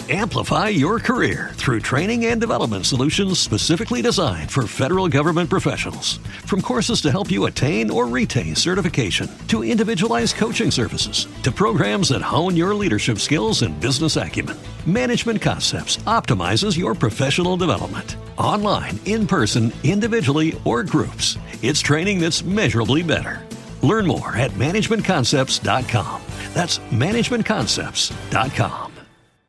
Amplify your career through training and development solutions specifically designed for federal government professionals. From courses to help you attain or retain certification, to individualized coaching services, to programs that hone your leadership skills and business acumen, Management Concepts optimizes your professional development. Online, in person, individually, or groups, it's training that's measurably better. Learn more at managementconcepts.com. That's managementconcepts.com.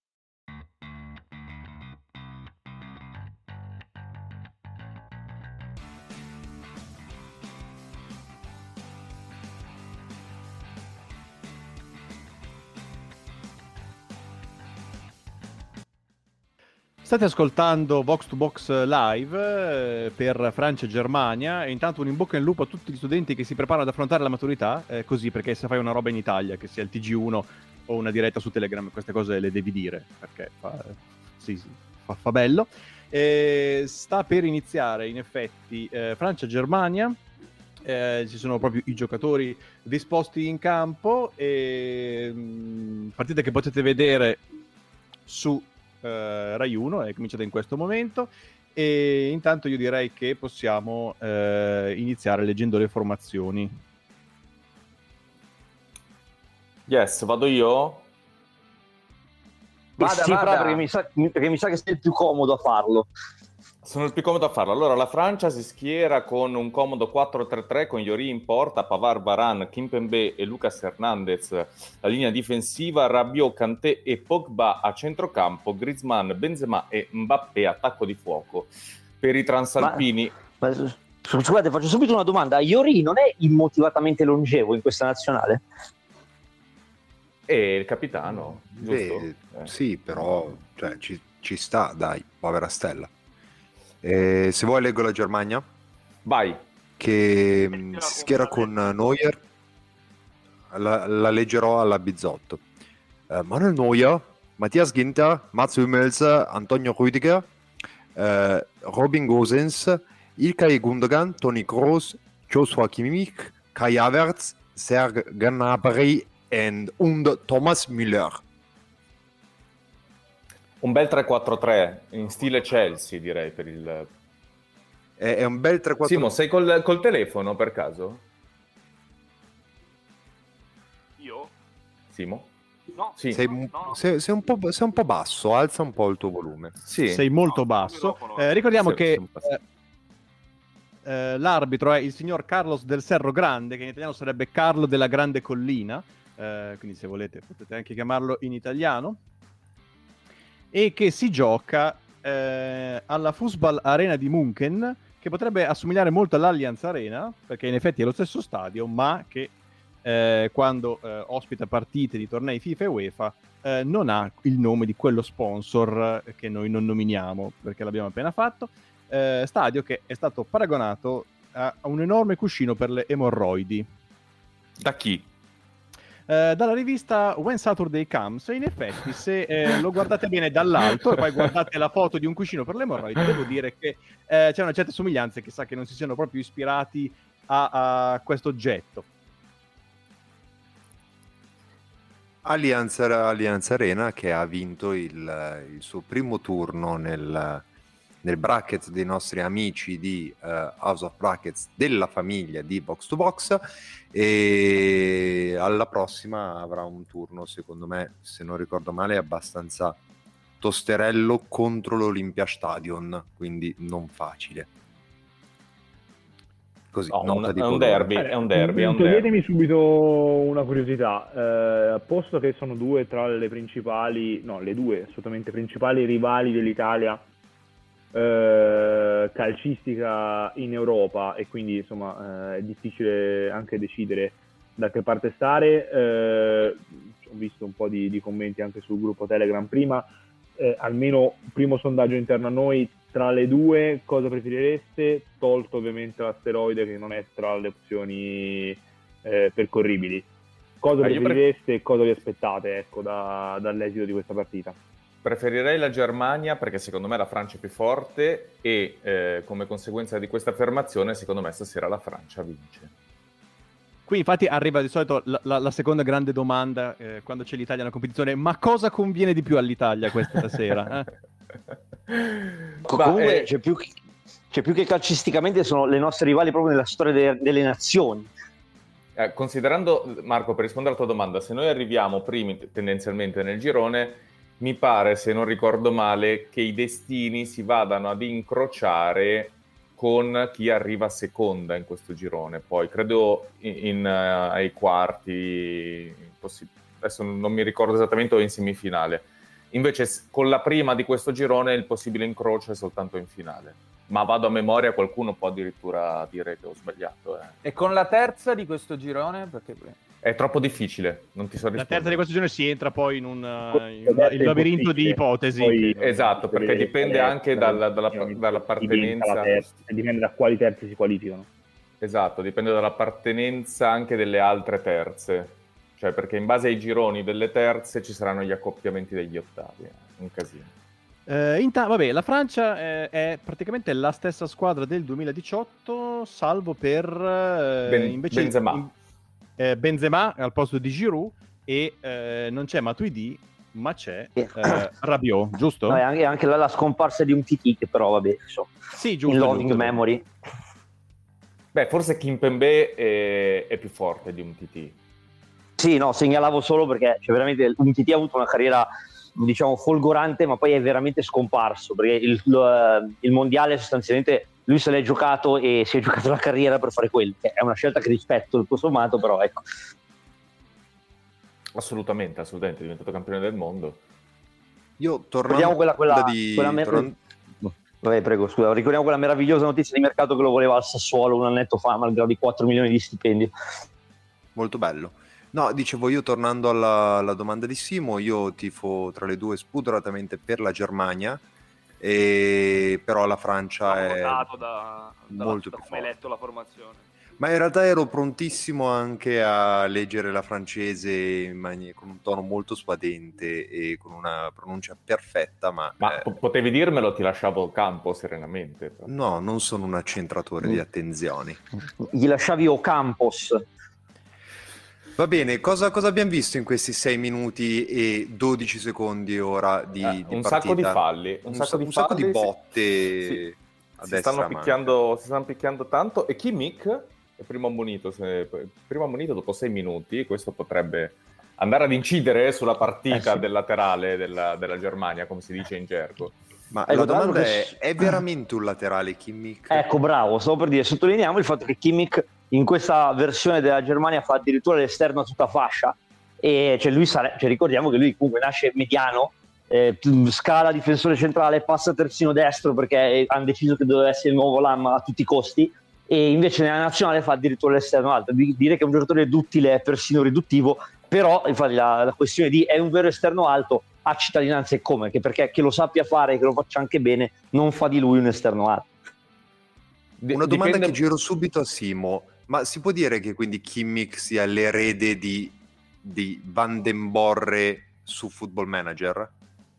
State ascoltando Vox to Box Live per Francia e Germania, e intanto un in bocca in lupo a tutti gli studenti che si preparano ad affrontare la maturità, così, perché se fai una roba in Italia, che sia il TG1 o una diretta su Telegram, queste cose le devi dire, perché fa bello. Sta per iniziare in effetti Francia e Germania, ci sono proprio i giocatori disposti in campo, e partite che potete vedere su Rai 1, è cominciata in questo momento, e intanto io direi che possiamo iniziare leggendo le formazioni. Yes, vado io? Vada. Perché mi sa che sei il più comodo a farlo. Sono il più comodo a farlo. Allora, la Francia si schiera con un comodo 4-3-3 con Lloris in porta, Pavard, Varane, Kimpembe e Lucas Hernandez. La linea difensiva, Rabiot, Kanté e Pogba a centrocampo, Griezmann, Benzema e Mbappé attacco di fuoco. Per i transalpini... Scusate, faccio subito una domanda. Lloris non è immotivatamente longevo in questa nazionale? È il capitano, giusto? Sì, però cioè, ci sta, dai, povera stella. Se vuoi leggo la Germania. Vai. Che si schiera con Neuer. La leggerò alla Bizzotto. Manuel Neuer, Matthias Ginter, Mats Hummels, Antonio Rüdiger, Robin Gosens, Ilkay Gundogan, Toni Kroos, Joshua Kimmich, Kai Havertz, Serge Gnabry und Thomas Müller. Un bel 3-4-3 in stile Chelsea, direi, per il... È un bel 3-4-3. Simo, sei col telefono per caso? Io? Simo? No. Sì. Sei un po' basso, alza un po' il tuo volume. Sì. Sei molto basso. Ricordiamo che l'arbitro è il signor Carlos del Cerro Grande, che in italiano sarebbe Carlo della Grande Collina, quindi se volete potete anche chiamarlo in italiano, e che si gioca alla Fußball Arena di München, che potrebbe assomigliare molto all'Allianz Arena, perché in effetti è lo stesso stadio, ma che quando ospita partite di tornei FIFA e UEFA non ha il nome di quello sponsor che noi non nominiamo, perché l'abbiamo appena fatto. Stadio che è stato paragonato a un enorme cuscino per le emorroidi. Da chi? Dalla rivista When Saturday Comes. In effetti, se lo guardate bene dall'alto e poi guardate la foto di un cuscino per le emorroidi, devo dire che c'è una certa somiglianza, che sa che non si siano proprio ispirati a questo oggetto. Allianz Arena, che ha vinto il suo primo turno nel bracket dei nostri amici di House of Brackets, della famiglia di Box to Box, e alla prossima avrà un turno, secondo me, se non ricordo male, abbastanza tosterello contro l'Olympiastadion, quindi non facile. Così, È un derby. Toglietemi subito una curiosità, posto che sono due tra le principali, no, le due assolutamente principali rivali dell'Italia calcistica in Europa, e quindi insomma è difficile anche decidere da che parte stare. Ho visto un po' di commenti anche sul gruppo Telegram prima. Almeno primo sondaggio interno a noi: tra le due cosa preferireste, tolto ovviamente l'asteroide che non è tra le opzioni percorribili? Cosa preferireste e cosa vi aspettate, ecco, dall'esito di questa partita? Preferirei la Germania, perché secondo me la Francia è più forte, e come conseguenza di questa affermazione secondo me stasera la Francia vince. Qui infatti arriva di solito la seconda grande domanda quando c'è l'Italia nella competizione: ma cosa conviene di più all'Italia questa sera? Comunque c'è più che calcisticamente, sono le nostre rivali proprio nella storia delle nazioni. Considerando, Marco, per rispondere alla tua domanda, se noi arriviamo primi tendenzialmente nel girone, mi pare, se non ricordo male, che i destini si vadano ad incrociare con chi arriva seconda in questo girone. Poi credo ai quarti, adesso non mi ricordo esattamente, o in semifinale. Invece con la prima di questo girone il possibile incrocio è soltanto in finale. Ma vado a memoria, qualcuno può addirittura dire che ho sbagliato. E con la terza di questo girone? Perché è troppo difficile, non ti so rispondere. La terza di questo girone si entra poi in un labirinto di ipotesi. Poi, esatto, perché dipende anche dalla partenenza. Dipende da quali terze si qualificano. Esatto, dipende dall'appartenenza anche delle altre terze. Cioè, perché in base ai gironi delle terze ci saranno gli accoppiamenti degli ottavi. Un casino. Vabbè, la Francia è praticamente la stessa squadra del 2018, salvo per invece Benzema. Benzema al posto di Giroud, e non c'è Matuidi, ma c'è Rabiot, giusto? No, anche la scomparsa di un TT, che però vabbè, sì, giusto, in loving memory. Beh, forse Kimpembe è più forte di un TT. Sì, no, segnalavo solo perché veramente un TT ha avuto una carriera, diciamo, folgorante, ma poi è veramente scomparso, perché il mondiale sostanzialmente lui se l'è giocato e si è giocato la carriera per fare quello, che è una scelta che rispetto tutto sommato, però ecco. Assolutamente, è diventato campione del mondo. Io tornando Vabbè, prego, scusa, ricordiamo quella meravigliosa notizia di mercato che lo voleva al Sassuolo un annetto fa, malgrado i 4 milioni di stipendio. Molto bello. No, dicevo, io tornando alla domanda di Simo, io tifo tra le due spudoratamente per la Germania, però la Francia è molto più forte. Come hai letto la formazione. Ma in realtà ero prontissimo anche a leggere la francese con un tono molto spadente e con una pronuncia perfetta, ma potevi dirmelo, ti lasciavo il campo serenamente. No, non sono un accentratore di attenzioni. Gli lasciavi Ocampos. Va bene, cosa abbiamo visto in questi 6 minuti e 12 secondi ora di un partita? Sacco di falli, un sacco di botte. Sì. A si destra stanno picchiando tanto, e Kimmich è primo ammonito dopo 6 minuti. Questo potrebbe andare ad incidere sulla partita del laterale della Germania, come si dice in gergo. Ma la domanda è veramente un laterale Kimmich? Ecco, bravo, stavo per dire, sottolineiamo il fatto che Kimmich in questa versione della Germania fa addirittura l'esterno a tutta fascia, e cioè ricordiamo che lui comunque nasce mediano, scala difensore centrale, passa terzino destro perché hanno deciso che doveva essere il nuovo Lam a tutti i costi, e invece nella nazionale fa addirittura l'esterno alto. Dire che è un giocatore duttile è persino riduttivo, però infatti la questione di è un vero esterno alto ha cittadinanza e come, perché che lo sappia fare e che lo faccia anche bene non fa di lui un esterno alto. Una domanda che giro subito a Simo: ma si può dire che quindi Kimmich sia l'erede di Van den Borre su Football Manager?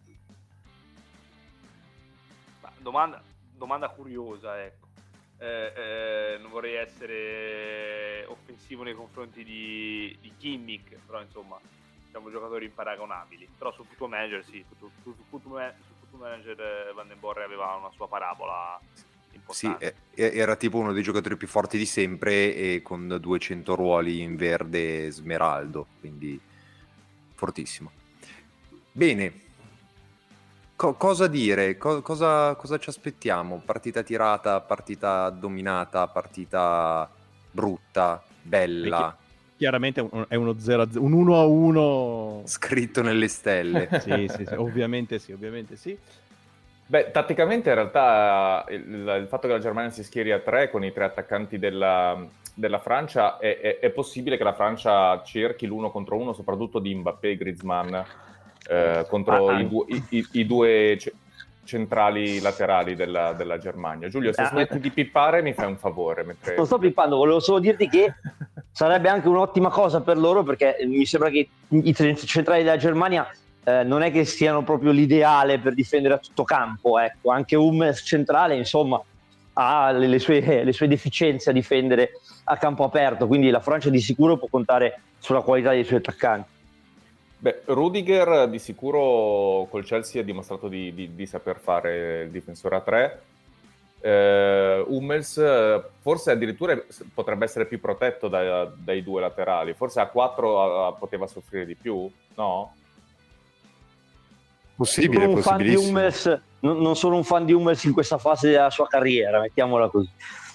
Domanda curiosa, ecco. Non vorrei essere offensivo nei confronti di Kimmich, però insomma siamo giocatori imparagonabili. Però su Football Manager sì, su Football Manager Van den Borre aveva una sua parabola importante. Sì, era tipo uno dei giocatori più forti di sempre e con 200 ruoli in verde smeraldo, quindi fortissimo. Bene, cosa dire? Cosa ci aspettiamo? Partita tirata, partita dominata, partita brutta, bella? Chiaramente è uno 0-0, un 1-1 scritto nelle stelle. sì, ovviamente sì. Beh, tatticamente in realtà il fatto che la Germania si schieri a 3 con i 3 attaccanti della Francia è possibile che la Francia cerchi l'1 contro 1, soprattutto di Mbappé e Griezmann, contro i due centrali laterali della Germania. Giulio, se smetti di pippare mi fai un favore. Non sto pippando, volevo solo dirti che sarebbe anche un'ottima cosa per loro, perché mi sembra che i centrali della Germania non è che siano proprio l'ideale per difendere a tutto campo, ecco. Anche un centrale insomma ha le sue deficienze a difendere a campo aperto, quindi la Francia di sicuro può contare sulla qualità dei suoi attaccanti. Beh, Rudiger di sicuro col Chelsea ha dimostrato di saper fare il difensore a 3. Hummels forse addirittura potrebbe essere più protetto dai due laterali, forse a 4 poteva soffrire di più, no? Possibile, possibilissimo. Non sono un fan di Hummels in questa fase della sua carriera, mettiamola così.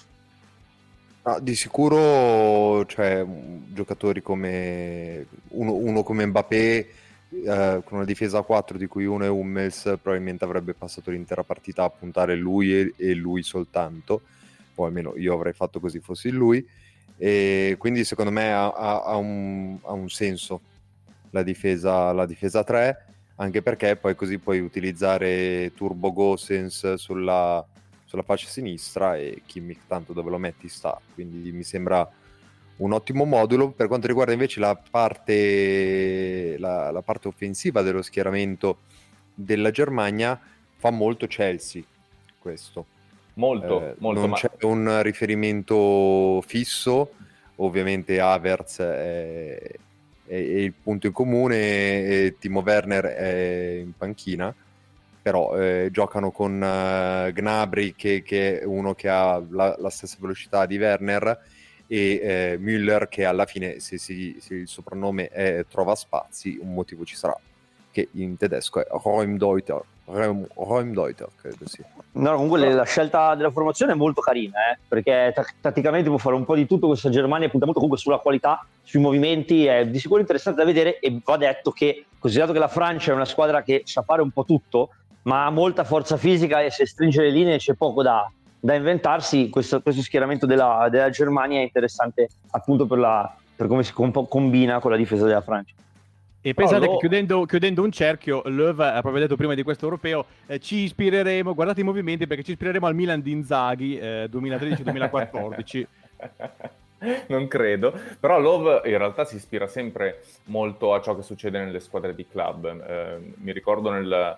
Di sicuro, cioè, giocatori come uno come Mbappé con una difesa a 4 di cui uno è Hummels, probabilmente avrebbe passato l'intera partita a puntare lui e lui soltanto, o almeno io avrei fatto così fossi lui, e quindi secondo me ha un senso la difesa a 3, anche perché poi così puoi utilizzare Turbo Gosens sulla fascia sinistra e Kimmich tanto dove lo metti sta, quindi mi sembra un ottimo modulo. Per quanto riguarda invece la parte offensiva dello schieramento della Germania, fa molto Chelsea questo. Molto. Non c'è un riferimento fisso, ovviamente Havertz è il punto in comune e Timo Werner è in panchina, però giocano con Gnabry che è uno che ha la stessa velocità di Werner, e Müller che alla fine se il soprannome è trova spazi, un motivo ci sarà, che in tedesco è Raumdeuter, credo sia. No, comunque la scelta della formazione è molto carina, perché tatticamente può fare un po' di tutto. Questa Germania punta molto comunque sulla qualità, sui movimenti, è di sicuro interessante da vedere, e va detto che, considerato che la Francia è una squadra che sa fare un po' tutto, ma ha molta forza fisica e se stringe le linee c'è poco da inventarsi, questo schieramento della Germania è interessante appunto per come si combina con la difesa della Francia. E pensate che chiudendo un cerchio, Löw ha proprio detto prima di questo europeo, ci ispireremo, guardate i movimenti, perché ci ispireremo al Milan di Inzaghi 2013-2014. Non credo, però Löw in realtà si ispira sempre molto a ciò che succede nelle squadre di club. Mi ricordo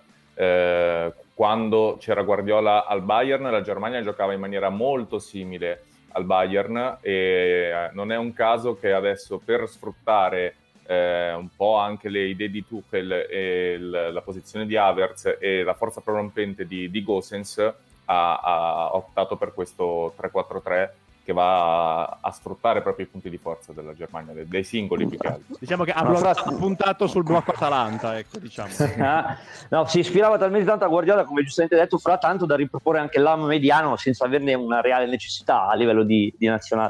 quando c'era Guardiola al Bayern, la Germania giocava in maniera molto simile al Bayern, e non è un caso che adesso, per sfruttare un po' anche le idee di Tuchel e la posizione di Havertz e la forza prorompente di Gosens, ha optato per questo 3-4-3 che va a sfruttare proprio i punti di forza della Germania, dei singoli più che altro. Diciamo che ha puntato sul blocco Atalanta, ecco, diciamo. No, si ispirava talmente tanto a Guardiola, come giustamente detto, fra tanto da riproporre anche l'AM mediano senza averne una reale necessità a livello di nazionale.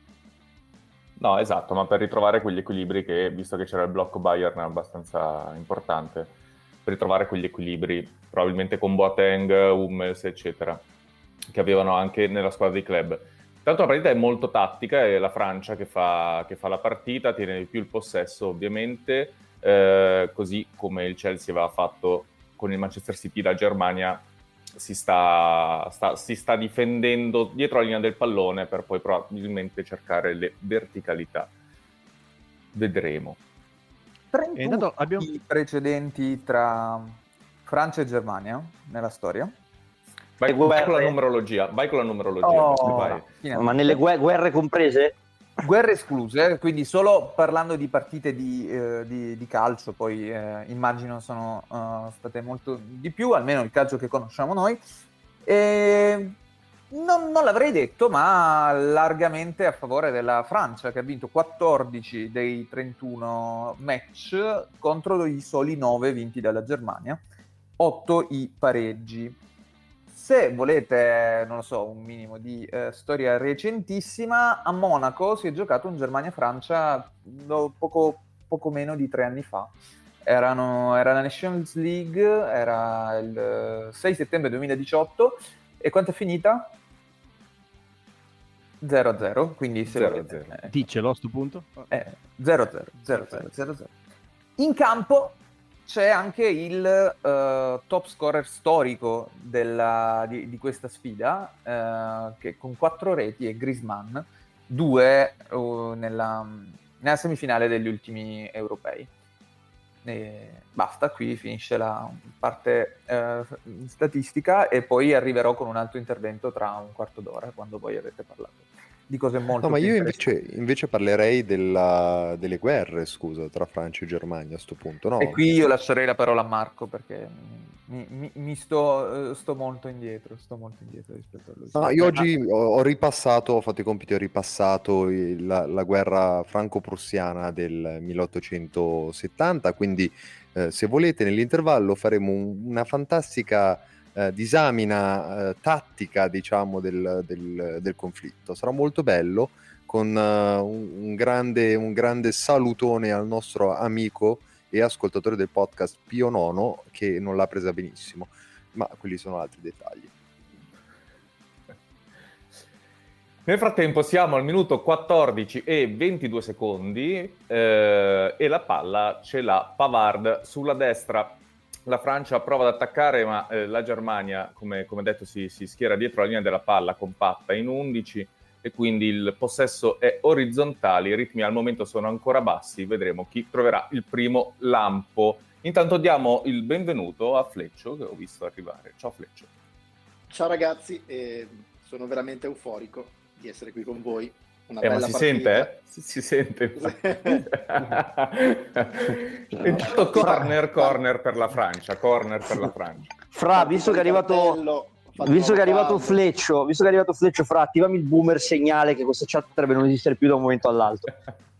No, esatto, ma per ritrovare quegli equilibri che, visto che c'era il blocco Bayern abbastanza importante, per ritrovare quegli equilibri, probabilmente con Boateng, Hummels, eccetera, che avevano anche nella squadra di club. Tanto la partita è molto tattica, è la Francia che fa la partita, tiene di più il possesso ovviamente, così come il Chelsea aveva fatto con il Manchester City. La Germania si sta difendendo dietro la linea del pallone per poi probabilmente cercare le verticalità. Vedremo. 31 i precedenti tra Francia e Germania nella storia. Vai con la numerologia. Vai. Ma nelle guerre comprese? Guerre escluse, quindi solo parlando di partite di calcio, poi immagino sono state molto di più, almeno il calcio che conosciamo noi. E non l'avrei detto, ma largamente a favore della Francia, che ha vinto 14 dei 31 match contro i soli 9 vinti dalla Germania, 8 i pareggi. Se volete, non lo so, un minimo di storia recentissima, a Monaco si è giocato un Germania-Francia poco meno di 3 anni fa. Era la Nations League, era il 6 settembre 2018, e quanto è finita? 0-0, quindi se 0-0. Dicelo a sto punto. 0-0. In campo c'è anche il top scorer storico di questa sfida, che con 4 reti è Griezmann, 2 nella semifinale degli ultimi europei. E basta, qui finisce la parte statistica, e poi arriverò con un altro intervento tra un quarto d'ora, quando voi avete parlato. di cose molto No, ma più io interessanti. invece parlerei delle guerre, scusa, tra Francia e Germania a sto punto, no? E qui io lascerei la parola a Marco perché mi sto molto indietro rispetto a lui. No, io oggi ho ripassato, ho fatto i compiti, ho ripassato la guerra franco-prussiana del 1870, quindi se volete nell'intervallo faremo una fantastica disamina tattica, diciamo, del conflitto. Sarà molto bello, con un grande salutone al nostro amico e ascoltatore del podcast Pio Nono, che non l'ha presa benissimo, ma quelli sono altri dettagli. Nel frattempo siamo al minuto 14 e 22 secondi e la palla ce l'ha Pavard sulla destra. La Francia prova ad attaccare, ma la Germania, come detto, si schiera dietro la linea della palla compatta in 11 e quindi il possesso è orizzontale. I ritmi al momento sono ancora bassi. Vedremo chi troverà il primo lampo. Intanto diamo il benvenuto a Fleccio, che ho visto arrivare. Ciao Fleccio. Ciao ragazzi, sono veramente euforico di essere qui con voi. Una Ma bella si partita. sente? Si sente. Intanto corner per la Francia. Fra, visto che è arrivato Fleccio, Fra, attivami il boomer segnale che questa chat potrebbe non esistere più da un momento all'altro.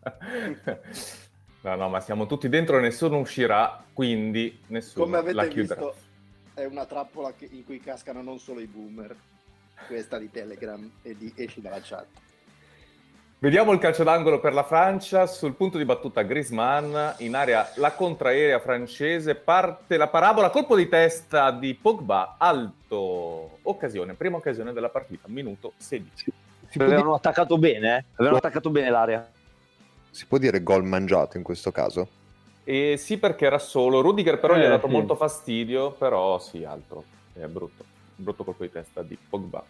No, ma siamo tutti dentro e nessuno uscirà, quindi nessuno Come avete la chiuderà. visto, è una trappola in cui cascano non solo i boomer, questa di Telegram e di esci dalla chat. Vediamo il calcio d'angolo per la Francia, sul punto di battuta Griezmann, in area la contraerea francese, parte la parabola, colpo di testa di Pogba, alto, prima occasione della partita, minuto 16. Avevano attaccato bene, avevano attaccato bene l'area. Si può dire gol mangiato in questo caso? E sì, perché era solo, Rudiger però gli ha dato sì. molto fastidio, però sì, altro, è brutto colpo di testa di Pogba.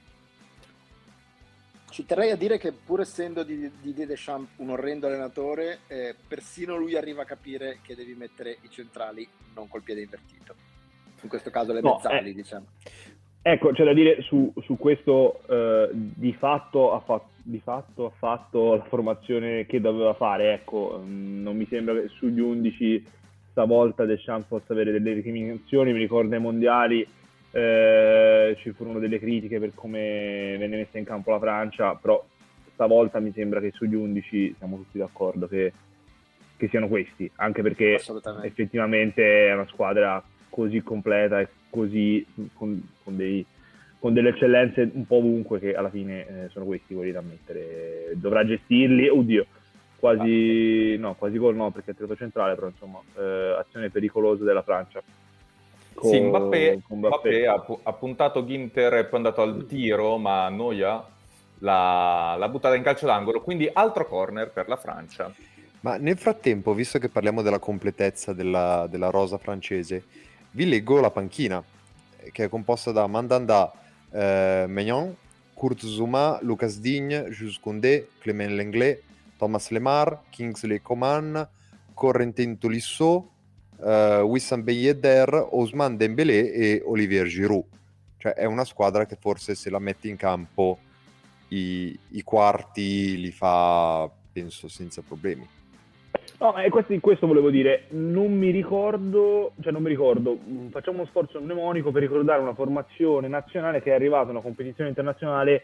Ci terrei a dire che pur essendo di Deschamps un orrendo allenatore, persino lui arriva a capire che devi mettere i centrali non col piede invertito. In questo caso le mezzali, diciamo. Ecco, c'è da dire su questo, di fatto ha fatto la formazione che doveva fare. Ecco, non mi sembra che sugli 11 stavolta Deschamps possa avere delle recriminazioni. Mi ricordo ai mondiali ci furono delle critiche per come venne messa in campo la Francia, però stavolta mi sembra che sugli 11 siamo tutti d'accordo che siano questi, anche perché effettivamente è una squadra così completa e così con delle eccellenze un po' ovunque, che alla fine sono questi quelli da mettere. Dovrà gestirli, quasi gol no, perché è tirato centrale, però insomma azione pericolosa della Francia. Sì, Mbappé ha puntato Ginter e poi è andato al tiro, ma Neuer l'ha buttata in calcio d'angolo, quindi altro corner per la Francia. Ma nel frattempo, visto che parliamo della completezza della rosa francese, vi leggo la panchina, che è composta da Mandanda, Maignan, Kurt Zouma, Lucas Digne, Jules Koundé, Clément Lenglet, Thomas Lemar, Kingsley Coman, Corentin Tolisso, Wissam Ben Yedder, Ousmane Dembélé e Olivier Giroud. Cioè è una squadra che forse se la metti in campo i quarti li fa, penso, senza problemi. No, ma questo volevo dire, non mi ricordo, facciamo uno sforzo mnemonico per ricordare una formazione nazionale che è arrivata a una competizione internazionale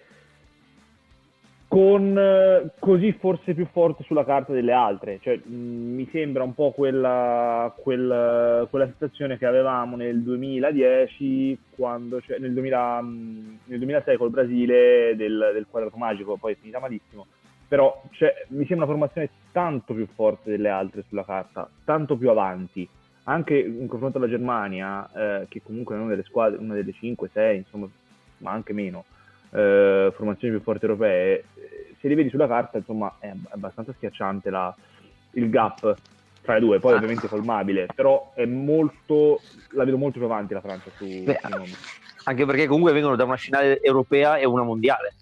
con così forse più forte sulla carta delle altre. Cioè, mi sembra un po' quella situazione che avevamo nel 2010, nel 2006 col Brasile del quadrato magico, poi è finita malissimo. Però mi sembra una formazione tanto più forte delle altre sulla carta, tanto più avanti, anche in confronto alla Germania, che comunque è una delle squadre, una delle 5-6, insomma, ma anche meno, formazioni più forti europee. Se li vedi sulla carta, insomma, è abbastanza schiacciante il gap tra le due, poi ovviamente colmabile, però la vedo molto più avanti la Francia su nomi. Anche perché comunque vengono da una finale europea e una mondiale.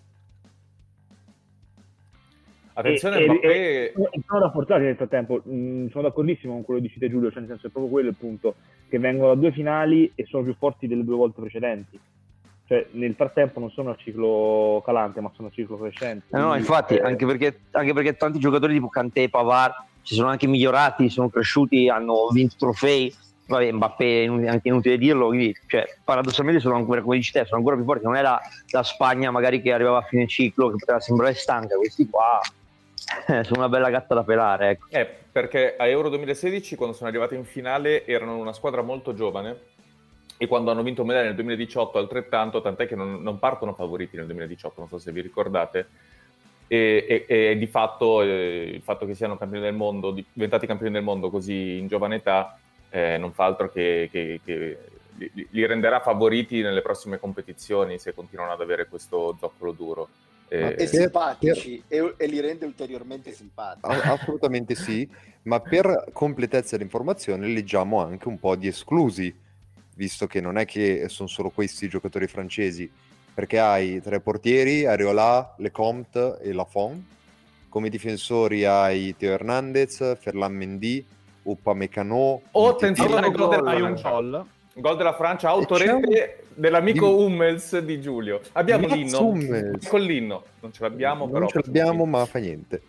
Attenzione, Mbappé... sono rafforzati nel frattempo, sono d'accordissimo con quello che dicite Giulio, cioè nel senso è proprio quello il punto, che vengono da due finali e sono più forti delle due volte precedenti. cioè nel frattempo non sono a ciclo calante ma sono a ciclo crescente. No, infatti, anche perché tanti giocatori tipo Kanté e Pavard si sono anche migliorati, sono cresciuti, hanno vinto trofei. Vabbè, Mbappé anche inutile dirlo, quindi cioè, paradossalmente sono ancora, come dici te, sono ancora più forti. Non è la Spagna magari che arrivava a fine ciclo, che poteva sembrare stanca. Questi qua sono una bella gatta da pelare, ecco. Perché a Euro 2016, quando sono arrivati in finale, erano una squadra molto giovane, e quando hanno vinto medaglia nel 2018 altrettanto, tant'è che non partono favoriti nel 2018, non so se vi ricordate, e di fatto il fatto che siano campioni del mondo, diventati campioni del mondo così in giovane età, non fa altro che li renderà favoriti nelle prossime competizioni se continuano ad avere questo zoccolo duro. E simpatici, e li rende ulteriormente simpatici. Assolutamente sì, ma per completezza di informazione leggiamo anche un po' di esclusi, visto che non è che sono solo questi i giocatori francesi, perché hai 3 portieri, Areola, Lecomte e Lafont, come difensori hai Théo Hernandez, Ferland Mendy, Upamecano. Attenzione, gol della Francia, autorete dell'amico Hummels di Giulio. Abbiamo l'inno, con l'inno, non ce l'abbiamo, non però ce l'abbiamo, ma fa niente.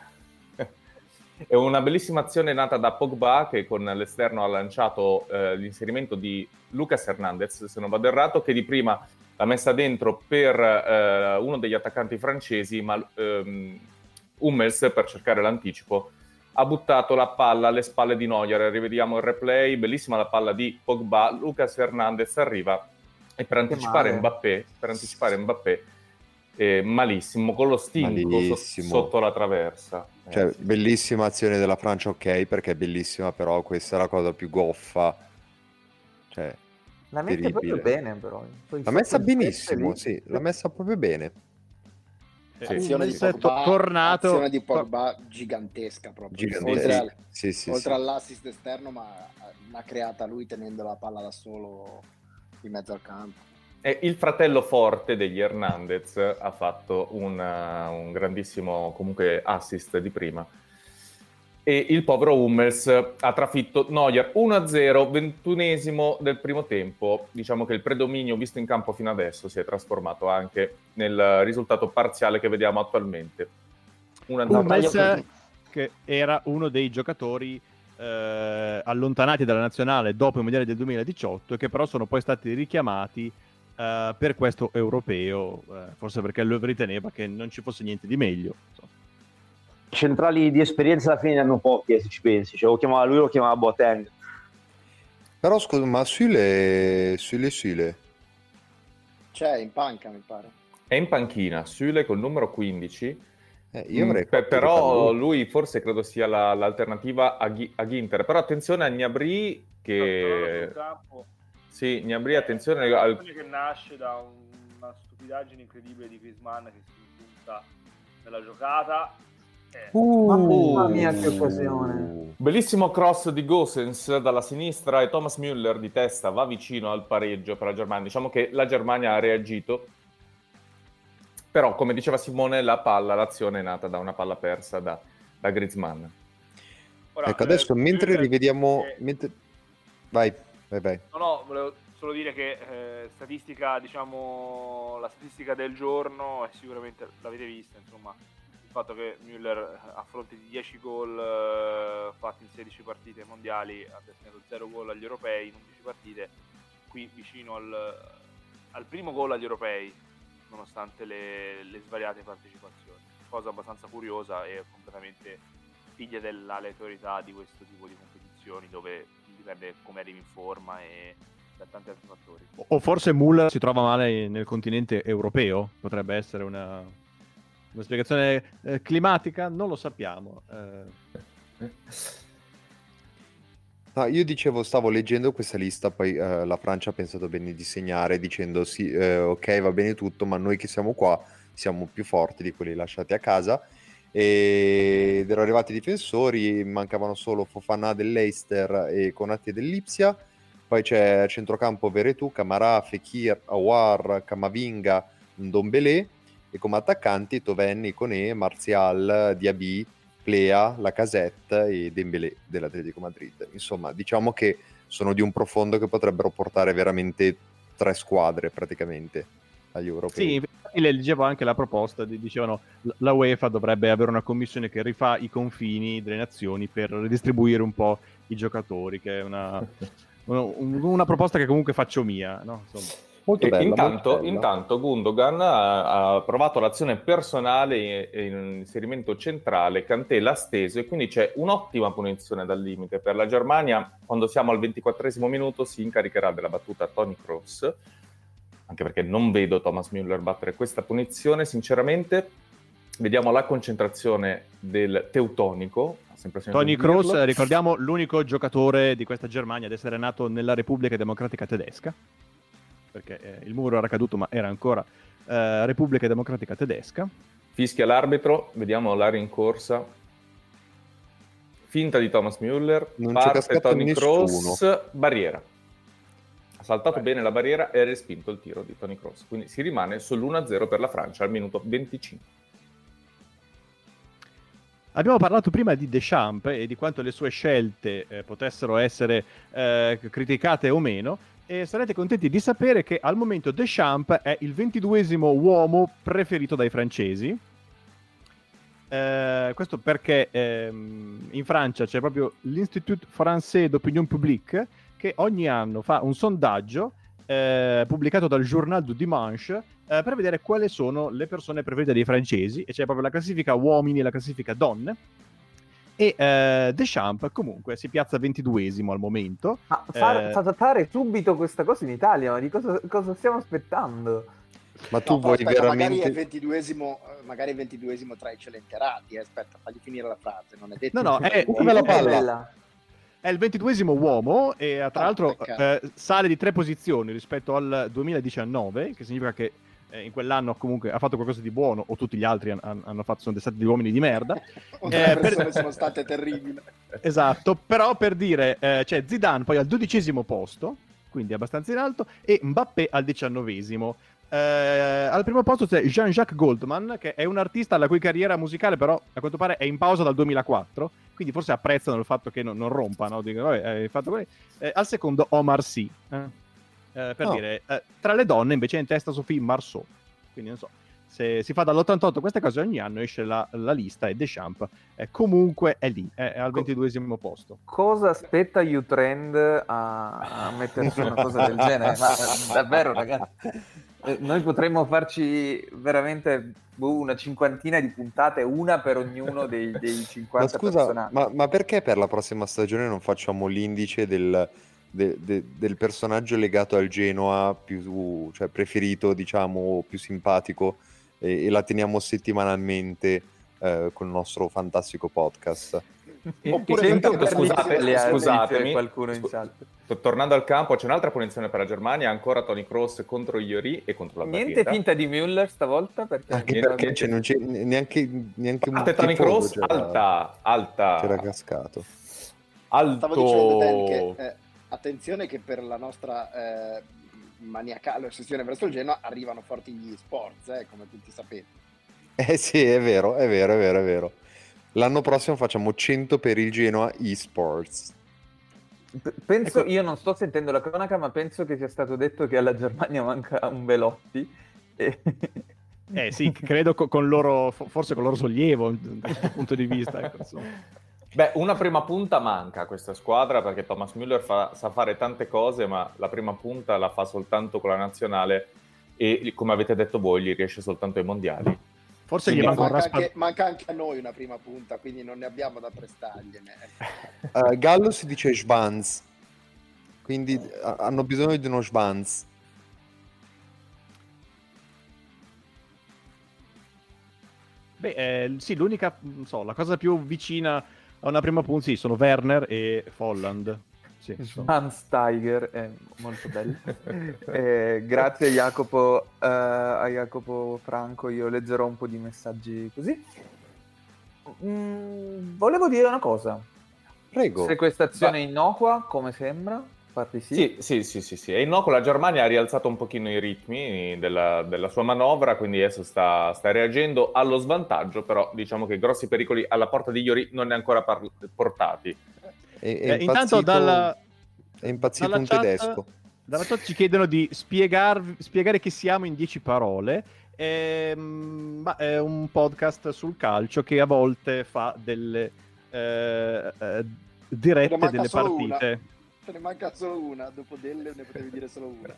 È una bellissima azione nata da Pogba, che con l'esterno ha lanciato l'inserimento di Lucas Hernandez, se non vado errato, che di prima l'ha messa dentro per uno degli attaccanti francesi, ma Hummels, per cercare l'anticipo, ha buttato la palla alle spalle di Neuer. Rivediamo il replay, bellissima la palla di Pogba, Lucas Hernandez arriva e per anticipare Mbappé, malissimo, con lo stinco sotto la traversa. Cioè, Sì. bellissima azione della Francia, ok, perché è bellissima, però questa è la cosa più goffa. Cioè, la mette proprio bene, però. L'ha messa benissimo, sì, l'ha messa proprio bene. Azione di Pogba, tornato. Azione di Pogba gigantesca proprio. Oltre all'assist esterno, ma l'ha creata lui tenendo la palla da solo in mezzo al campo. E il fratello forte degli Hernandez ha fatto un grandissimo comunque assist di prima. E il povero Hummels ha trafitto Neuer 1-0, 21esimo del primo tempo. Diciamo che il predominio visto in campo fino adesso si è trasformato anche nel risultato parziale che vediamo attualmente. Hummels, che era uno dei giocatori allontanati dalla nazionale dopo i mondiali del 2018 e che però sono poi stati richiamati per questo europeo, forse perché lo riteneva che non ci fosse niente di meglio. Centrali di esperienza alla fine ne hanno pochi, se ci pensi. Cioè, lui lo chiamava Boateng. Però scusa, ma Süle c'è in panca, mi pare. È in panchina, Süle col numero 15. Io avrei però lui forse credo sia l'alternativa a Ginter. Però attenzione a Gnabry che... Sì, Gnabry, attenzione al... che nasce da una stupidaggine incredibile di Griezmann che si impunta nella giocata. Mamma mia, che occasione. Bellissimo cross di Gosens dalla sinistra e Thomas Müller di testa va vicino al pareggio per la Germania. Diciamo che la Germania ha reagito, però come diceva Simone l'azione è nata da una palla persa da Griezmann. Ora, ecco, adesso mentre rivediamo vai. No, volevo solo dire che statistica, diciamo, la statistica del giorno è sicuramente, l'avete vista, insomma, il fatto che Müller a fronte di 10 gol fatti in 16 partite mondiali ha segnato 0 gol agli europei in 11 partite, qui vicino al primo gol agli europei nonostante le svariate partecipazioni, cosa abbastanza curiosa e completamente figlia dell'aleatorietà di questo tipo di competizioni dove dipende come arrivi in forma e da tanti altri fattori. O forse Müller si trova male nel continente europeo, potrebbe essere una spiegazione climatica, non lo sappiamo. No, io dicevo, stavo leggendo questa lista, poi la Francia ha pensato bene di segnare dicendo sì, ok, va bene tutto, ma noi che siamo qua siamo più forti di quelli lasciati a casa. Ed erano arrivati i difensori, mancavano solo Fofana dell'Leicester e Konaté dell'Ipsia. Poi c'è a centrocampo Veretout, Camara, Fekir, Aouar, Camavinga, Ndombele, e come attaccanti Toven, Koné, Martial, Diaby, Plea, Lacazette e Dembélé dell'Atletico Madrid. Insomma, diciamo che sono di un profondo che potrebbero portare veramente 3 squadre praticamente agli europei. Sì, infatti leggevo anche la proposta, dicevano la UEFA dovrebbe avere una commissione che rifà i confini delle nazioni per ridistribuire un po' i giocatori, che è una proposta che comunque faccio mia, no? Insomma. Molto bella, molto bella. Intanto Gundogan ha provato l'azione personale e in inserimento centrale, Kanté l'ha steso e quindi c'è un'ottima punizione dal limite per la Germania. Quando siamo al 24esimo minuto si incaricherà della battuta Toni Kroos, anche perché non vedo Thomas Müller battere questa punizione sinceramente. Vediamo la concentrazione del teutonico. Toni Kroos, ricordiamo, l'unico giocatore di questa Germania ad essere nato nella Repubblica Democratica Tedesca, perché il muro era caduto ma era ancora Repubblica Democratica Tedesca. Fischia l'arbitro, vediamo la rincorsa, finta di Thomas Müller, non parte Toni Kroos, barriera, ha saltato bene la barriera e ha respinto il tiro di Toni Kroos, quindi si rimane sull'1-0 per la Francia al minuto 25. Abbiamo parlato prima di Deschamps e di quanto le sue scelte potessero essere criticate o meno, e sarete contenti di sapere che al momento Deschamps è il 22esimo uomo preferito dai francesi. Questo perché in Francia c'è proprio l'Institut Français d'Opinion Publique che ogni anno fa un sondaggio pubblicato dal Journal du Dimanche per vedere quali sono le persone preferite dei francesi, e c'è proprio la classifica uomini e la classifica donne. E Deschamps comunque si piazza 22esimo al momento. Fate fare subito questa cosa in Italia, ma di cosa stiamo aspettando? Ma tu vuoi veramente... magari è 22esimo tra i celenterati, aspetta, fagli finire la frase, non è detto. No, è la palla. È il 22esimo uomo e tra l'altro sale di 3 posizioni rispetto al 2019, che significa che in quell'anno comunque ha fatto qualcosa di buono, o tutti gli altri hanno fatto, sono stati degli uomini di merda. Le persone sono state terribili. Esatto, però per dire, c'è Zidane poi al 12esimo posto, quindi abbastanza in alto, e Mbappé al 19esimo. Al primo posto c'è Jean-Jacques Goldman, che è un artista la cui carriera musicale però a quanto pare è in pausa dal 2004, quindi forse apprezzano il fatto che non rompa, no? Dicono, vabbè, fatto al secondo Omar Sy, per dire, tra le donne invece è in testa Sophie Marceau, quindi non so, se si fa dall'88 queste cose ogni anno esce la lista e Deschamps comunque è lì, è al 22esimo posto. Cosa aspetta U-Trend a metterci una cosa del genere? Ma davvero, ragazzi, noi potremmo farci veramente una cinquantina di puntate, una per ognuno dei 50 ma scusa, personaggi. Ma perché per la prossima stagione non facciamo l'indice del personaggio legato al Genoa più, cioè preferito, diciamo, più simpatico, e la teniamo settimanalmente con il nostro fantastico podcast? Oppure intanto, scusatemi, qualcuno in chat. Tornando al campo, c'è un'altra punizione per la Germania, ancora Toni Kroos contro Iori e contro la barriera. Niente finta di Müller stavolta, anche perché non c'è neanche un Toni Kroos alta c'era cascato alto. Stavo dicendo Dan, che attenzione che per la nostra maniacale ossessione verso il Genoa arrivano forti gli sports, come tutti sapete. Sì, è vero. L'anno prossimo facciamo 100 per il Genoa eSports. Penso, io non sto sentendo la cronaca, ma penso che sia stato detto che alla Germania manca un Belotti. Sì, credo con loro, forse con loro sollievo da questo punto di vista. Ecco, beh, una prima punta manca a questa squadra, perché Thomas Müller sa fare tante cose, ma la prima punta la fa soltanto con la nazionale e, come avete detto voi, gli riesce soltanto ai mondiali. Forse gli manca anche a noi una prima punta, quindi non ne abbiamo da prestargliene. Gallo si dice Schwanz, quindi hanno bisogno di uno Schwanz. Beh, sì, l'unica, non so, la cosa più vicina a una prima punta, sì, sono Werner e Folland. Sì, Schwansteiger è molto bello. Grazie a Jacopo Franco, io leggerò un po' di messaggi così. Volevo dire una cosa. Prego. Se questa azione è innocua, come sembra? Infatti sì, è innocua. La Germania ha rialzato un pochino i ritmi della sua manovra, quindi adesso sta reagendo allo svantaggio, però diciamo che grossi pericoli alla porta di Iori non ne ha ancora portati. È intanto impazzito un tedesco. Dalla chat ci chiedono di spiegare chi siamo in 10 parole. È un podcast sul calcio che a volte fa delle dirette delle partite. Te ne manca solo una, dopo delle ne potevi dire solo una.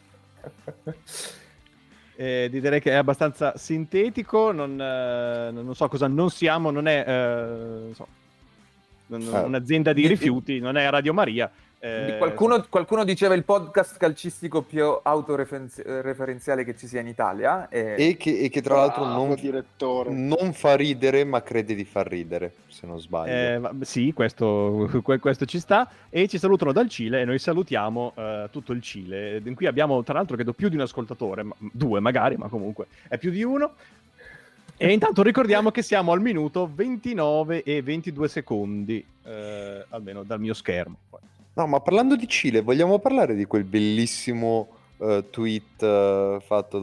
Direi che è abbastanza sintetico, non so cosa non siamo, non è un'azienda di rifiuti, non è Radio Maria. Qualcuno diceva il podcast calcistico più autoreferenziale che ci sia in Italia e che tra l'altro non fa ridere, ma crede di far ridere, se non sbaglio. Sì, questo ci sta. E ci salutano dal Cile e noi salutiamo tutto il Cile. In cui abbiamo tra l'altro credo più di un ascoltatore, 2 magari, ma comunque è più di uno. E intanto ricordiamo che siamo al minuto 29 e 22 secondi, almeno dal mio schermo. No, ma parlando di Cile, vogliamo parlare di quel bellissimo tweet fatto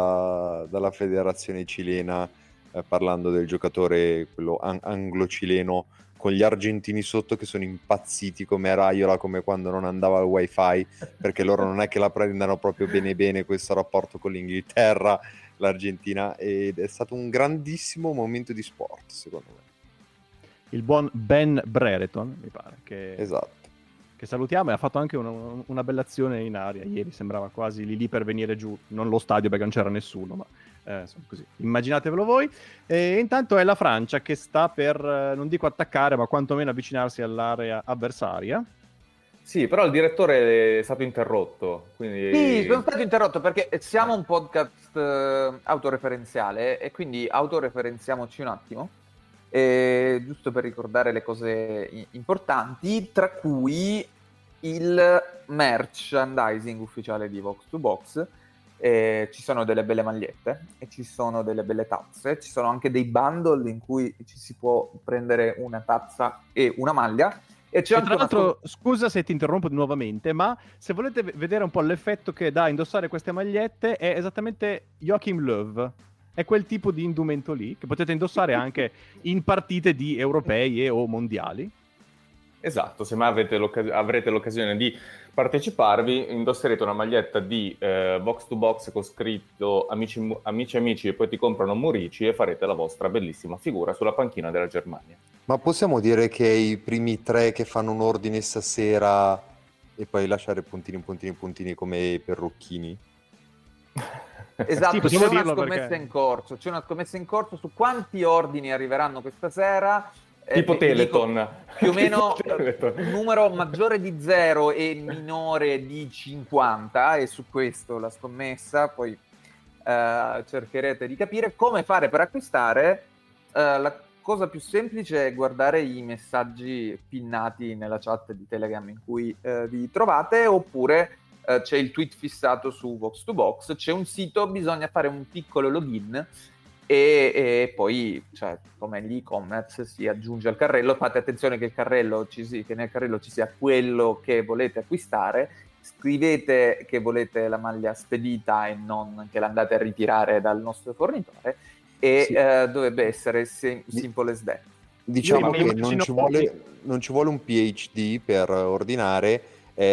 dalla federazione cilena parlando del giocatore, quello anglo-cileno, con gli argentini sotto che sono impazziti come Raiola, come quando non andava al wifi, perché loro non è che la prendano proprio bene questo rapporto con l'Inghilterra, l'Argentina, ed è stato un grandissimo momento di sport, secondo me. Il buon Ben Brereton, mi pare. Esatto. Che salutiamo, e ha fatto anche una bella azione in aria ieri, sembrava quasi lì per venire giù, non lo stadio perché non c'era nessuno, ma insomma, così, immaginatevelo voi. E intanto è la Francia che sta per, non dico attaccare, ma quantomeno avvicinarsi all'area avversaria. Sì, però il direttore è stato interrotto, quindi... Sì, sono stato interrotto perché siamo un podcast autoreferenziale e quindi autoreferenziamoci un attimo. Giusto per ricordare le cose importanti, tra cui il merchandising ufficiale di Vox to Box. Ci sono delle belle magliette e ci sono delle belle tazze, ci sono anche dei bundle in cui ci si può prendere una tazza e una maglia. E c'è anche tra l'altro, scusa se ti interrompo nuovamente, ma se volete vedere un po' l'effetto che dà indossare queste magliette, è esattamente Joachim Löw. È quel tipo di indumento lì che potete indossare anche in partite di europei o mondiali. Esatto, se mai avrete l'occasione di parteciparvi, indosserete una maglietta di Box to Box con scritto amici e poi ti comprano Murici e farete la vostra bellissima figura sulla panchina della Germania. Ma possiamo dire che i primi 3 che fanno un ordine stasera e poi lasciare puntini come i perrucchini? Esatto, sì, c'è una scommessa in corso su quanti ordini arriveranno questa sera. Tipo Teleton. Più o meno un numero maggiore di 0 e minore di 50, e su questo la scommessa, poi cercherete di capire come fare per acquistare. La cosa più semplice è guardare i messaggi pinnati nella chat di Telegram in cui vi trovate, oppure c'è il tweet fissato su Vox to Box, c'è un sito, bisogna fare un piccolo login e poi, cioè, come l'e-commerce, si aggiunge al carrello. Fate attenzione che nel carrello ci sia quello che volete acquistare, scrivete che volete la maglia spedita e non che l'andate a ritirare dal nostro fornitore, e sì, dovrebbe essere simple as that. Diciamo che non ci vuole un PhD per ordinare,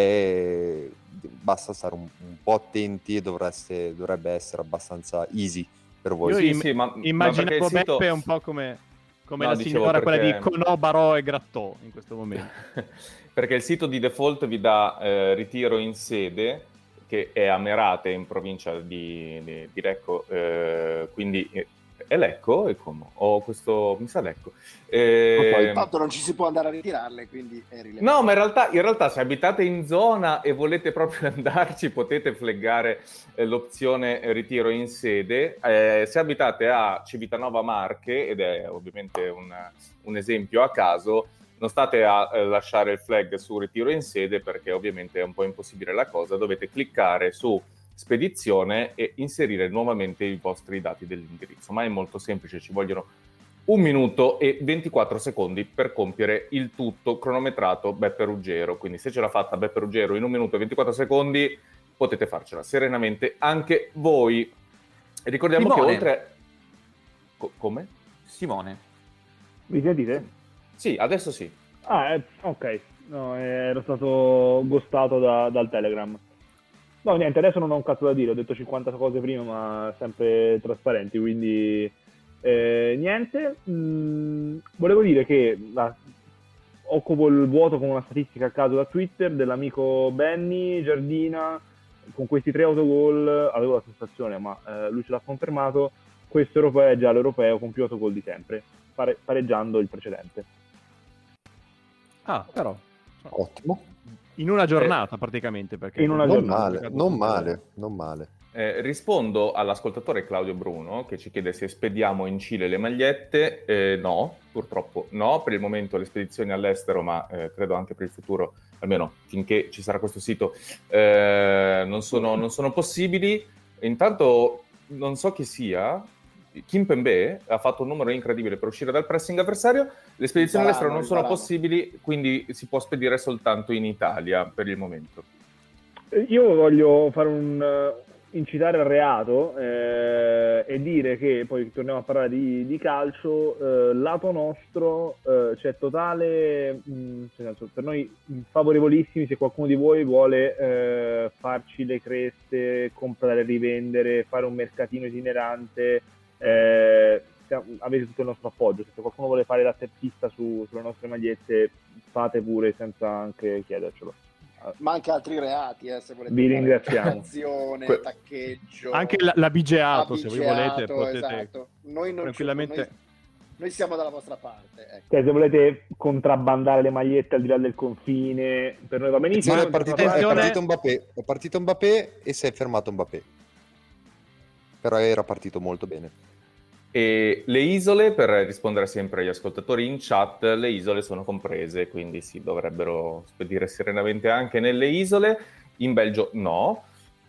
basta stare un po' attenti e dovrebbe essere abbastanza easy per voi. Io immaginavo sito... Beppe un po' come la signora, quella di Conò, Barò e Grattò in questo momento. Perché il sito di default vi dà ritiro in sede, che è a Merate, in provincia di Lecco, quindi è Lecco, e come ho questo, mi sa Lecco. Poi tanto non ci si può andare a ritirarle, quindi è rilevante. No, ma in realtà se abitate in zona e volete proprio andarci, potete fleggare l'opzione ritiro in sede. Se abitate a Civitanova Marche, ed è ovviamente un esempio a caso, non state a lasciare il flag su ritiro in sede, perché ovviamente è un po' impossibile la cosa. Dovete cliccare su spedizione e inserire nuovamente i vostri dati dell'indirizzo, ma è molto semplice, ci vogliono 1 minuto e 24 secondi per compiere il tutto, cronometrato Beppe Ruggero. Quindi se ce l'ha fatta Beppe Ruggero in 1 minuto e 24 secondi, potete farcela serenamente anche voi. E ricordiamo Simone. che oltre... Come? Simone. Mi sentite? Sì, adesso sì. Ok. No, ero stato ghostato dal Telegram. No, niente, adesso non ho un cazzo da dire, ho detto 50 cose prima, ma sempre trasparenti, quindi niente. Volevo dire che occupo il vuoto con una statistica a caso da Twitter dell'amico Benny Giardina, con questi 3 autogol, avevo la sensazione, ma lui ce l'ha confermato, questo europeo è già l'europeo con più autogol di sempre, pareggiando il precedente. Ah, però. Ottimo. In una giornata praticamente, perché in una Non giornata. male, non male. Rispondo all'ascoltatore Claudio Bruno che ci chiede se spediamo in Cile le magliette. No, purtroppo no, per il momento le spedizioni all'estero, ma credo anche per il futuro, almeno finché ci sarà questo sito, non sono possibili. Intanto non so chi sia, Kimpembe ha fatto un numero incredibile per uscire dal pressing avversario. Le spedizioni all'estero non sono possibili, quindi si può spedire soltanto in Italia per il momento. Io voglio fare incitare al reato e dire che poi torniamo a parlare di calcio, lato nostro c'è totale, per noi favorevolissimi se qualcuno di voi vuole farci le creste, comprare, rivendere, fare un mercatino itinerante, avete tutto il nostro appoggio. Se qualcuno vuole fare la teppista sulle nostre magliette, fate pure senza anche chiedercelo. Ma anche altri reati, se volete. Vi ringraziamo. Taccheggio, anche l'abigeato, se voi volete, potete esatto. Noi non tranquillamente. Noi siamo dalla vostra parte. Ecco. Cioè, se volete contrabbandare le magliette al di là del confine, per noi va benissimo. È partito Mbappé e si è fermato Mbappé. Però era partito molto bene. E le isole, per rispondere sempre agli ascoltatori in chat, le isole sono comprese, quindi si dovrebbero spedire serenamente anche nelle isole. In Belgio no.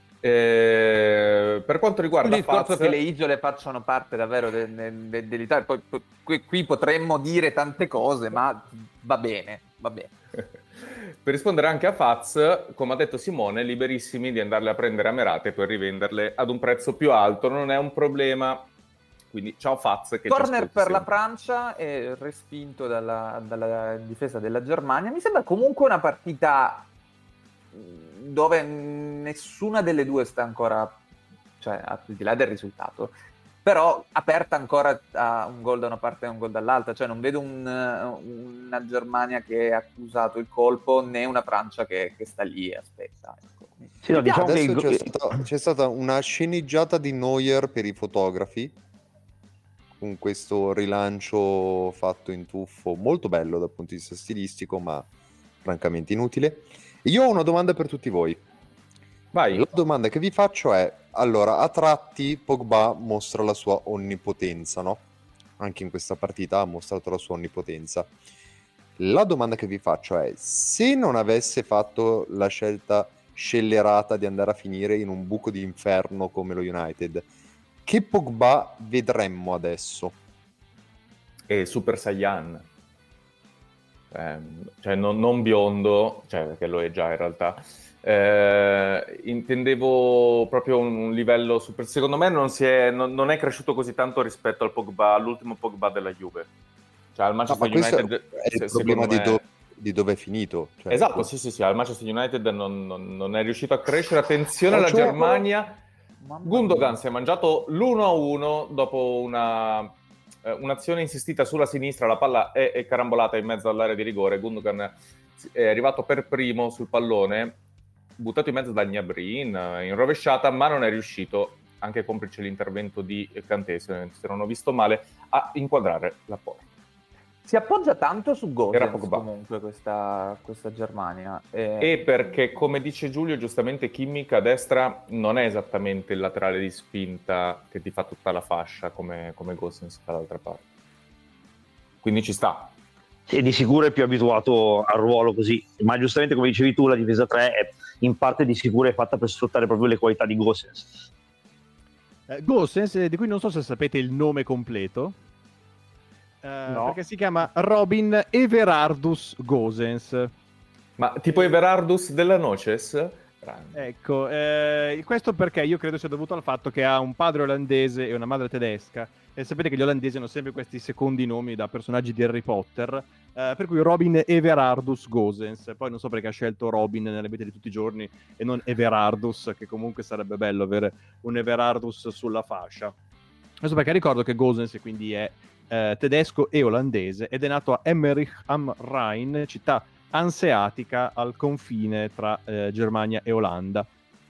Per quanto riguarda il discorso che le isole facciano parte davvero dell'Italia, poi qui potremmo dire tante cose, ma va bene. Per rispondere anche a Faz, come ha detto Simone, liberissimi di andarle a prendere a Merate e poi rivenderle ad un prezzo più alto, non è un problema. Quindi ciao Faz. Corner per la Francia e respinto dalla difesa della Germania. Mi sembra comunque una partita dove nessuna delle due sta ancora, cioè al di là del risultato, però aperta ancora a un gol da una parte e un gol dall'altra, cioè non vedo una Germania che ha accusato il colpo né una Francia che sta lì e aspetta. Ecco. Sì, no, diciamo adesso c'è stata una sceneggiata di Neuer per i fotografi, con questo rilancio fatto in tuffo molto bello dal punto di vista stilistico, ma francamente inutile. Io ho una domanda per tutti voi. Vai. La domanda che vi faccio è: allora, a tratti Pogba mostra la sua onnipotenza, no? Anche in questa partita ha mostrato la sua onnipotenza. La domanda che vi faccio è: se non avesse fatto la scelta scellerata di andare a finire in un buco di inferno come lo United, che Pogba vedremmo adesso? E Super Saiyan, cioè non biondo, cioè perché lo è già in realtà. Intendevo proprio un livello super. Secondo me non è cresciuto così tanto rispetto all'ultimo Pogba della Juve. Cioè al Manchester United è il problema di dove è finito. Cioè, esatto, sì, al Manchester United non è riuscito a crescere. Attenzione alla Germania. Gundogan si è mangiato l'1-1 dopo un'azione insistita sulla sinistra, la palla è carambolata in mezzo all'area di rigore. Gundogan è arrivato per primo sul pallone, buttato in mezzo da Gnabry in rovesciata, ma non è riuscito, anche complice l'intervento di Kanté, se non ho visto male, a inquadrare la porta. Si appoggia tanto su Gosens comunque questa Germania. E perché, come dice Giulio, giustamente Kimmich a destra non è esattamente il laterale di spinta che ti fa tutta la fascia come Gosens dall'altra parte. Quindi ci sta. E di sicuro è più abituato al ruolo così, ma giustamente come dicevi tu la difesa 3 è in parte di sicuro è fatta per sfruttare proprio le qualità di Gosens. Gosens, di cui non so se sapete il nome completo. No. Perché si chiama Robin Everardus Gosens. Ma tipo Everardus della Noces? Ecco, questo perché io credo sia dovuto al fatto che ha un padre olandese e una madre tedesca, e sapete che gli olandesi hanno sempre questi secondi nomi da personaggi di Harry Potter, per cui Robin Everardus Gosens. Poi non so perché ha scelto Robin nelle vite di tutti i giorni e non Everardus, che comunque sarebbe bello avere un Everardus sulla fascia. Questo perché ricordo che Gosens quindi è tedesco e olandese ed è nato a Emmerich am Rhein, città anseatica al confine tra Germania e Olanda.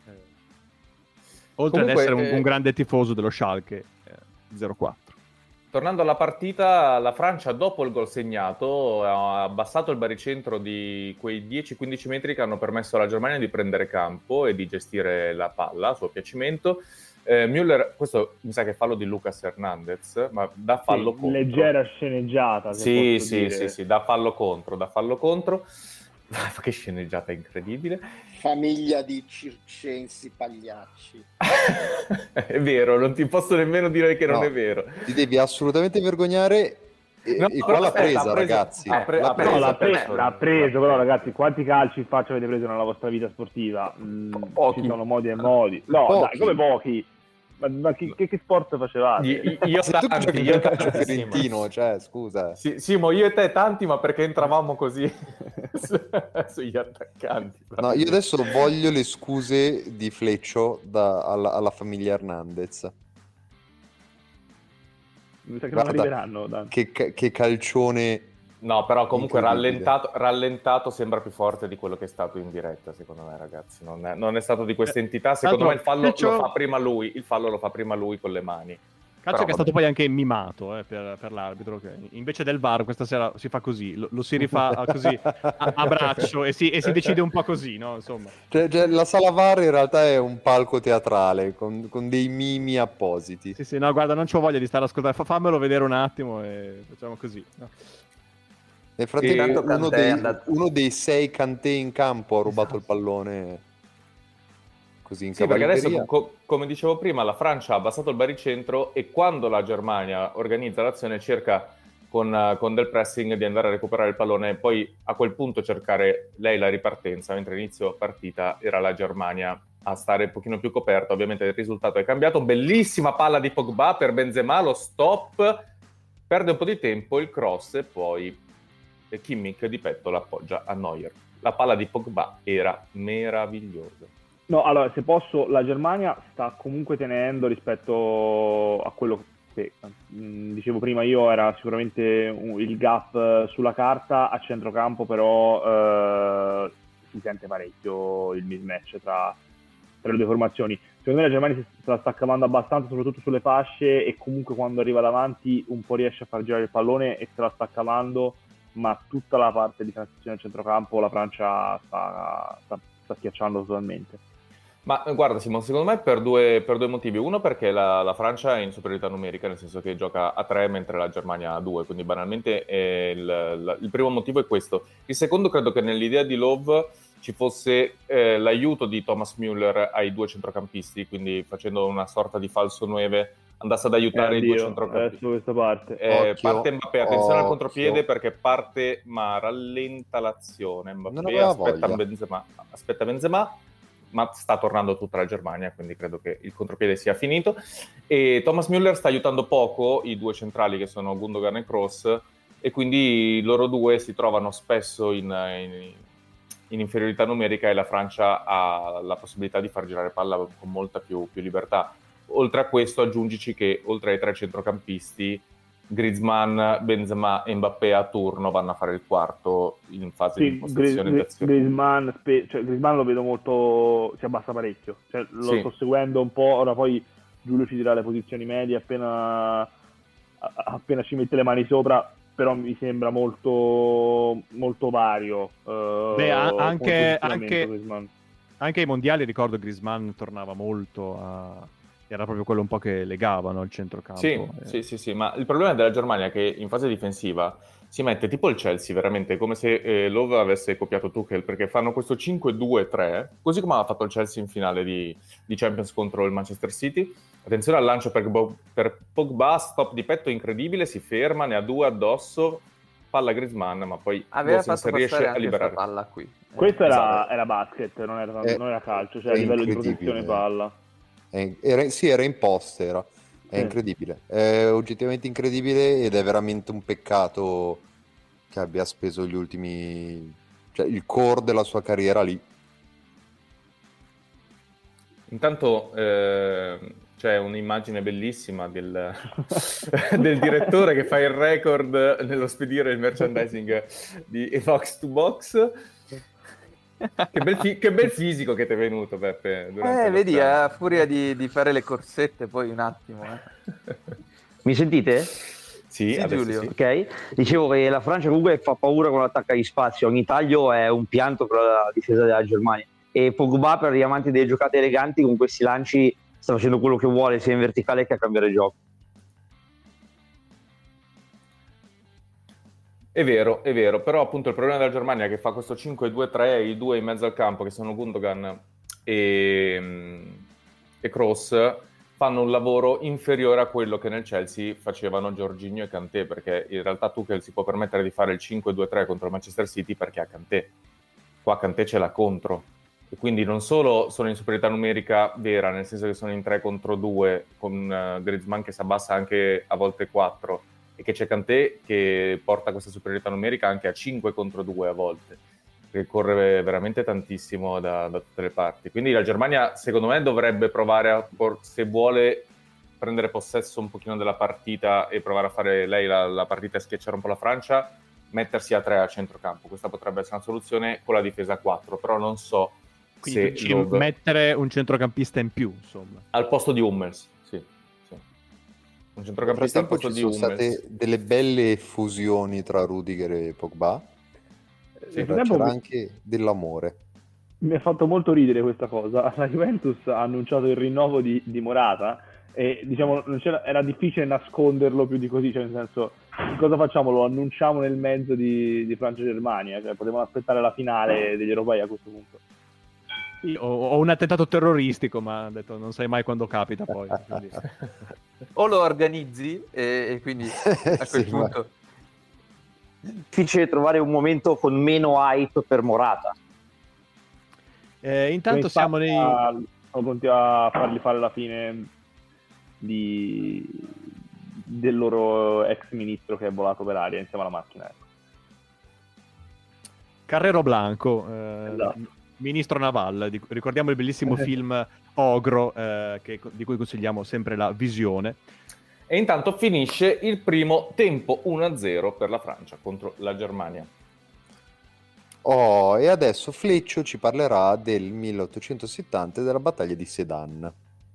Oltre Comunque, ad essere un grande tifoso dello Schalke 04. Tornando alla partita, la Francia dopo il gol segnato ha abbassato il baricentro di quei 10-15 metri che hanno permesso alla Germania di prendere campo e di gestire la palla a suo piacimento. Müller, questo mi sa che è fallo di Lucas Hernandez, ma da fallo contro. Leggera sceneggiata. Sì, da fallo contro. Che sceneggiata incredibile. Famiglia di circensi pagliacci. È vero, non ti posso nemmeno dire che non è vero. Ti devi assolutamente vergognare. E qua l'ha presa, ragazzi. L'ha preso, però ragazzi, quanti calci in faccia avete preso nella vostra vita sportiva? Pochi. Ci sono modi e modi. No, pochi. Dai, come pochi? Ma che sport facevate? Io tanti, io calcio fiorentino, cioè, scusa. Simo, io e te tanti, ma perché entravamo così sugli attaccanti. No, io adesso voglio le scuse di Fleccio alla famiglia Hernandez. Mi sa che non arriveranno. Che calcione. No, però comunque rallentato sembra più forte di quello che è stato in diretta, secondo me, ragazzi. Non è stato di questa entità. Secondo me il fallo lo fa prima lui. Il fallo lo fa prima lui con le mani. Calcio che è stato poi anche mimato per l'arbitro, che invece del VAR questa sera si fa così, lo si rifà così a braccio e si decide un po' così, no? Insomma. Cioè, la sala VAR in realtà è un palco teatrale con dei mimi appositi. Sì, no, guarda, non c'ho voglia di stare a ascoltare, fammelo vedere un attimo e facciamo così, no? Nel frattempo uno dei 6 Kanté in campo ha rubato il pallone così in cavalleria. Perché adesso, come dicevo prima, la Francia ha abbassato il baricentro e quando la Germania organizza l'azione cerca con del pressing di andare a recuperare il pallone e poi a quel punto cercare lei la ripartenza, mentre all'inizio partita era la Germania a stare un pochino più coperta. Ovviamente il risultato è cambiato. Bellissima palla di Pogba per Benzema, lo stop, perde un po' di tempo, il cross e poi Kimmich di petto l'appoggia a Neuer. La palla di Pogba era meravigliosa. No, allora, se posso, la Germania sta comunque tenendo rispetto a quello che dicevo prima io, era sicuramente il gap sulla carta, a centrocampo però si sente parecchio il mismatch tra le due formazioni. Secondo me la Germania se la sta cavando abbastanza, soprattutto sulle fasce, e comunque quando arriva davanti un po' riesce a far girare il pallone e se la sta cavando, ma tutta la parte di transizione al centrocampo la Francia sta schiacciando totalmente. Ma guarda Simon, secondo me per due motivi. Uno perché la Francia è in superiorità numerica, nel senso che gioca a 3 mentre la Germania a 2, quindi banalmente il primo motivo è questo. Il secondo, credo che nell'idea di Love ci fosse l'aiuto di Thomas Müller ai due centrocampisti, quindi facendo una sorta di falso 9 andasse ad aiutare i due centrocampisti. Questa parte. Parte Mbappé, attenzione al contropiede perché parte ma rallenta l'azione. Mbappé aspetta Benzema, ma sta tornando tutta la Germania, quindi credo che il contropiede sia finito. E Thomas Müller sta aiutando poco i due centrali che sono Gundogan e Kroos, e quindi loro due si trovano spesso in inferiorità numerica e la Francia ha la possibilità di far girare palla con molta più libertà. Oltre a questo aggiungici che oltre ai 3 centrocampisti Griezmann, Benzema e Mbappé a turno vanno a fare il quarto in fase di impostazione d'azione. Griezmann lo vedo molto, si abbassa parecchio, lo sto seguendo un po', ora poi Giulio ci dirà le posizioni medie appena ci mette le mani sopra, però mi sembra molto vario. Anche ai mondiali ricordo Griezmann tornava molto era proprio quello un po' che legavano al centrocampo. Sì, ma il problema della Germania è che in fase difensiva si mette tipo il Chelsea, veramente come se Love avesse copiato Tuchel, perché fanno questo 5-2-3, così come ha fatto il Chelsea in finale di Champions contro il Manchester City. Attenzione al lancio per Pogba, stop di petto incredibile, si ferma, ne ha 2 addosso, palla Griezmann, ma poi Gosens riesce a liberare. Palla qui. Questo era basket, non era calcio, a livello di protezione palla. Era in post, è incredibile, è oggettivamente incredibile ed è veramente un peccato che abbia speso gli ultimi, cioè il core della sua carriera lì. Intanto c'è un'immagine bellissima del direttore che fa il record nello spedire il merchandising di Box to Box. Che bel fisico che ti è venuto, Peppe. Vedi, a furia di fare le corsette, poi un attimo. Mi sentite? Sì, Giulio. sì. Ok, dicevo che la Francia comunque fa paura con l'attacco agli spazi, ogni taglio è un pianto per la difesa della Germania, e Pogba, per gli amanti delle giocate eleganti, con questi lanci sta facendo quello che vuole sia in verticale che a cambiare gioco. È vero, però appunto il problema della Germania è che fa questo 5-2-3, i due in mezzo al campo che sono Gundogan e Kroos fanno un lavoro inferiore a quello che nel Chelsea facevano Jorginho e Kanté, perché in realtà Tuchel si può permettere di fare il 5-2-3 contro il Manchester City perché ha Kanté. Qua Kanté ce l'ha contro, e quindi non solo sono in superiorità numerica vera, nel senso che sono in 3 contro 2 con Griezmann che si abbassa anche a volte 4, e che c'è Kanté che porta questa superiorità numerica anche a 5 contro 2 a volte, che corre veramente tantissimo da tutte le parti. Quindi la Germania, secondo me, dovrebbe provare se vuole prendere possesso un pochino della partita e provare a fare lei la partita e schiacciare un po' la Francia, mettersi a 3 a centrocampo. Questa potrebbe essere una soluzione con la difesa a 4, però non so quindi se mettere un centrocampista in più, insomma. al posto di Hummels. Un centrocampista al posto di Hummels. Ci sono state delle belle fusioni tra Rudiger e Pogba. C'era anche dell'amore. Mi ha fatto molto ridere questa cosa. La Juventus ha annunciato il rinnovo di Morata e diciamo era difficile nasconderlo più di così, cioè nel senso, cosa facciamo? Lo annunciamo nel mezzo di Francia-Germania, cioè potevamo aspettare la finale degli europei a questo punto. Sì, ho un attentato terroristico, ma ho detto non sai mai quando capita poi. Quindi. O lo organizzi e quindi a quel punto... Difficile trovare un momento con meno hype per Morata. Intanto siamo nei... Continua a fargli fare la fine del loro ex ministro che è volato per aria insieme alla macchina. Carrero Blanco, Esatto. ministro Naval. Ricordiamo il bellissimo film Ogro, di cui consigliamo sempre la visione. E intanto finisce il primo tempo 1-0 per la Francia contro la Germania. Oh, e adesso Fleccio ci parlerà del 1870 e della battaglia di Sedan.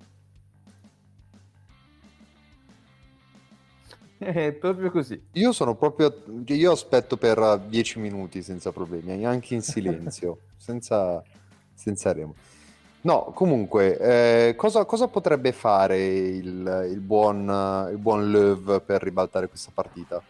È proprio così. Io aspetto per 10 minuti senza problemi, anche in silenzio, senza remo. No, comunque, cosa potrebbe fare il buon Löw per ribaltare questa partita?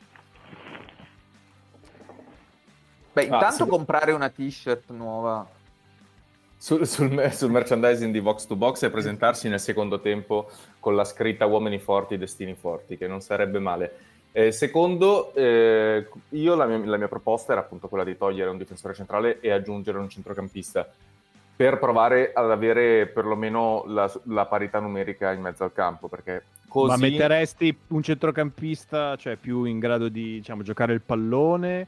Beh, intanto comprare una t-shirt nuova. Sul merchandising di Box to Box e presentarsi nel secondo tempo con la scritta Uomini forti, destini forti, che non sarebbe male. Secondo, io la mia proposta era appunto quella di togliere un difensore centrale e aggiungere un centrocampista, per provare ad avere perlomeno la parità numerica in mezzo al campo, perché così... Ma metteresti un centrocampista, cioè più in grado di, diciamo, giocare il pallone?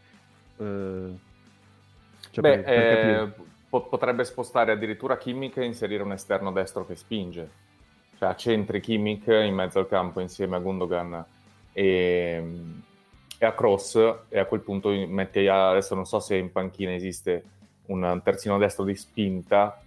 Potrebbe spostare addirittura Kimmich e inserire un esterno destro che spinge, cioè accentri Kimmich in mezzo al campo insieme a Gundogan e a Kroos, e a quel punto metti, adesso non so se in panchina esiste un terzino destro di spinta,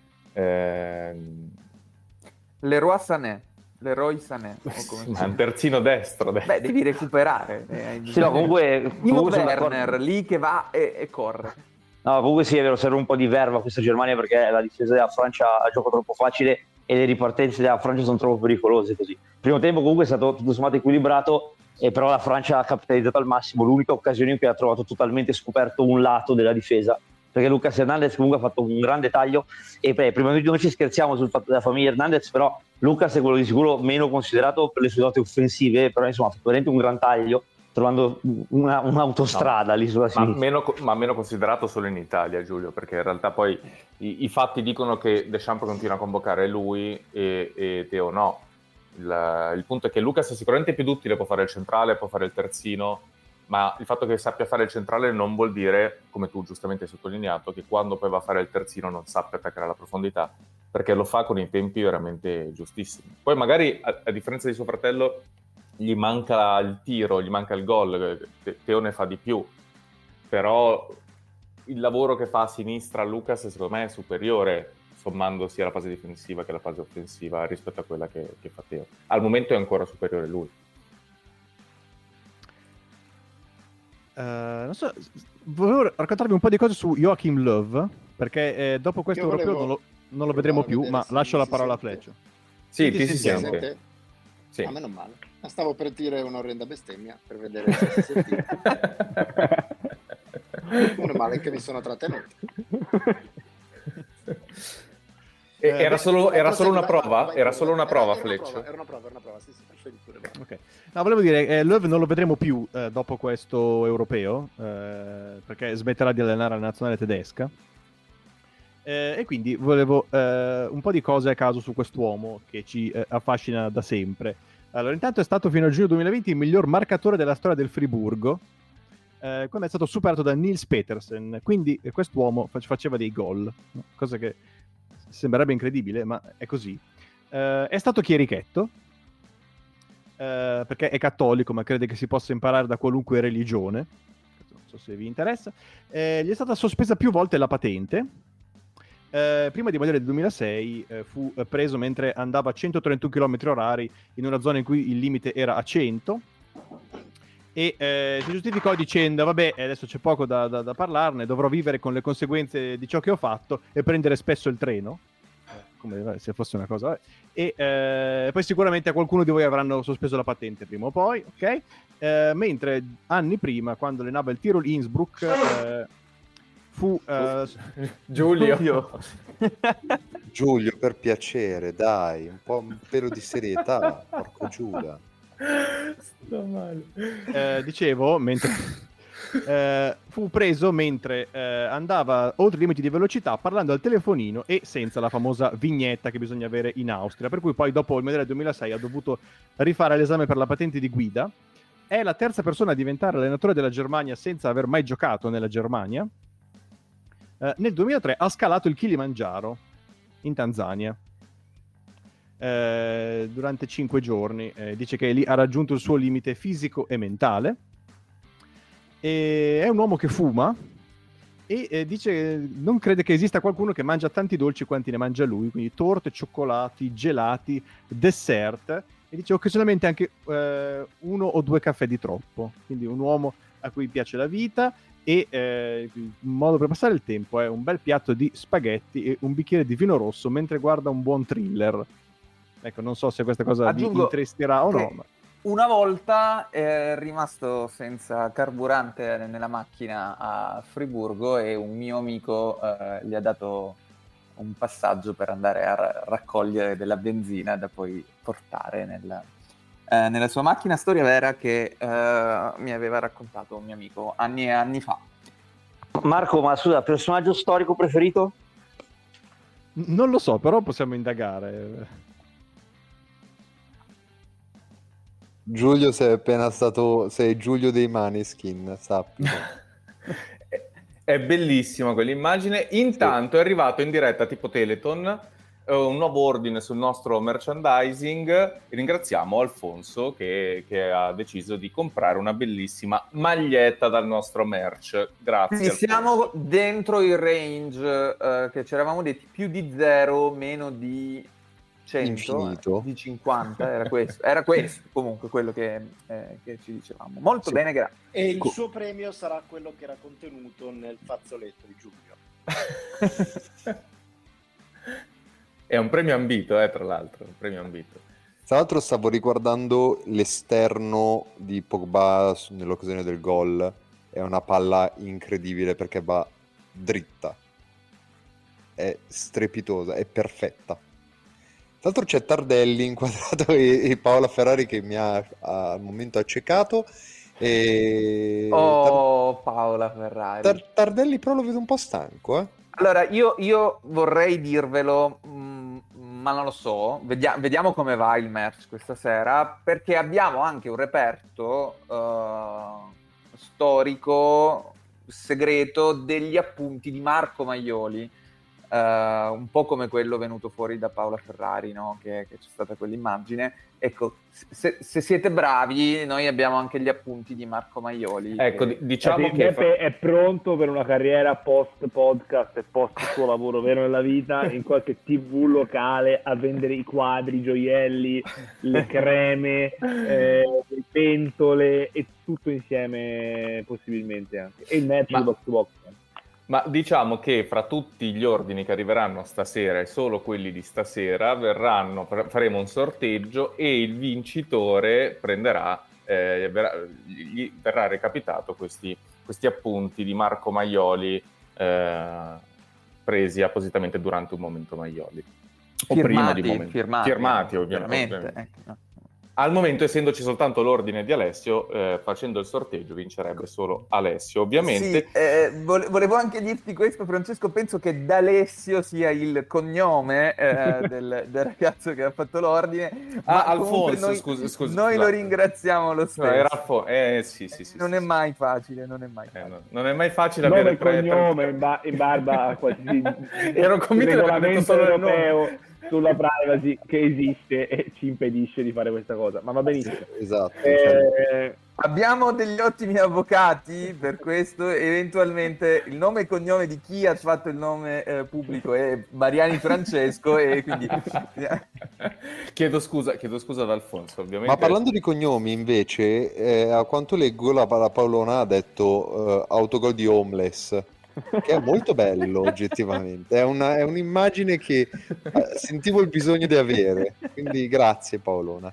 Leroy Sané, ma un terzino destro. Beh, devi recuperare. Sì, no, comunque Werner lì che va e corre. No, comunque sì, è vero, serve un po' di verva a questa Germania, perché la difesa della Francia ha gioco troppo facile e le ripartenze della Francia sono troppo pericolose così. Il primo tempo comunque è stato tutto sommato equilibrato, e però la Francia ha capitalizzato al massimo. L'unica occasione in cui ha trovato totalmente scoperto un lato della difesa, perché Lucas Hernandez comunque ha fatto un grande taglio, e prima di noi ci scherziamo sul fatto della famiglia Hernandez, però Lucas è quello di sicuro meno considerato per le sue doti offensive, però insomma ha fatto veramente un gran taglio, trovando un'autostrada lì sulla sinistra. Ma meno considerato solo in Italia, Giulio, perché in realtà poi i fatti dicono che Deschamps continua a convocare lui e Teo no. Il punto è che Lucas è sicuramente più duttile, può fare il centrale, può fare il terzino, ma il fatto che sappia fare il centrale non vuol dire, come tu giustamente hai sottolineato, che quando poi va a fare il terzino non sappia attaccare alla profondità, perché lo fa con i tempi veramente giustissimi. Poi magari, a differenza di suo fratello, gli manca il tiro, gli manca il gol, Teo ne fa di più, però il lavoro che fa a sinistra Lucas secondo me è superiore, sommando sia la fase difensiva che la fase offensiva rispetto a quella che fa Teo. Al momento è ancora superiore lui. Non so, volevo raccontarvi un po' di cose su Joachim Löw, perché dopo questo europeo non lo vedremo più, ma lascio la parola a Fleccio. Sì, ti si sente. Sì. A me non male. Stavo per dire un'orrenda bestemmia per vedere se si sentiva. Non è male che mi sono trattenuto. Era solo una prova? Era solo una prova, Fleccio? Era una prova, sì, perfetto. Ok. No, volevo dire, Löw non lo vedremo più dopo questo europeo, perché smetterà di allenare la nazionale tedesca. E quindi volevo un po' di cose a caso su quest'uomo che ci affascina da sempre. Allora, intanto è stato fino a giugno 2020 il miglior marcatore della storia del Friburgo, quando è stato superato da Nils Petersen. Quindi quest'uomo faceva dei gol, cosa che sembrerebbe incredibile, ma è così. È stato chierichetto, perché è cattolico, ma crede che si possa imparare da qualunque religione. Non so se vi interessa. Gli è stata sospesa più volte la patente. Prima di morire nel 2006 fu preso mentre andava a 131 km/h in una zona in cui il limite era a 100 e si giustificò dicendo vabbè, adesso c'è poco da parlarne, dovrò vivere con le conseguenze di ciò che ho fatto e prendere spesso il treno, come se fosse una cosa, e poi sicuramente a qualcuno di voi avranno sospeso la patente prima o poi, ok? Mentre anni prima, quando allenava il Tirol Innsbruck, fu Giulio, per piacere, dai, un pelo di serietà, porco Giuda. Sto male. Dicevo, mentre fu preso mentre andava oltre i limiti di velocità parlando al telefonino e senza la famosa vignetta che bisogna avere in Austria, per cui poi dopo il mondiale 2006 ha dovuto rifare l'esame per la patente di guida. È la terza persona a diventare allenatore della Germania senza aver mai giocato nella Germania. Nel 2003 ha scalato il Kilimangiaro in Tanzania durante 5 giorni. Dice che lì ha raggiunto il suo limite fisico e mentale. È un uomo che fuma e dice che non crede che esista qualcuno che mangia tanti dolci quanti ne mangia lui, quindi torte, cioccolati, gelati, dessert, e dice occasionalmente anche 1 o 2 caffè di troppo. Quindi un uomo a cui piace la vita e il modo per passare il tempo è un bel piatto di spaghetti e un bicchiere di vino rosso mentre guarda un buon thriller. Ecco, non so se questa cosa vi interesserà o no. Ma... Una volta è rimasto senza carburante nella macchina a Friburgo e un mio amico gli ha dato un passaggio per andare a raccogliere della benzina da poi portare nella sua macchina. Storia vera che mi aveva raccontato un mio amico anni e anni fa. Marco, ma scusa, personaggio storico preferito? Non lo so, però possiamo indagare. Giulio sei Giulio dei Maneskin, sappi. È bellissima quell'immagine. Intanto è arrivato in diretta tipo Teleton un nuovo ordine sul nostro merchandising. Ringraziamo Alfonso che ha deciso di comprare una bellissima maglietta dal nostro merch. Grazie. Quindi siamo dentro il range che ci eravamo detti, più di 0, meno di 100, di 50, era questo comunque quello che ci dicevamo. Molto bene, grazie. E il suo premio sarà quello che era contenuto nel fazzoletto di Giulio. È un premio ambito, tra l'altro, un premio ambito. Tra l'altro stavo riguardando l'esterno di Pogba nell'occasione del gol, è una palla incredibile perché va dritta, è strepitosa, è perfetta. Tra l'altro c'è Tardelli inquadrato e Paola Ferrari che mi ha al momento accecato. Paola Ferrari. Tardelli però lo vedo un po' stanco. Allora, io vorrei dirvelo, ma non lo so. Vediamo come va il match questa sera, perché abbiamo anche un reperto storico segreto degli appunti di Marco Maioli, un po' come quello venuto fuori da Paola Ferrari, no? Che c'è stata quell'immagine. Ecco, se siete bravi, noi abbiamo anche gli appunti di Marco Maioli. Ecco, diciamo che Beppe è pronto per una carriera post podcast e post suo lavoro vero nella vita in qualche TV locale a vendere i quadri, i gioielli, le creme, le pentole e tutto insieme possibilmente anche. E il merch di Box to Box. Ma diciamo che fra tutti gli ordini che arriveranno stasera e solo quelli di stasera faremo un sorteggio e il vincitore gli verrà recapitato questi appunti di Marco Maioli presi appositamente durante un momento Maioli. Firmati ovviamente. Al momento, essendoci soltanto l'ordine di Alessio, facendo il sorteggio vincerebbe solo Alessio, ovviamente. Sì, volevo anche dirti questo, Francesco, penso che D'Alessio sia il cognome del ragazzo che ha fatto l'ordine. Ma Alfonso, scusa. Noi lo ringraziamo lo stesso. No, era sì. Non è mai facile. Non è mai facile avere cognome in barba a qualsiasi ero convinto di aver detto solo europeo sulla privacy che esiste e ci impedisce di fare questa cosa, ma va benissimo. Esatto. Abbiamo degli ottimi avvocati per questo, eventualmente il nome e cognome di chi ha fatto il nome pubblico è Mariani Francesco e quindi chiedo scusa ad Alfonso, ovviamente. Ma parlando di cognomi invece, a quanto leggo la Paolona ha detto autogol di homeless, che è molto bello oggettivamente, è un'immagine che sentivo il bisogno di avere, quindi grazie Paolona.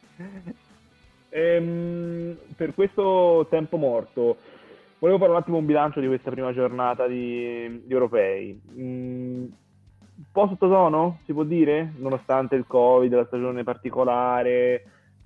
Per questo tempo morto volevo fare un attimo un bilancio di questa prima giornata di europei, un po' sottotono si può dire, nonostante il Covid, la stagione particolare,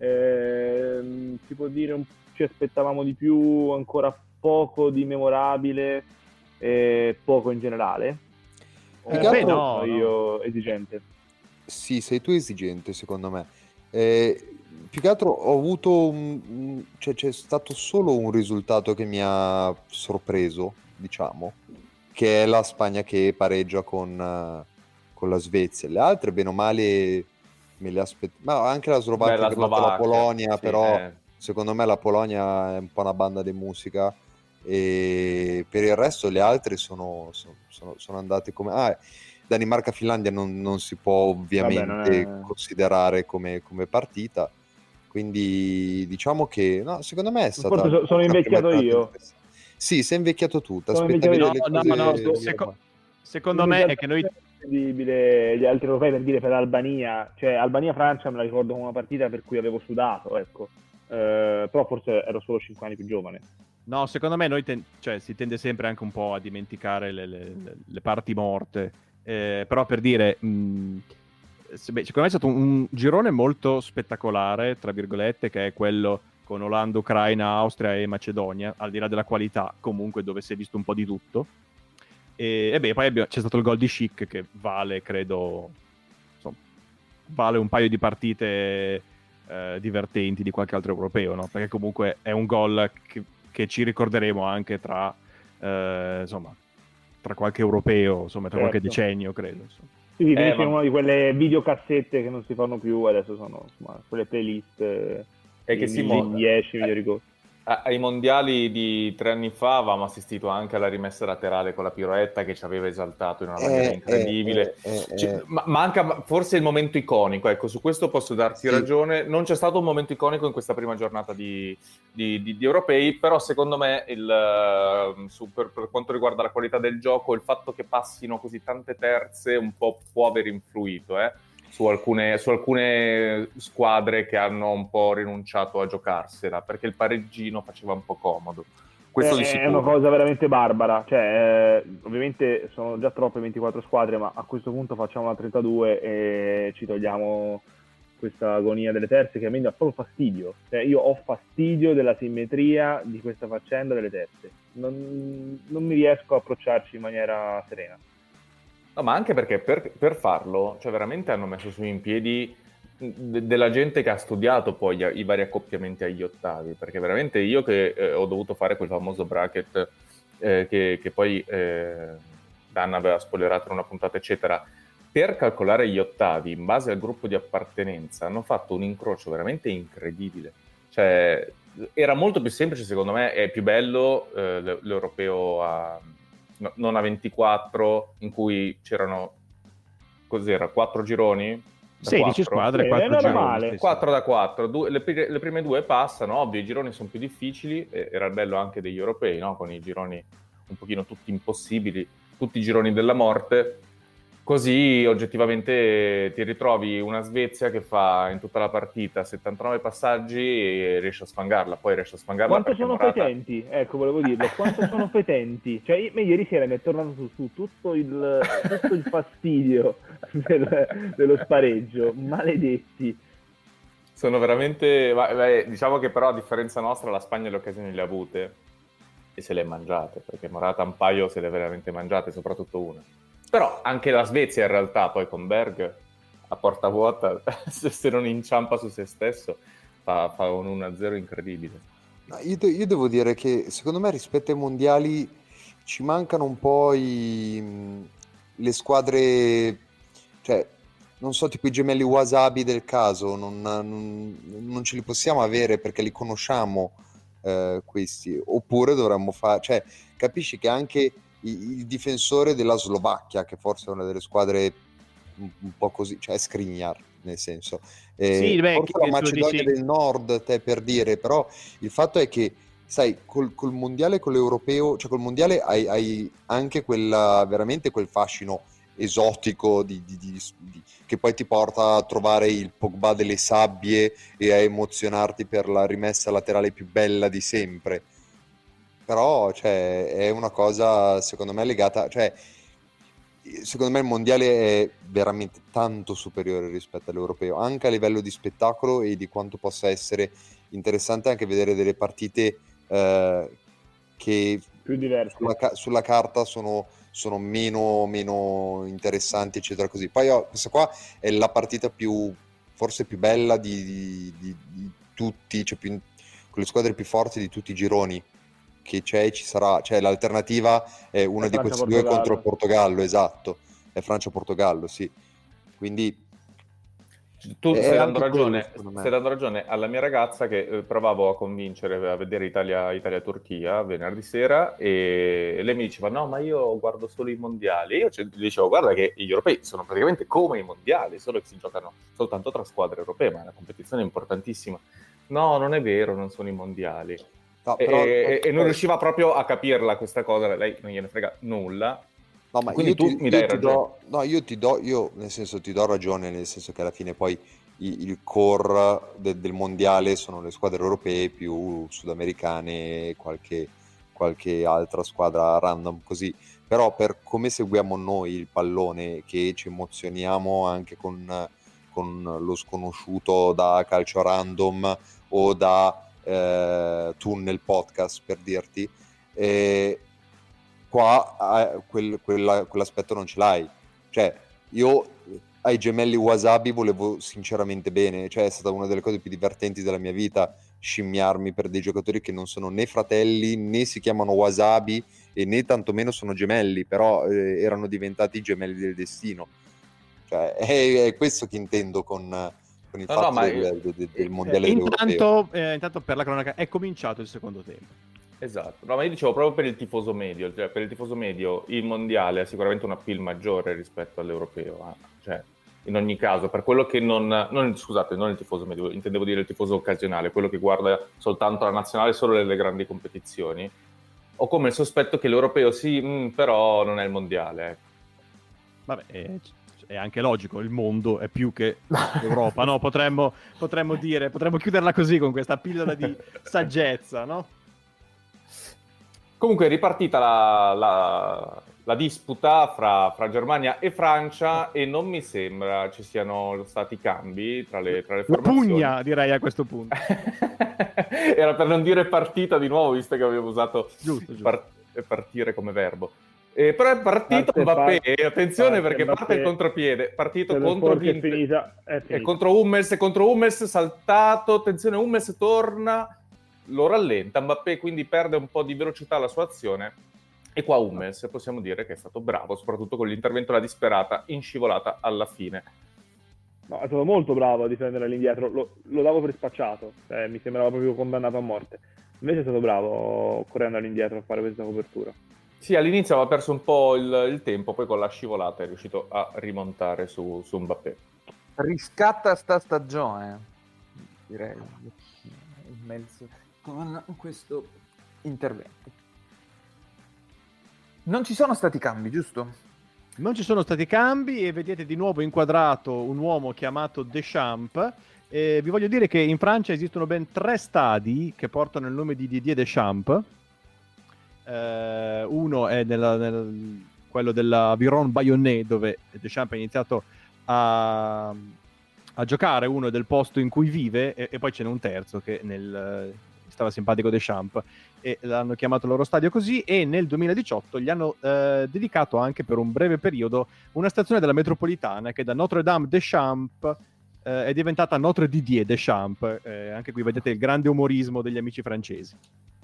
si può dire ci aspettavamo di più, ancora poco di memorabile, poco in generale. No. Io esigente. Sì, sei tu esigente secondo me. Più che altro ho avuto cioè c'è stato solo un risultato che mi ha sorpreso, diciamo, che è la Spagna che pareggia con la Svezia. Le altre bene o male me le aspettavo, ma anche la Slovacchia che batte la Polonia, sì, però secondo me la Polonia è un po' una banda di musica. E per il resto le altre sono andate come Danimarca-Finlandia non si può ovviamente considerare come partita, quindi diciamo che no, secondo me è stata forse sono invecchiato io. Sì, sei invecchiato tu, secondo me è che noi gli altri europei, per dire, per l'Albania, cioè Albania-Francia me la ricordo come una partita per cui avevo sudato, ecco. Però forse ero solo 5 anni più giovane. No, secondo me si tende sempre anche un po' a dimenticare le parti morte. Però per dire, secondo me è stato un girone molto spettacolare, tra virgolette, che è quello con Olanda, Ucraina, Austria e Macedonia, al di là della qualità, comunque dove si è visto un po' di tutto. E poi c'è stato il gol di Schick che vale, credo, insomma, vale un paio di partite divertenti di qualche altro europeo, no? Perché comunque è un gol che ci ricorderemo anche tra qualche europeo, insomma, tra qualche decennio, credo. Insomma. Sì, una di quelle videocassette che non si fanno più, adesso sono quelle playlist e che si 10 migliori gol. Ai mondiali di 3 anni fa avevamo assistito anche alla rimessa laterale con la piroetta che ci aveva esaltato in una maniera incredibile. Manca forse il momento iconico, ecco, su questo posso darti ragione. Non c'è stato un momento iconico in questa prima giornata di europei, però secondo me per quanto riguarda la qualità del gioco, il fatto che passino così tante terze un po' può aver influito, su alcune squadre che hanno un po' rinunciato a giocarsela, perché il pareggino faceva un po' comodo. Questo di sicuro. È una cosa veramente barbara, cioè ovviamente sono già troppe 24 squadre, ma a questo punto facciamo la 32 e ci togliamo questa agonia delle terze che a me dà proprio fastidio. Cioè, io ho fastidio della simmetria di questa faccenda delle terze, non mi riesco a approcciarci in maniera serena. No, ma anche perché per farlo, cioè veramente hanno messo su in piedi della gente che ha studiato poi i vari accoppiamenti agli ottavi, perché veramente io che ho dovuto fare quel famoso bracket che poi Dan aveva spoilerato in una puntata eccetera, per calcolare gli ottavi in base al gruppo di appartenenza hanno fatto un incrocio veramente incredibile, cioè era molto più semplice secondo me, è più bello l'europeo non a 24 in cui c'erano cos'era, 4 gironi? 16 squadre, 4 gironi. 4 da 4, le prime 2 passano, ovvio i gironi sono più difficili, era il bello anche degli europei, no? Con i gironi un pochino tutti impossibili, tutti i gironi della morte, così oggettivamente ti ritrovi una Svezia che fa in tutta la partita 79 passaggi e riesce a sfangarla, quanto sono fetenti? Ecco, volevo dirlo, quanto sono fetenti? Cioè, ieri sera mi è tornato su tutto il fastidio dello spareggio, maledetti. Sono veramente, diciamo che però a differenza nostra la Spagna le occasioni le ha avute e se le è mangiate, perché Morata un paio se le ha veramente mangiate, soprattutto una. Però anche la Svezia in realtà poi con Berg a porta vuota, se non inciampa su se stesso, fa un 1-0 incredibile. No, io devo dire che secondo me rispetto ai mondiali ci mancano un po' le squadre, cioè non so, tipo i gemelli Wasabi del caso, non ce li possiamo avere perché li conosciamo questi, oppure dovremmo fare, cioè capisci che anche il difensore della Slovacchia, che forse è una delle squadre un po' così, cioè Skriniar, nel senso sì, forse la Macedonia del Nord, te per dire, però il fatto è che sai, col mondiale, con l'europeo, cioè col mondiale hai anche veramente quel fascino esotico che poi ti porta a trovare il Pogba delle sabbie e a emozionarti per la rimessa laterale più bella di sempre. Però cioè, è una cosa secondo me legata, cioè secondo me il mondiale è veramente tanto superiore rispetto all'europeo, anche a livello di spettacolo e di quanto possa essere interessante anche vedere delle partite che più diverse sulla carta sono meno interessanti eccetera così. Poi questa qua è la partita forse più bella di tutti, cioè con le squadre più forti di tutti i gironi che ci sarà, cioè l'alternativa è una di questi due contro il Portogallo, esatto, è Francia-Portogallo, sì, quindi tu stai dando ragione alla mia ragazza che provavo a convincere a vedere Italia-Turchia venerdì sera e lei mi diceva no ma io guardo solo i mondiali, io gli dicevo guarda che gli europei sono praticamente come i mondiali, solo che si giocano soltanto tra squadre europee, ma è una competizione importantissima. No, non è vero, non sono i mondiali. No, però, e non riusciva proprio a capirla questa cosa, lei non gliene frega nulla. No, ma quindi tu mi dai ragione. Io nel senso ti do ragione, nel senso che alla fine poi il core del mondiale sono le squadre europee più sudamericane e qualche altra squadra random così, però per come seguiamo noi il pallone, che ci emozioniamo anche con lo sconosciuto da Calcio Random o da Tunnel Podcast per dirti, qua quell'aspetto non ce l'hai, cioè io ai gemelli Wasabi volevo sinceramente bene, cioè è stata una delle cose più divertenti della mia vita scimmiarmi per dei giocatori che non sono né fratelli né si chiamano Wasabi e né tantomeno sono gemelli, però erano diventati i gemelli del destino, cioè è questo che intendo con il fatto del mondiale europeo. Intanto per la cronaca è cominciato il secondo tempo. Esatto, no, ma io dicevo proprio per il tifoso medio, cioè per il tifoso medio il mondiale ha sicuramente un appeal maggiore rispetto all'europeo, cioè in ogni caso, per quello che non il tifoso medio, intendevo dire il tifoso occasionale, quello che guarda soltanto la nazionale, solo le grandi competizioni, ho come il sospetto che l'europeo sì, però non è il mondiale. Vabbè, è anche logico, il mondo è più che l'Europa, no? Potremmo chiuderla così con questa pillola di saggezza, no? Comunque è ripartita la disputa fra Germania e Francia e non mi sembra ci siano stati cambi tra le formazioni. Pugna, direi a questo punto. Era per non dire partita di nuovo, visto che avevo usato giusto. partire come verbo. Però è partito Mbappé, attenzione perché Mbappé, parte il contropiede, partito per contro è finita. contro Hummels, saltato, attenzione, Hummels torna, lo rallenta, Mbappé quindi perde un po' di velocità alla sua azione, e qua Hummels possiamo dire che è stato bravo, soprattutto con l'intervento alla disperata in scivolata alla fine. No, è stato molto bravo a difendere all'indietro, lo davo per spacciato, mi sembrava proprio condannato a morte. Invece è stato bravo correndo all'indietro a fare questa copertura. Sì, all'inizio aveva perso un po' il tempo, poi con la scivolata è riuscito a rimontare su Mbappé. Riscatta sta stagione, direi, con questo intervento. Non ci sono stati cambi, giusto? Non ci sono stati cambi e vedete di nuovo inquadrato un uomo chiamato Deschamps. Vi voglio dire che in Francia esistono ben 3 stadi che portano il nome di Didier Deschamps. Uno è quello dell'Aviron Bayonnais, dove Deschamps ha iniziato a giocare, uno del posto in cui vive, e poi ce n'è un terzo che stava simpatico Deschamps e l'hanno chiamato il loro stadio così, e nel 2018 gli hanno dedicato anche per un breve periodo una stazione della metropolitana che da Notre Dame Deschamps è diventata Notre Didier Deschamps. Anche qui vedete il grande umorismo degli amici francesi.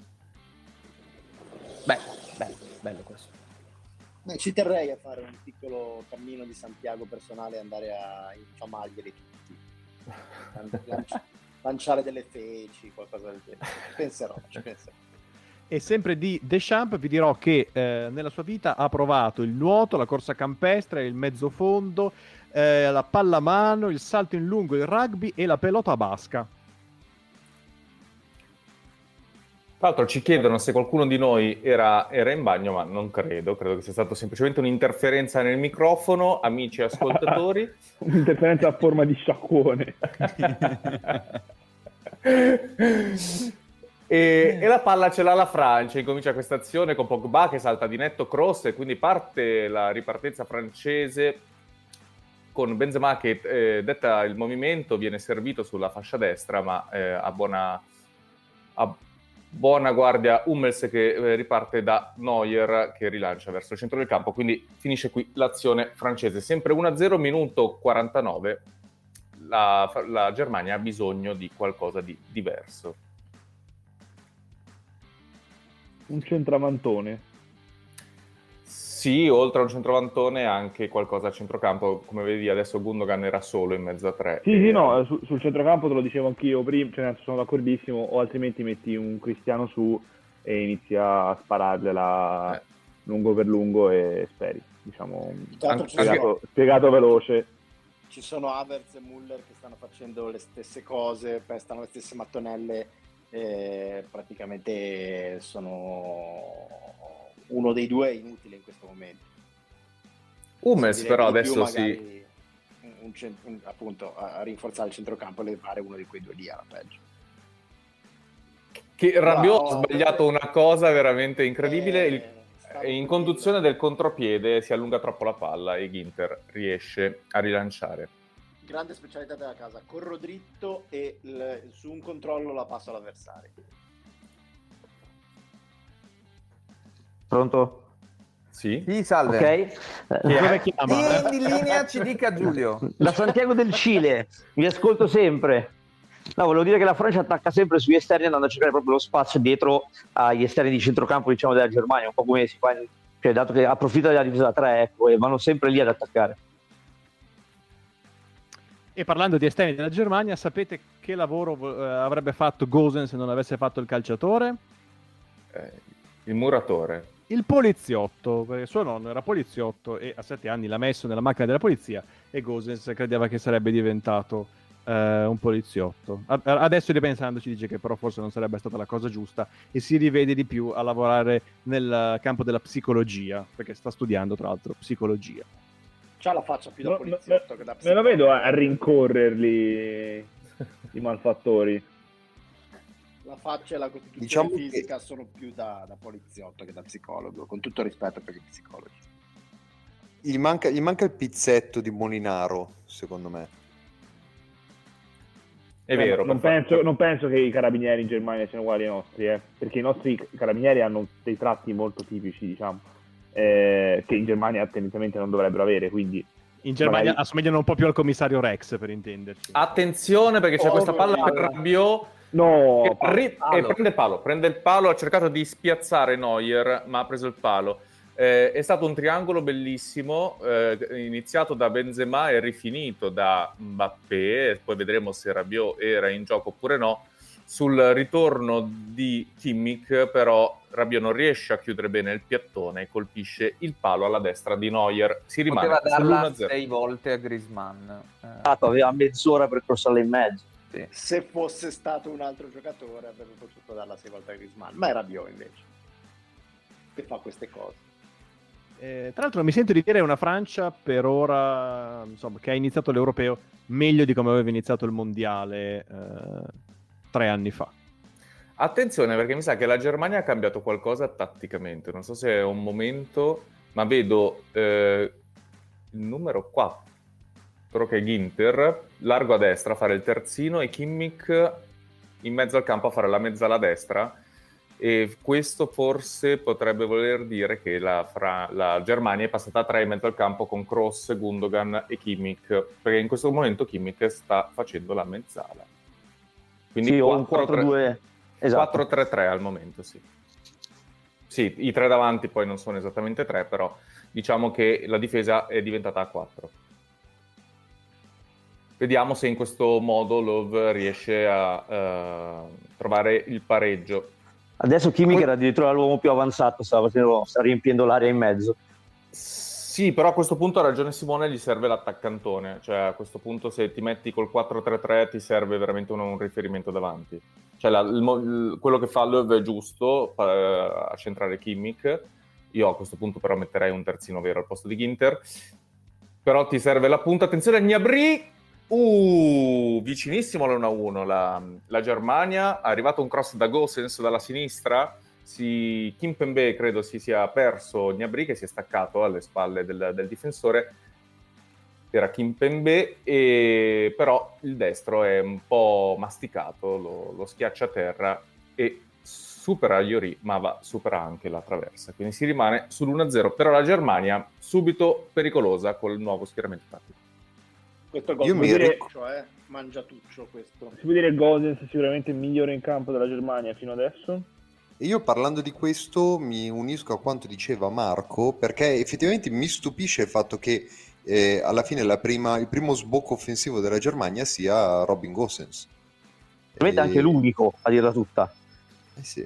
Bello questo. Ci terrei a fare un piccolo cammino di Santiago personale e andare a infamarglieli tutti. Lanciare delle feci, qualcosa del genere. Ci penserò. E sempre di Deschamps vi dirò che nella sua vita ha provato il nuoto, la corsa campestre, il mezzo fondo, la pallamano, il salto in lungo, il rugby e la pelota basca. Tra l'altro ci chiedono se qualcuno di noi era in bagno, ma non credo che sia stato semplicemente un'interferenza nel microfono, amici ascoltatori. Un'interferenza a forma di sciacquone. E la palla ce l'ha la Francia, incomincia questa azione con Pogba che salta di netto cross e quindi parte la ripartenza francese con Benzema che detta il movimento, viene servito sulla fascia destra, ma a buona guardia Hummels che riparte da Neuer che rilancia verso il centro del campo, quindi finisce qui l'azione francese. Sempre 1-0, minuto 49, la Germania ha bisogno di qualcosa di diverso. Un centramantone. Sì, oltre a un centrovantone anche qualcosa a centrocampo, come vedi adesso Gundogan era solo in mezzo a 3. Sì, no, sul centrocampo te lo dicevo anch'io prima, cioè sono d'accordissimo, o altrimenti metti un Cristiano su e inizia a sparargliela lungo per lungo e speri, diciamo, spiegato veloce. Ci sono Havertz e Müller che stanno facendo le stesse cose, pestano le stesse mattonelle, praticamente sono uno dei due è inutile in questo momento. Hummels però adesso sì, appunto a rinforzare il centrocampo e fare uno di quei due lì alla peggio. Che Rabiot ha sbagliato una cosa veramente incredibile, in conduzione del contropiede si allunga troppo la palla e Ginter riesce a rilanciare. Grande specialità della casa, corro dritto e su un controllo la passo all'avversario. Pronto? Sì, salve. Ok. Come chiama? In linea ci dica Giulio. Da Santiago del Cile, vi ascolto sempre. No, volevo dire che la Francia attacca sempre sugli esterni andando a cercare proprio lo spazio dietro agli esterni di centrocampo, diciamo, della Germania, un po' come si fa, cioè, dato che approfitta della difesa da 3, ecco, e vanno sempre lì ad attaccare. E parlando di esterni della Germania, sapete che lavoro avrebbe fatto Gosens se non avesse fatto il calciatore? Il muratore. Il poliziotto, perché suo nonno era poliziotto e a 7 anni l'ha messo nella macchina della polizia e Gosens credeva che sarebbe diventato un poliziotto. Adesso ripensandoci dice che però forse non sarebbe stata la cosa giusta e si rivede di più a lavorare nel campo della psicologia, perché sta studiando tra l'altro psicologia. C'ha la faccia più da poliziotto che da psicologo. Me lo vedo a rincorrerli i malfattori. La faccia e la costituzione fisica sono più da poliziotto che da psicologo, con tutto rispetto per i psicologi. Gli manca il pizzetto di Molinaro, secondo me. È vero. Non penso che i carabinieri in Germania siano uguali ai nostri, perché i nostri carabinieri hanno dei tratti molto tipici, diciamo. che in Germania tendenzialmente non dovrebbero avere, quindi In Germania magari... assomigliano un po' più al commissario Rex, per intenderci. Attenzione perché c'è questa palla per Rabiot. No, Prende il palo, ha cercato di spiazzare Neuer, ma ha preso il palo. È stato un triangolo bellissimo, iniziato da Benzema e rifinito da Mbappé, poi vedremo se Rabiot era in gioco oppure no. Sul ritorno di Kimmich, però, Rabiot non riesce a chiudere bene il piattone e colpisce il palo alla destra di Neuer. Si rimane Poteva darla sull'1-0. 6 volte a Griezmann. Aveva mezz'ora per crossarla in mezzo. Sì. Se fosse stato un altro giocatore avrebbe potuto darla 6 volte a Griezmann, ma è Rabiot invece che fa queste cose. Tra l'altro mi sento di dire una Francia per ora, insomma, che ha iniziato l'Europeo meglio di come aveva iniziato il Mondiale 3 anni fa. Attenzione perché mi sa che la Germania ha cambiato qualcosa tatticamente, non so se è un momento, ma vedo il numero 4 che è Ginter, largo a destra a fare il terzino e Kimmich in mezzo al campo a fare la mezzala a destra, e questo forse potrebbe voler dire che la Germania è passata a 3 in mezzo al campo con Kroos, Gundogan e Kimmich, perché in questo momento Kimmich sta facendo la mezzala. Quindi sì, o un 4-2, esatto. 4-3-3 al momento, sì. Sì, i 3 davanti poi non sono esattamente 3, però diciamo che la difesa è diventata a 4. Vediamo se in questo modo Löw riesce a trovare il pareggio. Adesso Kimmich era addirittura l'uomo più avanzato, sta riempiendo l'area in mezzo. Sì, però a questo punto ha ragione Simone, gli serve l'attaccantone, cioè a questo punto se ti metti col 4-3-3 ti serve veramente un riferimento davanti. Cioè quello che fa Löw è giusto a centrare Kimmich, io a questo punto però metterei un terzino vero al posto di Ginter, però ti serve la punta. Attenzione a Gnabry, vicinissimo all'1-1 la Germania, è arrivato un cross da Gosens dalla sinistra, Kimpembe credo si sia perso Gnabry che si è staccato alle spalle del difensore, era Kimpembe, e però il destro è un po' masticato, lo schiaccia a terra e supera Lloris, ma supera anche la traversa, quindi si rimane sull'1-0, però la Germania subito pericolosa col nuovo schieramento tattico. Questo gol mangiatuccio questo. Si può dire Gosens sicuramente il migliore in campo della Germania fino adesso? E io parlando di questo mi unisco a quanto diceva Marco, perché effettivamente mi stupisce il fatto che alla fine il primo sbocco offensivo della Germania sia Robin Gosens. Ovviamente anche l'unico, a dirla tutta. Sì.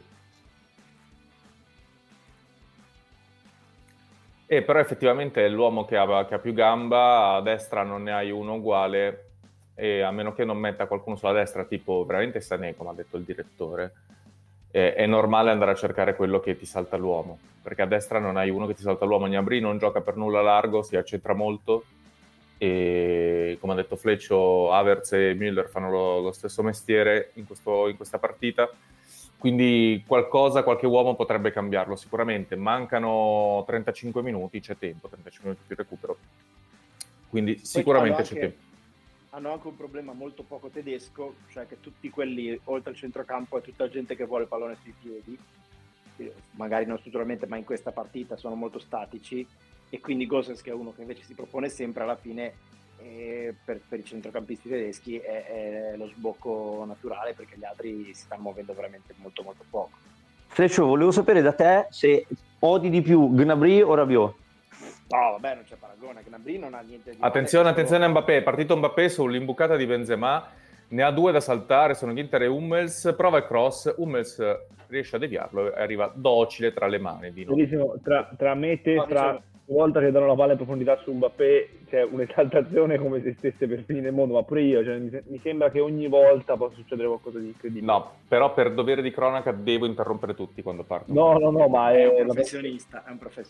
Però effettivamente è l'uomo che ha più gamba, a destra non ne hai uno uguale, e a meno che non metta qualcuno sulla destra, tipo veramente Sané, come ha detto il direttore, è normale andare a cercare quello che ti salta l'uomo, perché a destra non hai uno che ti salta l'uomo. Gnabry non gioca per nulla largo, si accentra molto, e come ha detto Fleccio, Havertz e Müller fanno lo stesso mestiere in questa partita, quindi qualche uomo potrebbe cambiarlo sicuramente. Mancano 35 minuti, c'è tempo, 35 minuti più recupero, quindi sicuramente c'è tempo. Hanno anche un problema molto poco tedesco, cioè che tutti quelli oltre il centrocampo è tutta gente che vuole il pallone sui piedi, magari non strutturalmente, ma in questa partita sono molto statici, e quindi Gosens, che è uno che invece si propone sempre, alla fine per i centrocampisti tedeschi è lo sbocco naturale, perché gli altri si stanno muovendo veramente molto molto poco. Fleccio, volevo sapere da te se odi di più Gnabry o Rabiot. No, vabbè, non c'è paragone. Gnabry non ha niente di attenzione a Mbappé, è partito Mbappé sull'imbucata di Benzema, ne ha 2 da saltare, sono Ginter e Hummels, prova il cross, Hummels riesce a deviarlo e arriva docile tra le mani di noi. Benissimo, tra me e te, una volta che danno la palla in profondità su Mbappé c'è un'esaltazione come se stesse per finire il mondo, ma pure io, cioè, mi sembra che ogni volta possa succedere qualcosa di incredibile. No, però per dovere di cronaca devo interrompere tutti quando parto. No, ma è un professionista,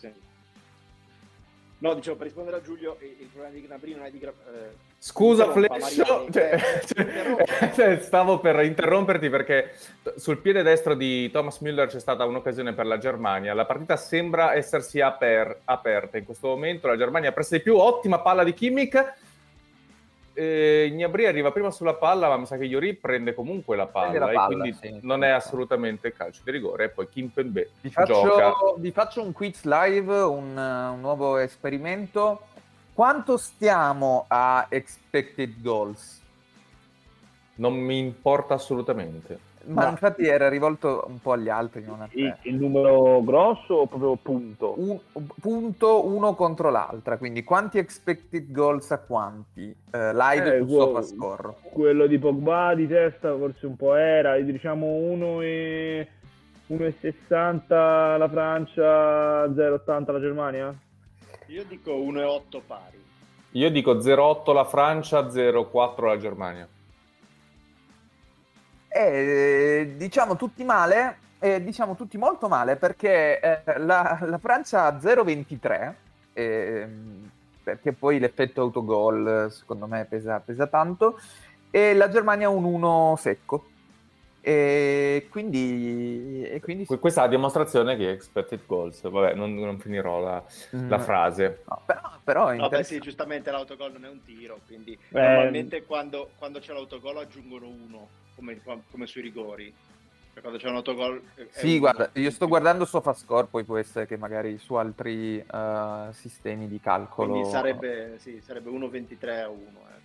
No, dicevo, per rispondere a Giulio, il problema di Gnabry non è di... Scusa Fleccio, stavo per interromperti perché sul piede destro di Thomas Müller c'è stata un'occasione per la Germania. La partita sembra essersi aperta in questo momento, la Germania ha preso di più, ottima palla di Kimmich, Gnabry arriva prima sulla palla, ma mi sa che Lloris prende comunque la palla, e quindi non è assolutamente calcio di rigore. E poi Kimpembe gioca. Vi faccio un quiz live, un nuovo esperimento. Quanto stiamo a expected goals? Non mi importa assolutamente. Ma infatti era rivolto un po' agli altri, non a te. Il numero grosso o proprio punto? Punto uno contro l'altra, quindi quanti expected goals a quanti? Live su SofaScore. Quello di Pogba di testa forse un po' era, diciamo 1,60 la Francia, 0,80 la Germania? Io dico 1,8 pari. Io dico 0,8 la Francia, 0,4 la Germania. Diciamo tutti male, diciamo tutti molto male, perché la Francia ha 0,23, perché poi l'effetto autogol secondo me pesa tanto, e la Germania ha un 1 secco. E quindi sì. Questa è la dimostrazione che expected goals. Vabbè, non finirò la frase. No, però sì, giustamente l'autogol non è un tiro, quindi normalmente quando c'è l'autogol aggiungono uno, come sui rigori. Quando c'è un autogol sì, guarda, io sto guardando SofaScore, poi può essere che magari su altri sistemi di calcolo. Quindi sarebbe 1,23 a 1.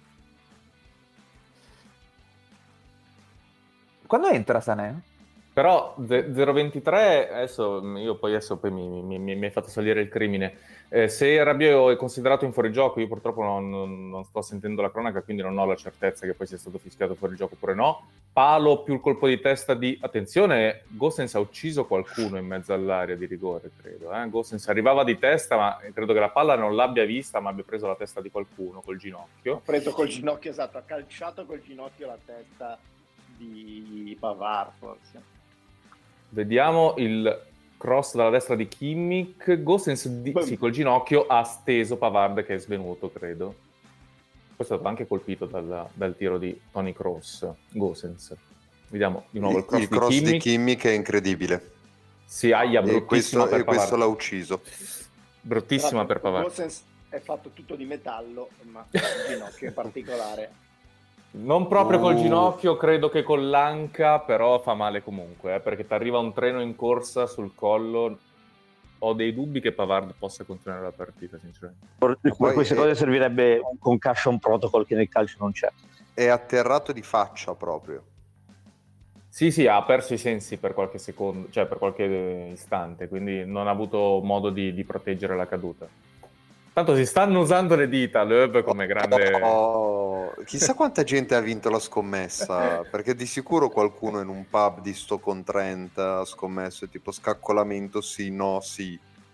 Quando entra Sané? Però 0,23 adesso poi mi hai fatto salire il crimine. Se Rabiot è considerato in fuorigioco, io purtroppo non sto sentendo la cronaca, quindi non ho la certezza che poi sia stato fischiato fuorigioco oppure no. Palo più il colpo di testa di... Attenzione, Gosens ha ucciso qualcuno in mezzo all'area di rigore, credo. Gosens arrivava di testa, ma credo che la palla non l'abbia vista, ma abbia preso la testa di qualcuno col ginocchio. Ha preso col ginocchio, esatto, ha calciato col ginocchio la testa di Pavard, forse. Vediamo il cross dalla destra di Kimmich. Gosens sì, col ginocchio ha steso Pavard, che è svenuto, credo. Questo è stato anche colpito dal tiro di Toni Kroos. Gosens. Vediamo di nuovo il cross di Kimmich è incredibile. Sì, bruttissima per Pavard. E questo l'ha ucciso. Bruttissima per Pavard. Gosens è fatto tutto di metallo, ma il ginocchio in particolare. Non proprio col ginocchio, credo che con l'anca, però fa male comunque, perché ti arriva un treno in corsa sul collo. Ho dei dubbi che Pavard possa continuare la partita, sinceramente. Per queste cose servirebbe un concussion protocol che nel calcio non c'è. È atterrato di faccia proprio. Sì, ha perso i sensi per qualche secondo, cioè per qualche istante, quindi non ha avuto modo di proteggere la caduta. Tanto si stanno usando le dita, Loeb come grande... Chissà quanta gente ha vinto la scommessa, perché di sicuro qualcuno in un pub di Stoke-on-Trent ha scommesso tipo scaccolamento sì, no, sì.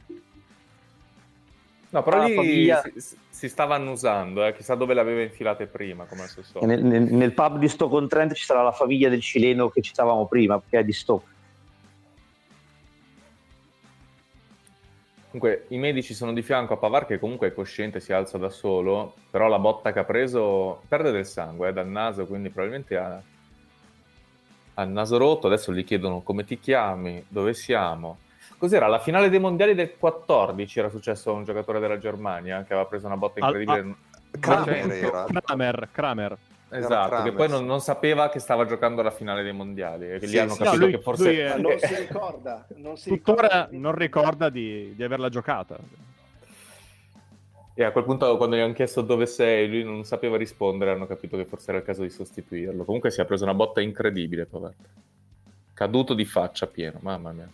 No, però lì si stavano usando, chissà dove le aveva infilate prima, come se so. Nel pub di Stoke-on-Trent ci sarà la famiglia del cileno che citavamo prima, perché è di Stoke. Comunque i medici sono di fianco a Pavard, che comunque è cosciente, si alza da solo, però la botta che ha preso perde del sangue dal naso, quindi probabilmente ha il naso rotto. Adesso gli chiedono come ti chiami, dove siamo. Cos'era? La finale dei mondiali del 14 era successo a un giocatore della Germania che aveva preso una botta incredibile. Kramer. Esatto, che poi non sapeva che stava giocando la finale dei mondiali e che gli hanno capito che forse... non si ricorda. Tuttora non ricorda di averla giocata. E a quel punto, quando gli hanno chiesto dove sei, lui non sapeva rispondere, hanno capito che forse era il caso di sostituirlo. Comunque si è preso una botta incredibile, Pavard. Caduto di faccia pieno, mamma mia.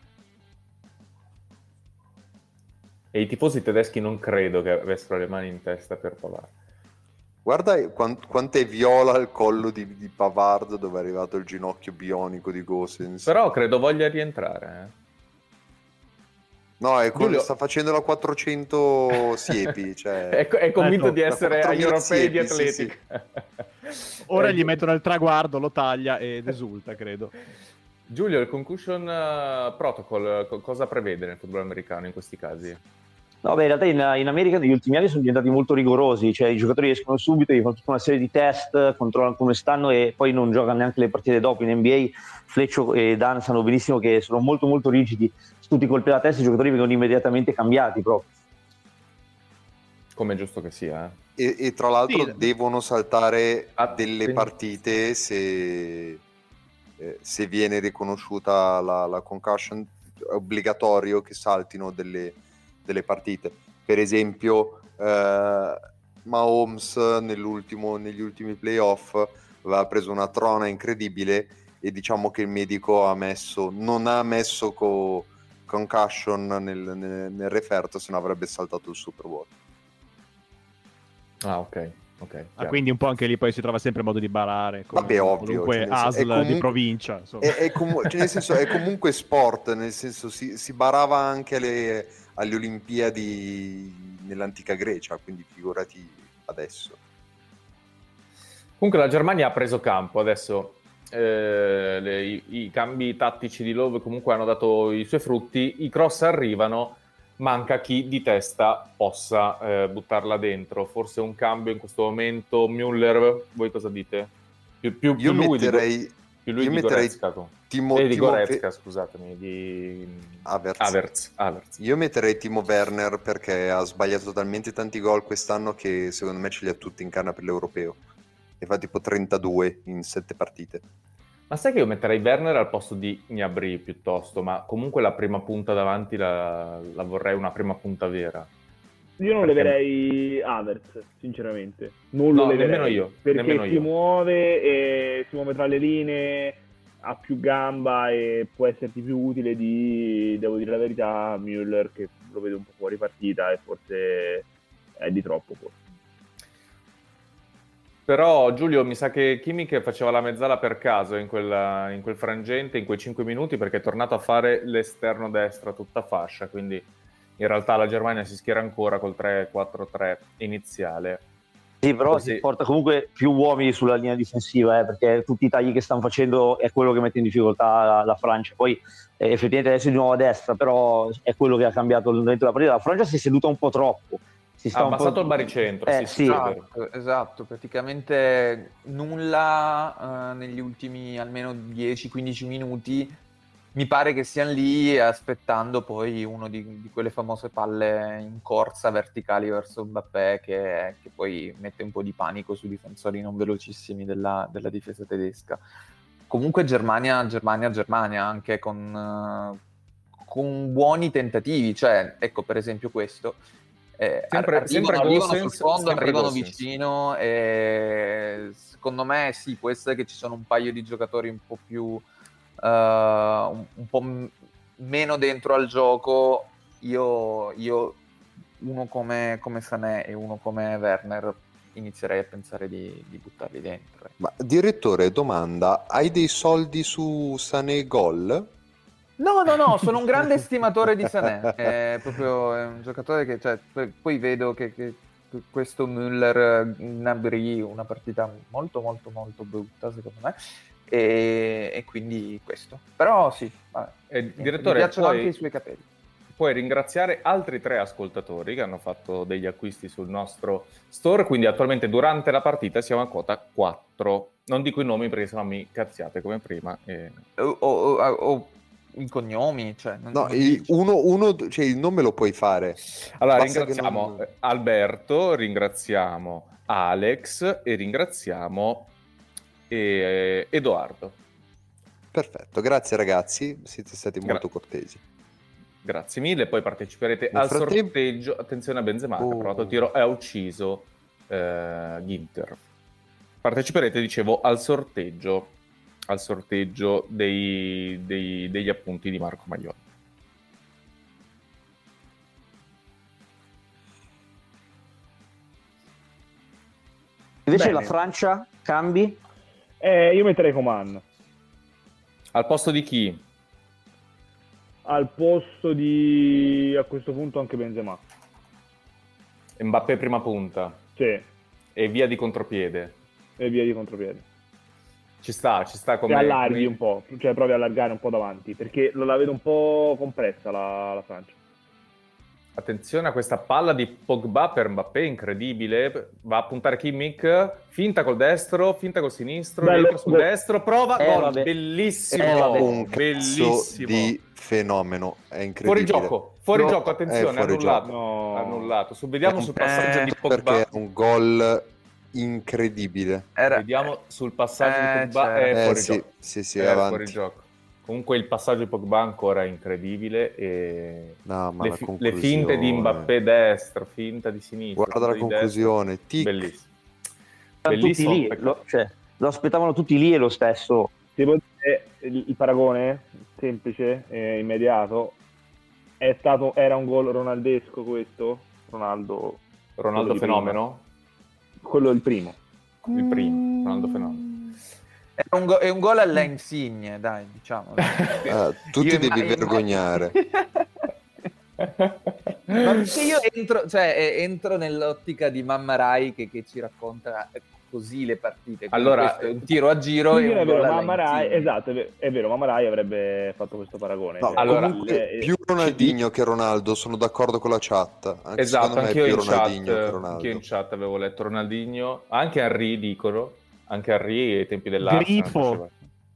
E i tifosi tedeschi non credo che avessero le mani in testa per Pavard. Guarda quanto è viola il collo di Pavard, dove è arrivato il ginocchio bionico di Gosens. Però credo voglia rientrare. No, sta facendo la 400 siepi. Cioè... è convinto di essere agli europei di atletica. Sì. Ora gli mettono il traguardo, lo taglia ed esulta, credo. Giulio, il concussion protocol cosa prevede nel football americano in questi casi? No, beh, in realtà in America negli ultimi anni sono diventati molto rigorosi, cioè i giocatori escono subito, gli fanno tutta una serie di test, controllano come stanno e poi non giocano neanche le partite dopo. In NBA Fleccio e Dan sanno benissimo che sono molto molto rigidi su tutti i colpi alla testa, i giocatori vengono immediatamente cambiati proprio. come è giusto che sia. E tra l'altro Sì. devono saltare delle Attenzione. partite se viene riconosciuta la concussion, è obbligatorio che saltino delle partite. Per esempio Mahomes negli ultimi playoff aveva preso una trona incredibile e diciamo che il medico non ha messo concussion nel referto, se no avrebbe saltato il Super Bowl. Ah, ok. Quindi un po' anche lì poi si trova sempre modo di barare. Come Vabbè, ovvio, qualunque cioè, nel senso, ASL di provincia. Insomma. Cioè, nel senso, è comunque sport, nel senso si barava anche alle Olimpiadi nell'antica Grecia, quindi figurati adesso. Comunque la Germania ha preso campo adesso. I cambi tattici di Löw comunque hanno dato i suoi frutti, i cross arrivano, manca chi di testa possa buttarla dentro. Forse un cambio in questo momento. Müller, voi cosa dite? Più Io lui metterei di Goretzka, di Goretzka, scusatemi, di Havertz. Havertz. Io metterei Timo Werner perché ha sbagliato talmente tanti gol quest'anno che secondo me ce li ha tutti in canna per l'europeo. E fa tipo 32 in 7 partite. Ma sai che io metterei Werner al posto di Gnabry piuttosto, ma comunque la prima punta davanti la vorrei una prima punta vera. Io non leverei Havertz, sinceramente. Non lo leverei. Nemmeno io. Perché si muove tra le linee, ha più gamba e può esserti più utile devo dire la verità, Müller, che lo vedo un po' fuori partita e forse è di troppo forse. Però Giulio, mi sa che Kimmich faceva la mezzala per caso in quel frangente, in quei 5 minuti, perché è tornato a fare l'esterno destra tutta fascia, quindi in realtà la Germania si schiera ancora col 3-4-3 iniziale. Sì, però si porta comunque più uomini sulla linea difensiva, perché tutti i tagli che stanno facendo è quello che mette in difficoltà la Francia. Poi effettivamente adesso è di nuovo a destra, però è quello che ha cambiato dentro la partita. La Francia si è seduta un po' troppo. Ha abbassato il baricentro. Sì. Esatto, praticamente nulla negli ultimi almeno 10-15 minuti. Mi pare che siano lì aspettando poi uno di quelle famose palle in corsa verticali verso Mbappé che poi mette un po' di panico sui difensori non velocissimi della difesa tedesca. Comunque Germania anche con buoni tentativi, cioè ecco per esempio questo. Arrivano sul fondo, arrivano vicino e secondo me sì, può essere che ci sono un paio di giocatori un po' più un po' meno dentro al gioco. Io uno come Sané e uno come Werner inizierei a pensare di buttarli dentro. Ma direttore, domanda, hai dei soldi su Sané gol? No, sono un grande estimatore di Sané, è un giocatore che, cioè, poi vedo che questo Müller Gnabry una partita molto molto molto brutta secondo me e quindi questo, però sì, vabbè, direttore, mi piacciono anche i suoi capelli. Puoi ringraziare altri 3 ascoltatori che hanno fatto degli acquisti sul nostro store, quindi attualmente durante la partita siamo a quota 4, non dico i nomi perché sennò mi cazziate come prima I cognomi, cioè uno cioè il nome lo puoi fare. Allora Basta ringraziamo Alberto, ringraziamo Alex e ringraziamo Edoardo. Perfetto, grazie ragazzi, siete stati molto cortesi. Grazie mille, poi parteciperete al sorteggio. Attenzione a Benzema, che ha provato il tiro e ha ucciso Ginter. Parteciperete, dicevo, al sorteggio degli appunti di Marco Maglione. Invece Bene. la Francia cambi? Io metterei Coman. Al posto di chi? Al posto di, a questo punto, anche Benzema. Mbappé prima punta. Sì. E via di contropiede. Ci sta come... E allarghi un po', cioè provi a allargare un po' davanti, perché la vedo un po' compressa la Francia. Attenzione a questa palla di Pogba per Mbappé, incredibile. Va a puntare Kimmich, finta col destro, finta col sinistro, rientra sul destro, prova, gol, vabbè. bellissimo, Un bellissimo. cazzo di fenomeno, è incredibile. Fuori No, gioco, attenzione, è fuori annullato. gioco. No. Annullato. Vediamo sul passaggio di Pogba. Perché è un gol incredibile. Vediamo sul passaggio di Pogba. certo. È fuori Sì, gioco. sì, È avanti. fuori gioco. Comunque il passaggio di Pogba ancora è incredibile. E No, ma le, la le conclusione... finte di Mbappé destro, finta di sinistra. Guarda la finta di conclusione, destra. tic. Bellissimo. Tutti Bellissimo. lì, lo aspettavano tutti lì e lo stesso. Devo dire, il paragone semplice e immediato era un gol ronaldesco questo? Ronaldo quello di fenomeno? prima. Quello il primo. Il primo, Ronaldo fenomeno. È un gol alle insigne, dai, diciamo. Tu ti Io devi immagino- vergognare. Ma perché io entro nell'ottica di Mamma Rai che ci racconta così le partite. Quindi Allora, questo è un tiro a giro Quindi e è un vero, gol alle Mamma Rai, insigne. esatto, è vero, Mamma Rai avrebbe fatto questo paragone. No, allora, comunque più Ronaldinho che Ronaldo, sono d'accordo con la chat. Anche Esatto, secondo me anch'io è più in chat, Ronaldinho che anch'io in Ronaldo. chat avevo letto Ronaldinho, anche Henry dicono, anche Henry ai tempi dell'Arsenal Grifo. faceva.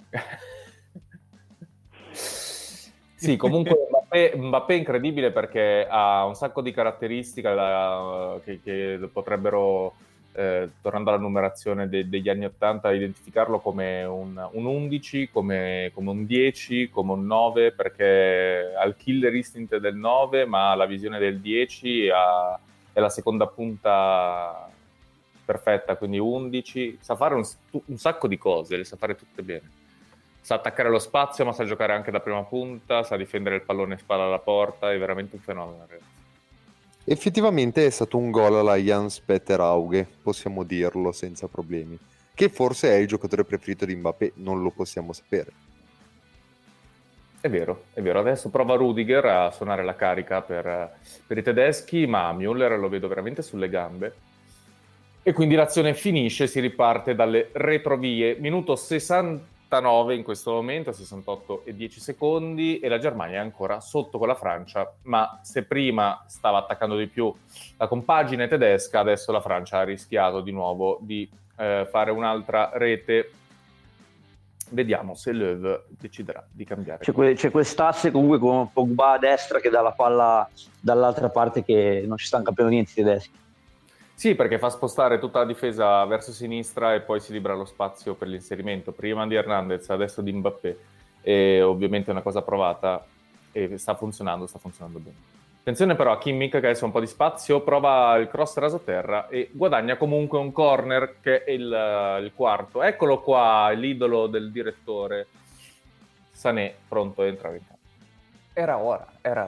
Sì, comunque Mbappé è incredibile perché ha un sacco di caratteristiche che potrebbero, tornando alla numerazione degli anni 80, identificarlo come un 11, come un 10, come un 9, perché ha il killer instinct del 9, ma ha la visione del 10, è la seconda punta perfetta, quindi 11, sa fare un sacco di cose, le sa fare tutte bene. Sa attaccare lo spazio, ma sa giocare anche da prima punta, sa difendere il pallone spalla alla porta, è veramente un fenomeno, ragazzi. Effettivamente è stato un gol alla Jans Peter Auge, possiamo dirlo senza problemi. Che forse è il giocatore preferito di Mbappé, non lo possiamo sapere. È vero. Adesso prova Rudiger a suonare la carica per i tedeschi, ma Müller lo vedo veramente sulle gambe. E quindi l'azione finisce, si riparte dalle retrovie. Minuto 69 in questo momento, 68 e 10 secondi, e la Germania è ancora sotto con la Francia, ma se prima stava attaccando di più la compagine tedesca, adesso la Francia ha rischiato di nuovo di fare un'altra rete. Vediamo se Löw deciderà di cambiare. C'è quest'asse comunque con Pogba a destra che dà la palla dall'altra parte, che non ci stanno capendo niente i tedeschi. Sì, perché fa spostare tutta la difesa verso sinistra e poi si libera lo spazio per l'inserimento, prima di Hernandez, adesso di Mbappé. E ovviamente è una cosa provata e sta funzionando bene. Attenzione però a Kimmich, che adesso ha un po' di spazio, prova il cross rasoterra e guadagna comunque un corner, che è il quarto. Eccolo qua, l'idolo del direttore. Sané, pronto a entrare in campo. Era ora.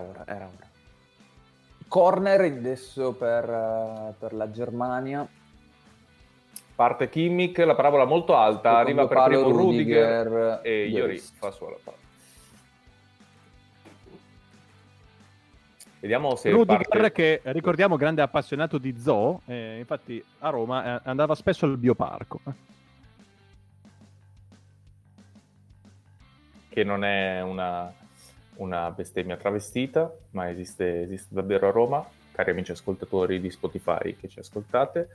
Corner adesso per la Germania. Parte Kimmich, la parabola molto alta, Secondo arriva per palo primo Rudiger e Lloris. Lloris fa sua la palla. Vediamo se Rudiger, parte... che ricordiamo grande appassionato di zoo, infatti a Roma andava spesso al bioparco. Che non è una bestemmia travestita, ma esiste davvero a Roma, cari amici ascoltatori di Spotify che ci ascoltate.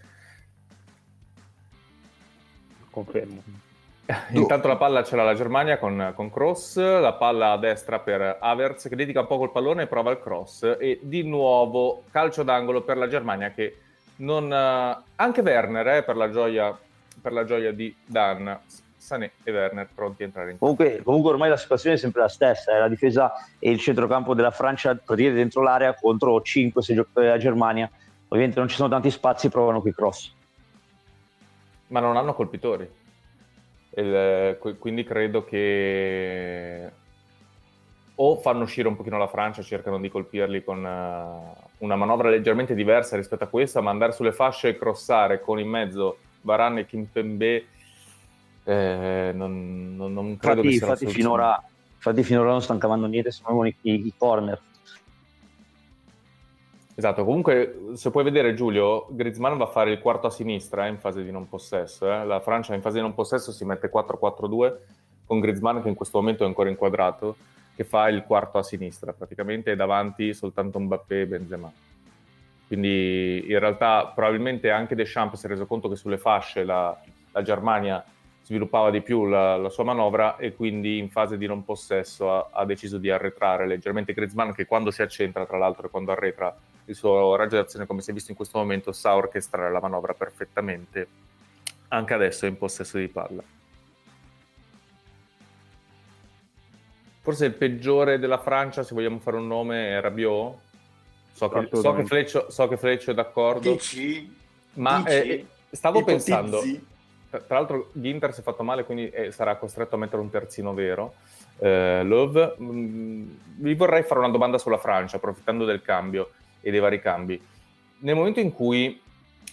Confermo. Intanto la palla ce l'ha la Germania con Kroos, la palla a destra per Havertz che dedica un po' col pallone e prova il cross, e di nuovo calcio d'angolo per la Germania, che non... anche Werner, per la gioia di Dan, Sané e Werner pronti a entrare in campo. Comunque ormai la situazione è sempre la stessa, la difesa e il centrocampo della Francia praticamente dentro l'area contro 5-6 giocatori della Germania. Ovviamente non ci sono tanti spazi, provano qui cross. Ma non hanno colpitori. Quindi credo che o fanno uscire un pochino la Francia, cercano di colpirli con una manovra leggermente diversa rispetto a questa, ma andare sulle fasce e crossare con in mezzo Varane e Kimpembe non credo che sia una soluzione. Infatti finora non stanno cavando niente, se non i corner. Esatto, comunque se puoi vedere Giulio, Griezmann va a fare il quarto a sinistra in fase di non possesso. La Francia in fase di non possesso si mette 4-4-2 con Griezmann, che in questo momento è ancora inquadrato, che fa il quarto a sinistra, praticamente è davanti soltanto Mbappé e Benzema. Quindi in realtà probabilmente anche Deschamps si è reso conto che sulle fasce la Germania sviluppava di più la sua manovra e quindi in fase di non possesso ha deciso di arretrare leggermente. Griezmann, che quando si accentra, tra l'altro, e quando arretra, il suo raggio d'azione, come si è visto in questo momento, sa orchestrare la manovra perfettamente. Anche adesso è in possesso di palla. Forse il peggiore della Francia, se vogliamo fare un nome, è Rabiot. So che Fleccio è d'accordo. Dici? Ma stavo Ipotizzi? pensando, tra l'altro Ginter si è fatto male, quindi sarà costretto a mettere un terzino vero. Love. Vi vorrei fare una domanda sulla Francia, approfittando del cambio e dei vari cambi. Nel momento in cui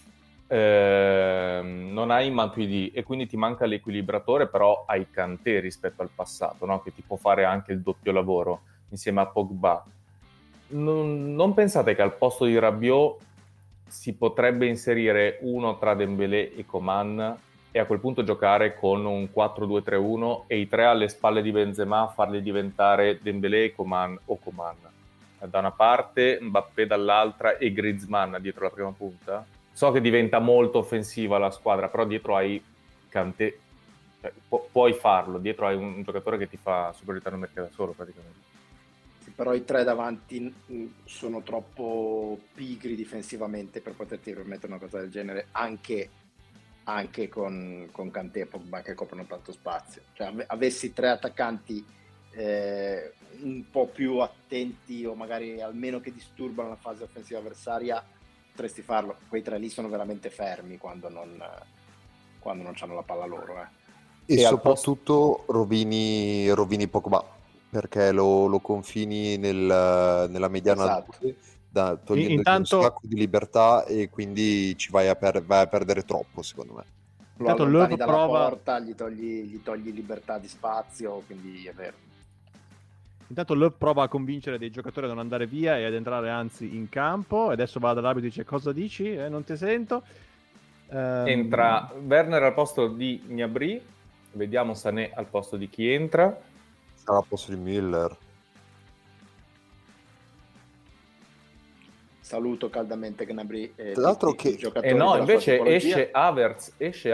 non hai Matuidi e quindi ti manca l'equilibratore, però hai Kanté rispetto al passato, no? Che ti può fare anche il doppio lavoro insieme a Pogba. Non pensate che al posto di Rabiot si potrebbe inserire uno tra Dembélé e Coman e a quel punto giocare con un 4-2-3-1 e i tre alle spalle di Benzema farli diventare Dembélé e Coman, o Coman da una parte, Mbappé dall'altra e Griezmann dietro la prima punta? So che diventa molto offensiva la squadra, però dietro hai Kanté, puoi farlo, dietro hai un giocatore che ti fa superiorità numerica da solo praticamente. Sì, però i tre davanti sono troppo pigri difensivamente per poterti permettere una cosa del genere, anche con Kanté e Pogba che coprono tanto spazio. Cioè, avessi tre attaccanti un po' più attenti o magari almeno che disturbano la fase offensiva avversaria, potresti farlo. Quei tre lì sono veramente fermi quando non hanno la palla loro. E soprattutto rovini Pogba, perché lo confini nella mediana, esatto. togliendo un sacco di libertà e quindi ci vai a perdere troppo, secondo me. Lo allontani dalla porta, gli togli libertà di spazio, quindi è vero. Intanto Löw prova a convincere dei giocatori a non andare via e ad entrare anzi in campo. Adesso va dall'arbitro e dice: cosa dici? Non ti sento. Entra Werner al posto di Gnabry. Vediamo Sané al posto di chi entra. Sarà al posto di Müller. Saluto caldamente Gnabry. Tra l'altro che no, invece esce Havertz.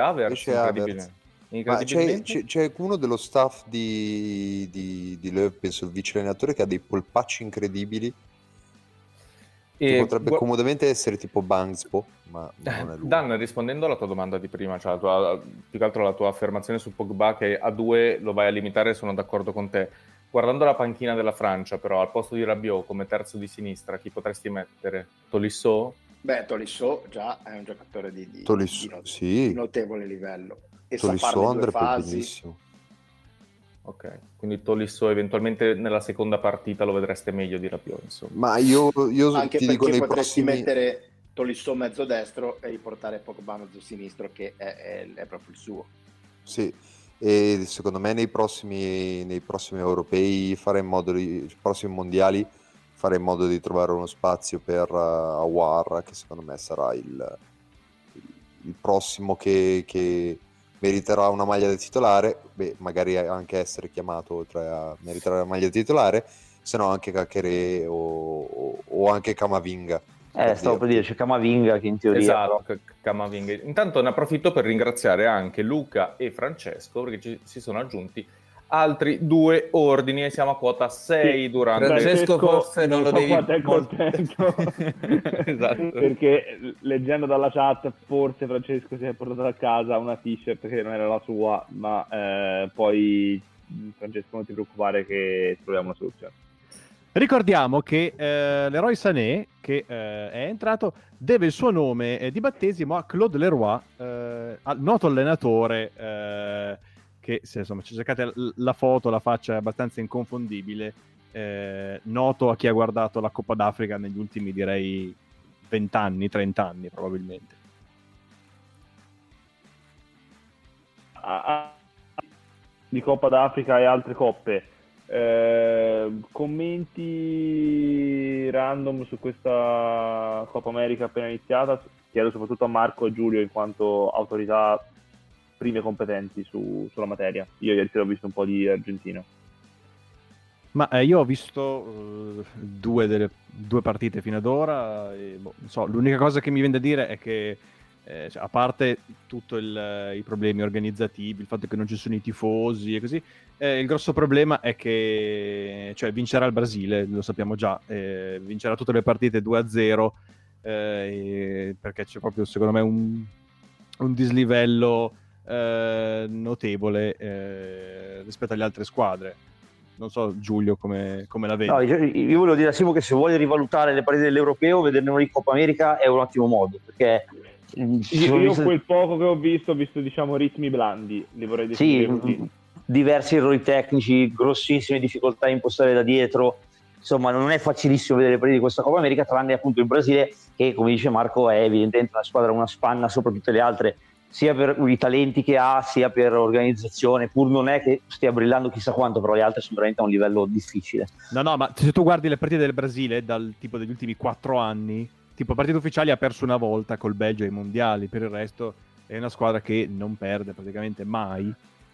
Ma c'è uno dello staff di Löw, penso il vice allenatore, che ha dei polpacci incredibili che potrebbe comodamente essere tipo Bangspo, ma non è lui. Dan, rispondendo alla tua domanda di prima, cioè più che altro la tua affermazione su Pogba che a due lo vai a limitare, sono d'accordo con te. Guardando la panchina della Francia, però, al posto di Rabiot come terzo di sinistra, chi potresti mettere? Tolisso? Beh, Tolisso già è un giocatore di notevole livello. E Tolisso andrebbe benissimo. Ok, quindi Tolisso eventualmente nella seconda partita lo vedreste meglio di Rabiot, insomma. Ma io anche ti perché dico nei potresti prossimi... mettere Tolisso mezzo destro e riportare Pogba mezzo sinistro, che è proprio il suo. Sì, e secondo me nei prossimi europei i prossimi mondiali fare in modo di trovare uno spazio per Aouar, che secondo me sarà il prossimo che meriterà una maglia da titolare, magari anche essere chiamato oltre a meritare la maglia da titolare, se no anche Caqueré o anche Camavinga. Stavo per dire, c'è Camavinga che in teoria... Esatto, Camavinga. Intanto ne approfitto per ringraziare anche Luca e Francesco, perché si sono aggiunti altri 2 ordini e siamo a quota 6 durante... Francesco forse non lo devi... È contento. Esatto. Perché leggendo dalla chat forse Francesco si è portato a casa una t-shirt che non era la sua, ma poi Francesco non ti preoccupare che troviamo una soluzione. Ricordiamo che Leroy Sané, che è entrato, deve il suo nome di battesimo a Claude Leroy, noto allenatore che se insomma ci cercate la foto, la faccia è abbastanza inconfondibile, noto a chi ha guardato la Coppa d'Africa negli ultimi, direi, 20 anni, 30 anni probabilmente. Di Coppa d'Africa e altre coppe. Commenti random su questa Coppa America appena iniziata? Chiedo soprattutto a Marco e Giulio in quanto autorità prime competenti sulla materia. Io ieri sera ho visto un po' di argentino. Ma io ho visto due partite fino ad ora e, non so, l'unica cosa che mi viene da dire è che Cioè, a parte tutti i problemi organizzativi, il fatto che non ci sono i tifosi e così, il grosso problema è che vincerà il Brasile, lo sappiamo già, vincerà tutte le partite 2-0, perché c'è proprio secondo me un dislivello notevole rispetto alle altre squadre. Non so Giulio come la vedi. No, io volevo dire a Simo che se vuole rivalutare le partite dell'Europeo, vederne una in Coppa America è un ottimo modo, perché io quel poco che ho visto diciamo ritmi blandi, li vorrei definire così. Diversi errori tecnici, grossissime difficoltà a impostare da dietro, insomma non è facilissimo vedere le partite di questa Coppa America, tranne appunto il Brasile, che come dice Marco è evidentemente una squadra, una spanna sopra tutte le altre, sia per i talenti che ha, sia per organizzazione, pur non è che stia brillando chissà quanto, però le altre sono veramente a un livello difficile. No, ma se tu guardi le partite del Brasile dal tipo degli ultimi 4 anni, tipo partite ufficiali ha perso una volta col Belgio ai mondiali, per il resto è una squadra che non perde praticamente mai,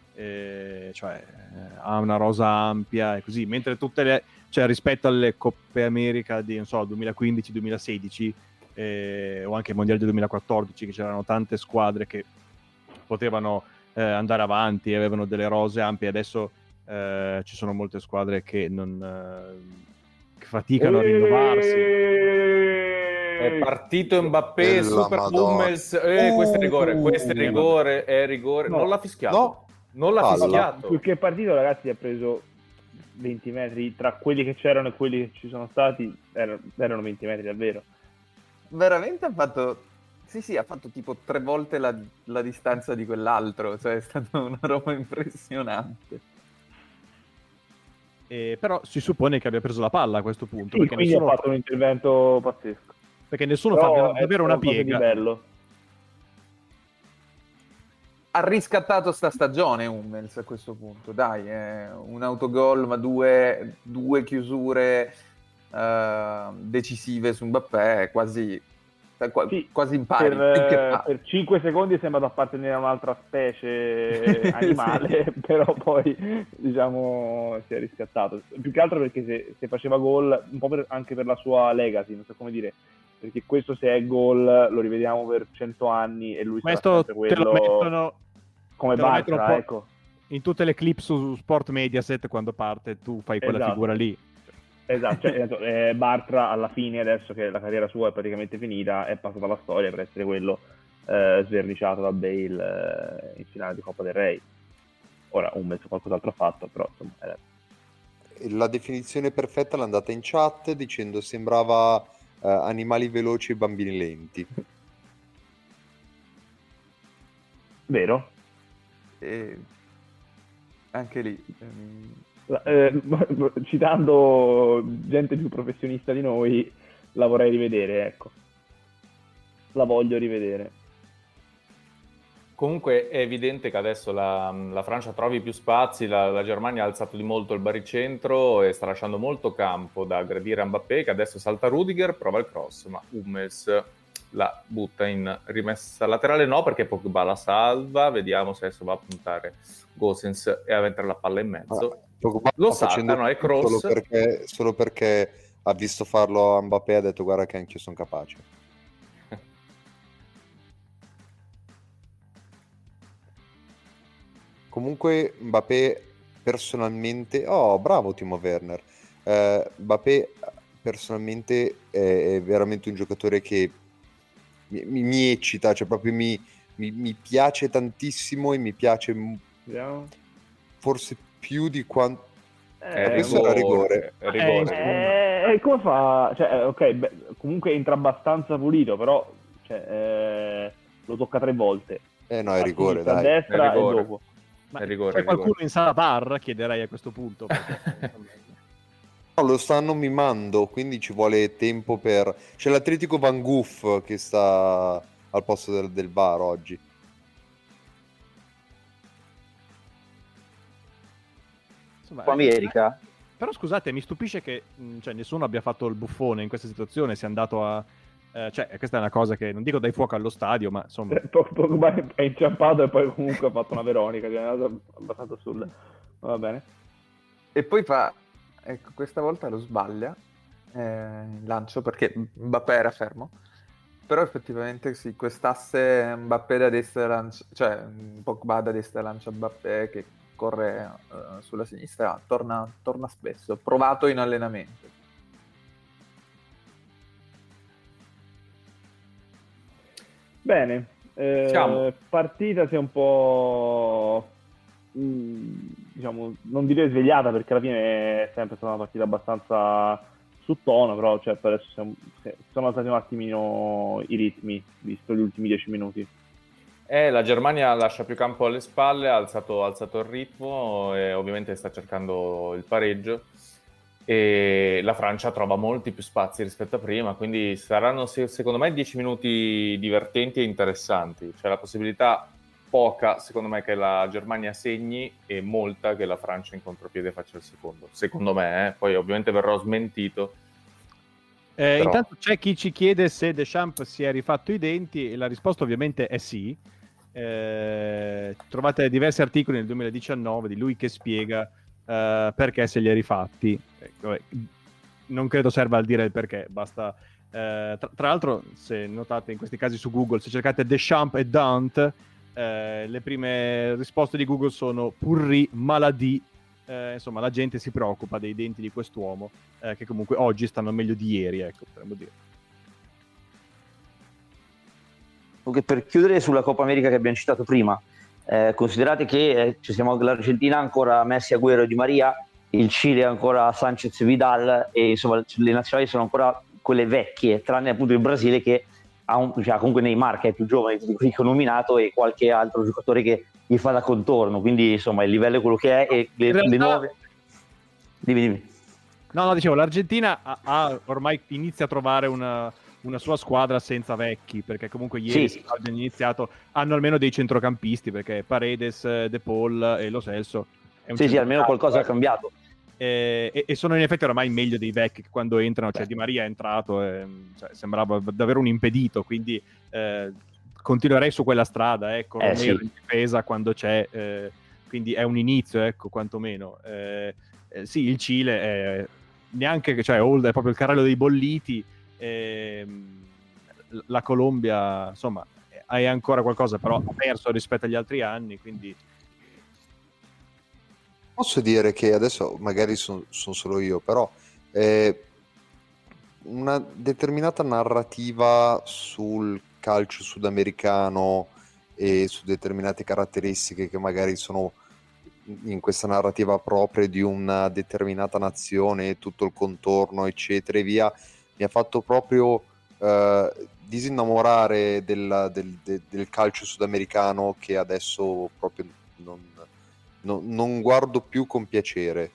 ha una rosa ampia e così, mentre rispetto alle Coppe America di 2015-2016 o anche i mondiali del 2014, che c'erano tante squadre che potevano andare avanti, avevano delle rose ampie, adesso ci sono molte squadre che che faticano a rinnovarsi. È partito Mbappé, Super Hummels, questo è rigore, no, non l'ha fischiato. Non l'ha fischiato. Più che partito, ragazzi, ha preso 20 metri tra quelli che c'erano e quelli che ci sono stati, erano 20 metri davvero. Veramente ha fatto tipo 3 volte la distanza di quell'altro, cioè è stata una roba impressionante. Però si suppone che abbia preso la palla a questo punto, Sì, perché quindi ha fatto un intervento pazzesco. Perché nessuno fa davvero una piega. Bello. Ha riscattato sta stagione Hummels a questo punto, dai, un autogol, ma due chiusure decisive su Mbappé, quasi in pari. Per 5 secondi è sembrato appartenere a un'altra specie animale, sì. Però poi diciamo si è riscattato. Più che altro perché se faceva gol, un po' anche per la sua legacy, non so come dire, perché questo se è gol lo rivediamo per 100 anni e lui questo sarà sempre quello, te lo mettono come Bartra, ecco. In tutte le clip su Sport Mediaset quando parte tu fai quella figura lì. Esatto, Bartra alla fine, adesso che la carriera sua è praticamente finita, è passato alla storia per essere quello sverniciato da Bale in finale di Coppa del Re. Ora Hummels qualcos'altro ha fatto, però insomma la definizione perfetta l'ha andata in chat dicendo sembrava animali veloci e bambini lenti. Vero? Anche lì citando gente più professionista di noi, la vorrei rivedere, ecco. La voglio rivedere. Comunque è evidente che adesso la Francia trovi più spazi, la Germania ha alzato di molto il baricentro e sta lasciando molto campo da aggredire a Mbappé, che adesso salta Rudiger, prova il cross, ma Hummels la butta in rimessa laterale, no, perché Pogba la salva, vediamo se adesso va a puntare Gosens e a mettere la palla in mezzo. Lo saltano, è cross. Solo perché ha visto farlo a Mbappé e ha detto guarda che anch'io sono capace. Comunque Mbappé personalmente, bravo Timo Werner, Mbappé personalmente è veramente un giocatore che mi eccita, cioè proprio mi piace tantissimo e mi piace forse più di quanto questo era rigore. Come fa? Cioè, ok, comunque entra abbastanza pulito, però lo tocca 3 volte. No, è rigore, dai. A destra è rigore. E dopo. Ma c'è qualcuno in sala bar? Chiederei a questo punto. No, lo stanno mimando, quindi ci vuole tempo per... C'è l'Atletico Van Goof che sta al posto del VAR oggi. Insomma, America. Però scusate, mi stupisce che nessuno abbia fatto il buffone in questa situazione, sia andato a... questa è una cosa che non dico dai fuoco allo stadio, ma insomma... Pogba è inciampato e poi comunque ha fatto una Veronica, che è andato sul... Va bene. E poi questa volta lo sbaglia il lancio perché Mbappé era fermo però effettivamente sì, quest'asse Mbappé da destra lancia, cioè Pogba da destra lancia Mbappé che corre sulla sinistra, torna spesso, provato in allenamento. Bene, Siamo. partita si è un po', diciamo, non direi svegliata perché alla fine è sempre stata una partita abbastanza su tono, però cioè, per adesso sono alzati un attimino i ritmi, visto gli ultimi 10 minuti. La Germania lascia più campo alle spalle, ha alzato il ritmo e ovviamente sta cercando il pareggio, e la Francia trova molti più spazi rispetto a prima, quindi saranno secondo me 10 minuti divertenti e interessanti. C'è la possibilità poca, secondo me, che la Germania segni e molta che la Francia in contropiede faccia il secondo. Secondo me, poi ovviamente verrò smentito. Però... Intanto c'è chi ci chiede se Deschamps si è rifatto i denti e la risposta ovviamente è sì. Trovate diversi articoli nel 2019 di lui che spiega perché se li è rifatti. Non credo serva a dire il perché, basta. Tra l'altro, se notate in questi casi su Google, se cercate Deschamps e Dant, le prime risposte di Google sono Purri, maladie. Insomma, la gente si preoccupa dei denti di quest'uomo, che comunque oggi stanno meglio di ieri, ecco, potremmo dire. Okay, per chiudere sulla Coppa America che abbiamo citato prima, considerate che ci siamo l'Argentina ancora Messi, Agüero e Di Maria, il Cile ancora Sanchez e Vidal, e insomma le nazionali sono ancora quelle vecchie, tranne appunto il Brasile che ha comunque Neymar che è più giovane di quelli che ho nominato e qualche altro giocatore che gli fa da contorno, quindi insomma il livello è quello che è e le nuove... Dimmi. No, dicevo, l'Argentina ormai inizia a trovare una sua squadra senza vecchi, perché comunque ieri hanno iniziato, hanno almeno dei centrocampisti, perché Paredes, De Paul e Lo Celso è un sì, almeno qualcosa ha cambiato. E sono in effetti oramai meglio dei vecchi che quando entrano, cioè Di Maria è entrato cioè, sembrava davvero un impedito, quindi continuerei su quella strada, ecco, in difesa quando c'è, quindi è un inizio, ecco, quantomeno. Sì, il Cile è neanche, cioè è proprio il carrello dei bolliti, la Colombia insomma è ancora qualcosa, però ha perso rispetto agli altri anni, quindi posso dire che adesso magari sono solo io, però una determinata narrativa sul calcio sudamericano e su determinate caratteristiche che magari sono in questa narrativa propria di una determinata nazione, tutto il contorno eccetera e via, mi ha fatto proprio disinnamorare del calcio sudamericano, che adesso proprio non guardo più con piacere.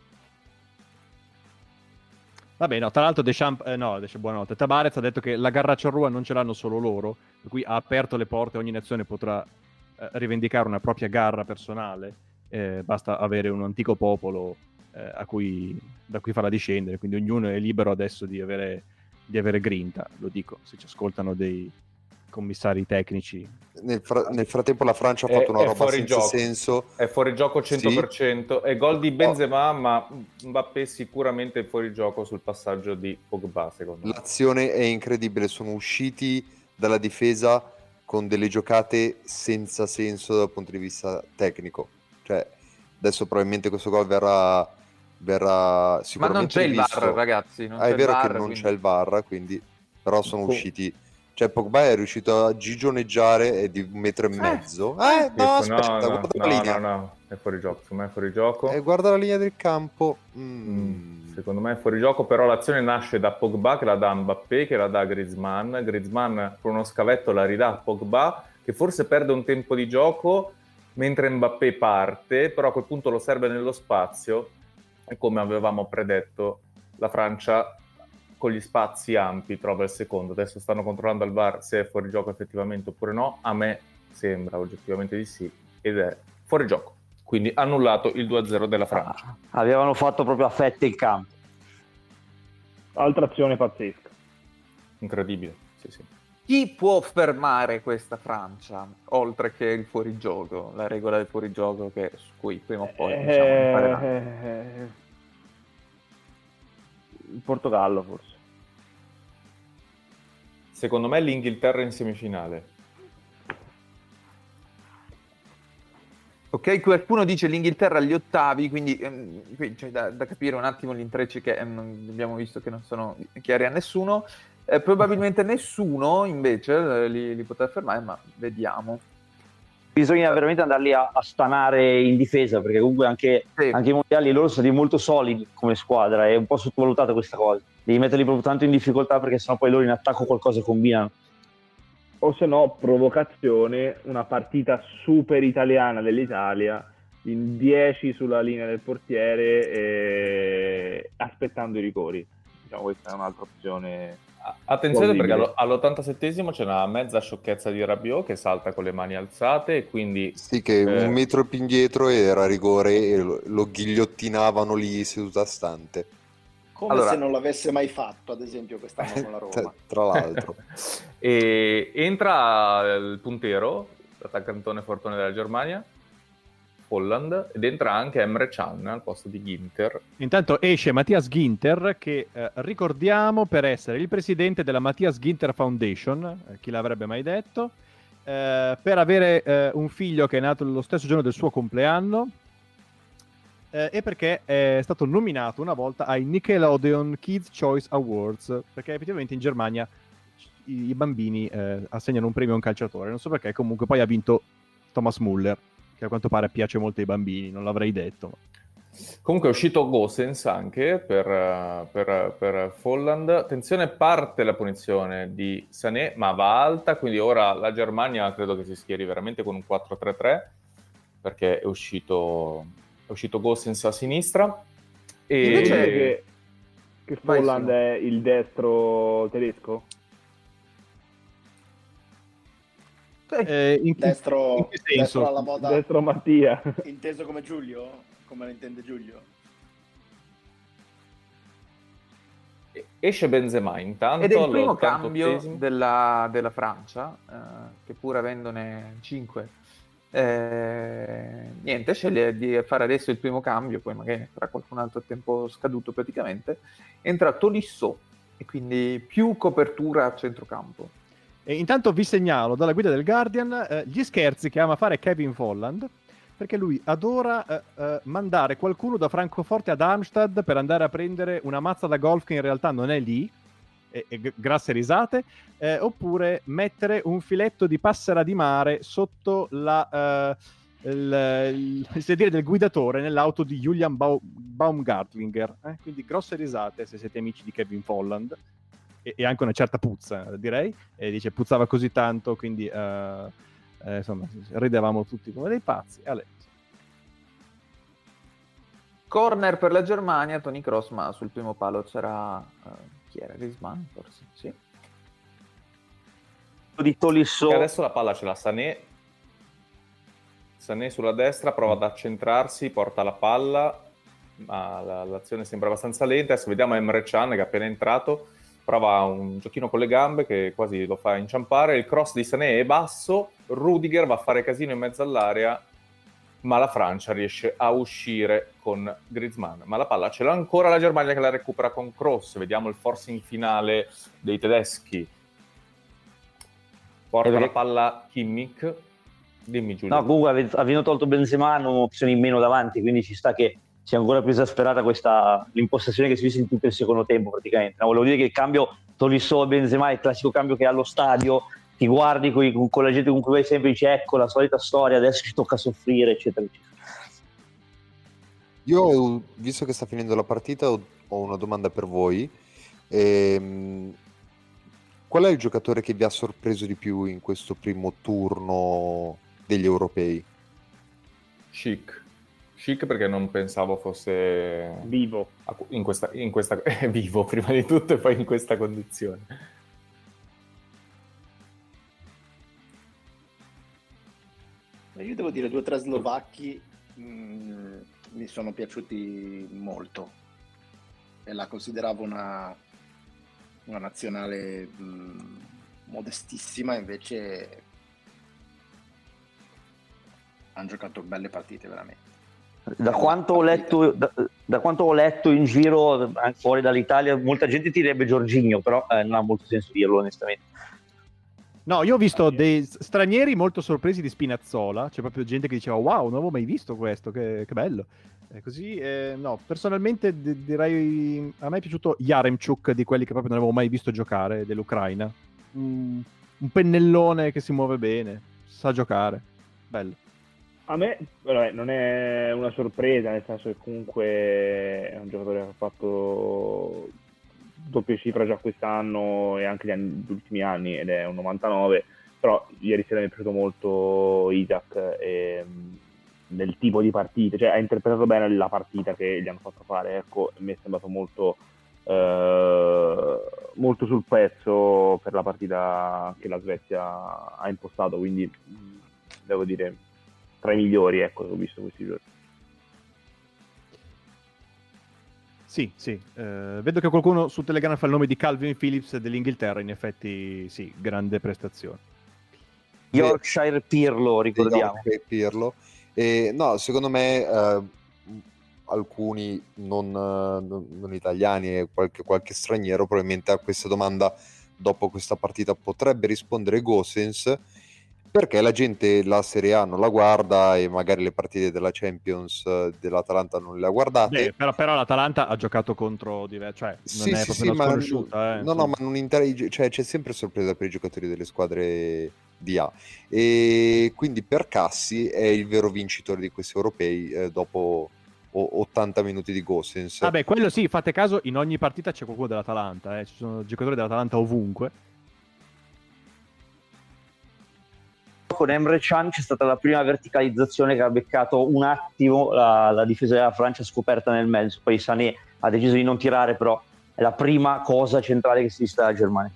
Vabbè, no, tra l'altro buonanotte. Tabarez ha detto che la garra ciarrua non ce l'hanno solo loro, per cui ha aperto le porte, ogni nazione potrà rivendicare una propria garra personale, basta avere un antico popolo da cui farla discendere, quindi ognuno è libero adesso di avere grinta, lo dico, se ci ascoltano dei commissari tecnici. Nel frattempo la Francia ha fatto una roba senza senso. È fuori gioco 100%, è gol di Benzema, ma Mbappé sicuramente è fuori gioco sul passaggio di Pogba, secondo me. L'azione è incredibile, sono usciti dalla difesa con delle giocate senza senso dal punto di vista tecnico. Cioè, adesso probabilmente questo gol verrà sicuramente ma non c'è rivisto. Il VAR, ragazzi, è vero che non c'è il VAR, quindi però sono usciti. Cioè Pogba è riuscito a gigioneggiare di 1,5 metri. Aspetta, guarda la linea. No, è fuori gioco, secondo me è fuori gioco. Guarda la linea del campo. Secondo me è fuori gioco, però l'azione nasce da Pogba che la dà a Mbappé, che la dà a Griezmann con uno scavetto la ridà a Pogba, che forse perde un tempo di gioco mentre Mbappé parte, però a quel punto lo serve nello spazio e come avevamo predetto la Francia con gli spazi ampi trova il secondo. Adesso stanno controllando al VAR se è fuori gioco effettivamente oppure no. A me sembra oggettivamente di sì ed è fuori gioco, quindi annullato il 2-0 della Francia. Avevano fatto proprio a fette il campo. Altra azione pazzesca, incredibile, sì. Chi può fermare questa Francia oltre che il fuorigioco, la regola del fuorigioco su cui prima o poi il Portogallo forse. Secondo me l'Inghilterra in semifinale. Ok, qualcuno dice l'Inghilterra agli ottavi, quindi qui c'è da capire un attimo gli intrecci che abbiamo visto che non sono chiari a nessuno. Probabilmente nessuno invece li potrà fermare, ma vediamo. Bisogna veramente andarli a stanare in difesa, perché comunque anche i mondiali loro sono stati molto solidi come squadra, è un po' sottovalutata questa cosa. Devi metterli proprio tanto in difficoltà, perché sennò poi loro in attacco qualcosa combinano. O se no, provocazione, una partita super italiana dell'Italia, in 10 sulla linea del portiere, aspettando i rigori. Diciamo, questa è un'altra opzione. Attenzione, perché all'87esimo c'è una mezza sciocchezza di Rabiot che salta con le mani alzate e quindi... Sì, che un metro più indietro era rigore e lo ghigliottinavano lì seduta stante. Come se non l'avesse mai fatto, ad esempio, quest'anno con la Roma. Tra l'altro. E entra il puntero, l'attaccantone fortone della Germania, Holland, ed entra anche Emre Can al posto di Ginter. Intanto esce Matthias Ginter, che ricordiamo per essere il presidente della Matthias Ginter Foundation, chi l'avrebbe mai detto, per avere un figlio che è nato lo stesso giorno del suo compleanno, e perché è stato nominato una volta ai Nickelodeon Kids Choice Awards, perché effettivamente in Germania i bambini assegnano un premio a un calciatore, non so perché, comunque poi ha vinto Thomas Müller, che a quanto pare piace molto ai bambini, non l'avrei detto. Comunque è uscito Gosens anche per Folland. Attenzione, parte la punizione di Sané, ma va alta, quindi ora la Germania credo che si schieri veramente con un 4-3-3, perché è uscito Gosens a sinistra. E invece che Folland è il destro tedesco? In destro alla moda, destro Mattia, inteso come Giulio, come lo intende Giulio. Esce Benzema intanto, ed è il primo cambio della Francia, che pur avendone 5 niente, sceglie di fare adesso il primo cambio, poi magari tra qualcun altro tempo scaduto praticamente. Entra Tolisso e quindi più copertura a centrocampo. E intanto vi segnalo dalla guida del Guardian gli scherzi che ama fare Kevin Folland, perché lui adora mandare qualcuno da Francoforte ad Amsterdam per andare a prendere una mazza da golf che in realtà non è lì, e grasse risate, oppure mettere un filetto di passera di mare sotto il sedile del guidatore nell'auto di Julian Baumgartlinger. Quindi grosse risate se siete amici di Kevin Folland. E anche una certa puzza, direi, e dice puzzava così tanto, quindi insomma ridevamo tutti come dei pazzi. Corner per la Germania, Toni Kroos, ma sul primo palo c'era chi era? Griezmann, forse, sì. Di Tolisso. E adesso la palla ce l'ha Sané sulla destra, prova ad accentrarsi, porta la palla, ma l'azione sembra abbastanza lenta. Adesso vediamo Emre Can che è appena entrato, prova un giochino con le gambe che quasi lo fa inciampare, il cross di Sané è basso, Rudiger va a fare casino in mezzo all'area, ma la Francia riesce a uscire con Griezmann, ma la palla ce l'ha ancora la Germania che la recupera con Kroos. Vediamo il forcing finale dei tedeschi, porta la palla Kimmich. Dimmi Giulio. No, comunque avendo tolto Benzema hanno opzioni in meno davanti, quindi ci sta che sia ancora più esasperata l'impostazione che si vede in tutto il secondo tempo praticamente. No, volevo dire che il cambio Tolisso e Benzema è il classico cambio che allo stadio ti guardi con la gente con cui vai sempre e dici ecco la solita storia, adesso ci tocca soffrire, eccetera eccetera. Io, visto che sta finendo la partita, ho una domanda per voi. Qual è il giocatore che vi ha sorpreso di più in questo primo turno degli europei? Schick perché non pensavo fosse vivo in questa vivo prima di tutto e poi in questa condizione. Io devo dire 2 o 3 slovacchi mi sono piaciuti molto e la consideravo una nazionale modestissima, invece hanno giocato belle partite veramente. Da quanto ho letto in giro fuori dall'Italia, molta gente direbbe Jorginho, però non ha molto senso dirlo onestamente. No, io ho visto dei stranieri molto sorpresi di Spinazzola, c'è proprio gente che diceva wow, non avevo mai visto questo, che bello. Così, no, personalmente direi a me è piaciuto Yaremchuk, di quelli che proprio non avevo mai visto giocare, dell'Ucraina. Un pennellone che si muove bene, sa giocare, bello. A me non è una sorpresa, nel senso che comunque è un giocatore che ha fatto doppia cifra già quest'anno e anche gli ultimi anni, ed è un 99, però ieri sera mi è piaciuto molto Isaac nel tipo di partite, cioè ha interpretato bene la partita che gli hanno fatto fare, ecco, mi è sembrato molto molto sul pezzo per la partita che la Svezia ha impostato, quindi devo dire tra i migliori, ecco, che ho visto questi giorni. Sì, vedo che qualcuno su Telegram fa il nome di Calvin Phillips dell'Inghilterra, in effetti sì, grande prestazione. Yorkshire Pirlo, ricordiamo. Yorkshire Pirlo. No, secondo me alcuni non italiani e qualche straniero probabilmente a questa domanda dopo questa partita potrebbe rispondere Gosens, perché la gente la Serie A non la guarda e magari le partite della Champions dell'Atalanta non le ha guardate. Però l'Atalanta ha giocato contro cioè non è proprio una sconosciuta. No, ma non cioè, c'è sempre sorpresa per i giocatori delle squadre di A, e quindi per Cassi è il vero vincitore di questi europei dopo 80 minuti di Gosens. Vabbè, quello sì, fate caso, in ogni partita c'è qualcuno dell'Atalanta, ci sono giocatori dell'Atalanta ovunque. Con Emre Can c'è stata la prima verticalizzazione che ha beccato un attimo la difesa della Francia scoperta nel mezzo, poi Sané ha deciso di non tirare, però è la prima cosa centrale che si sta alla Germania.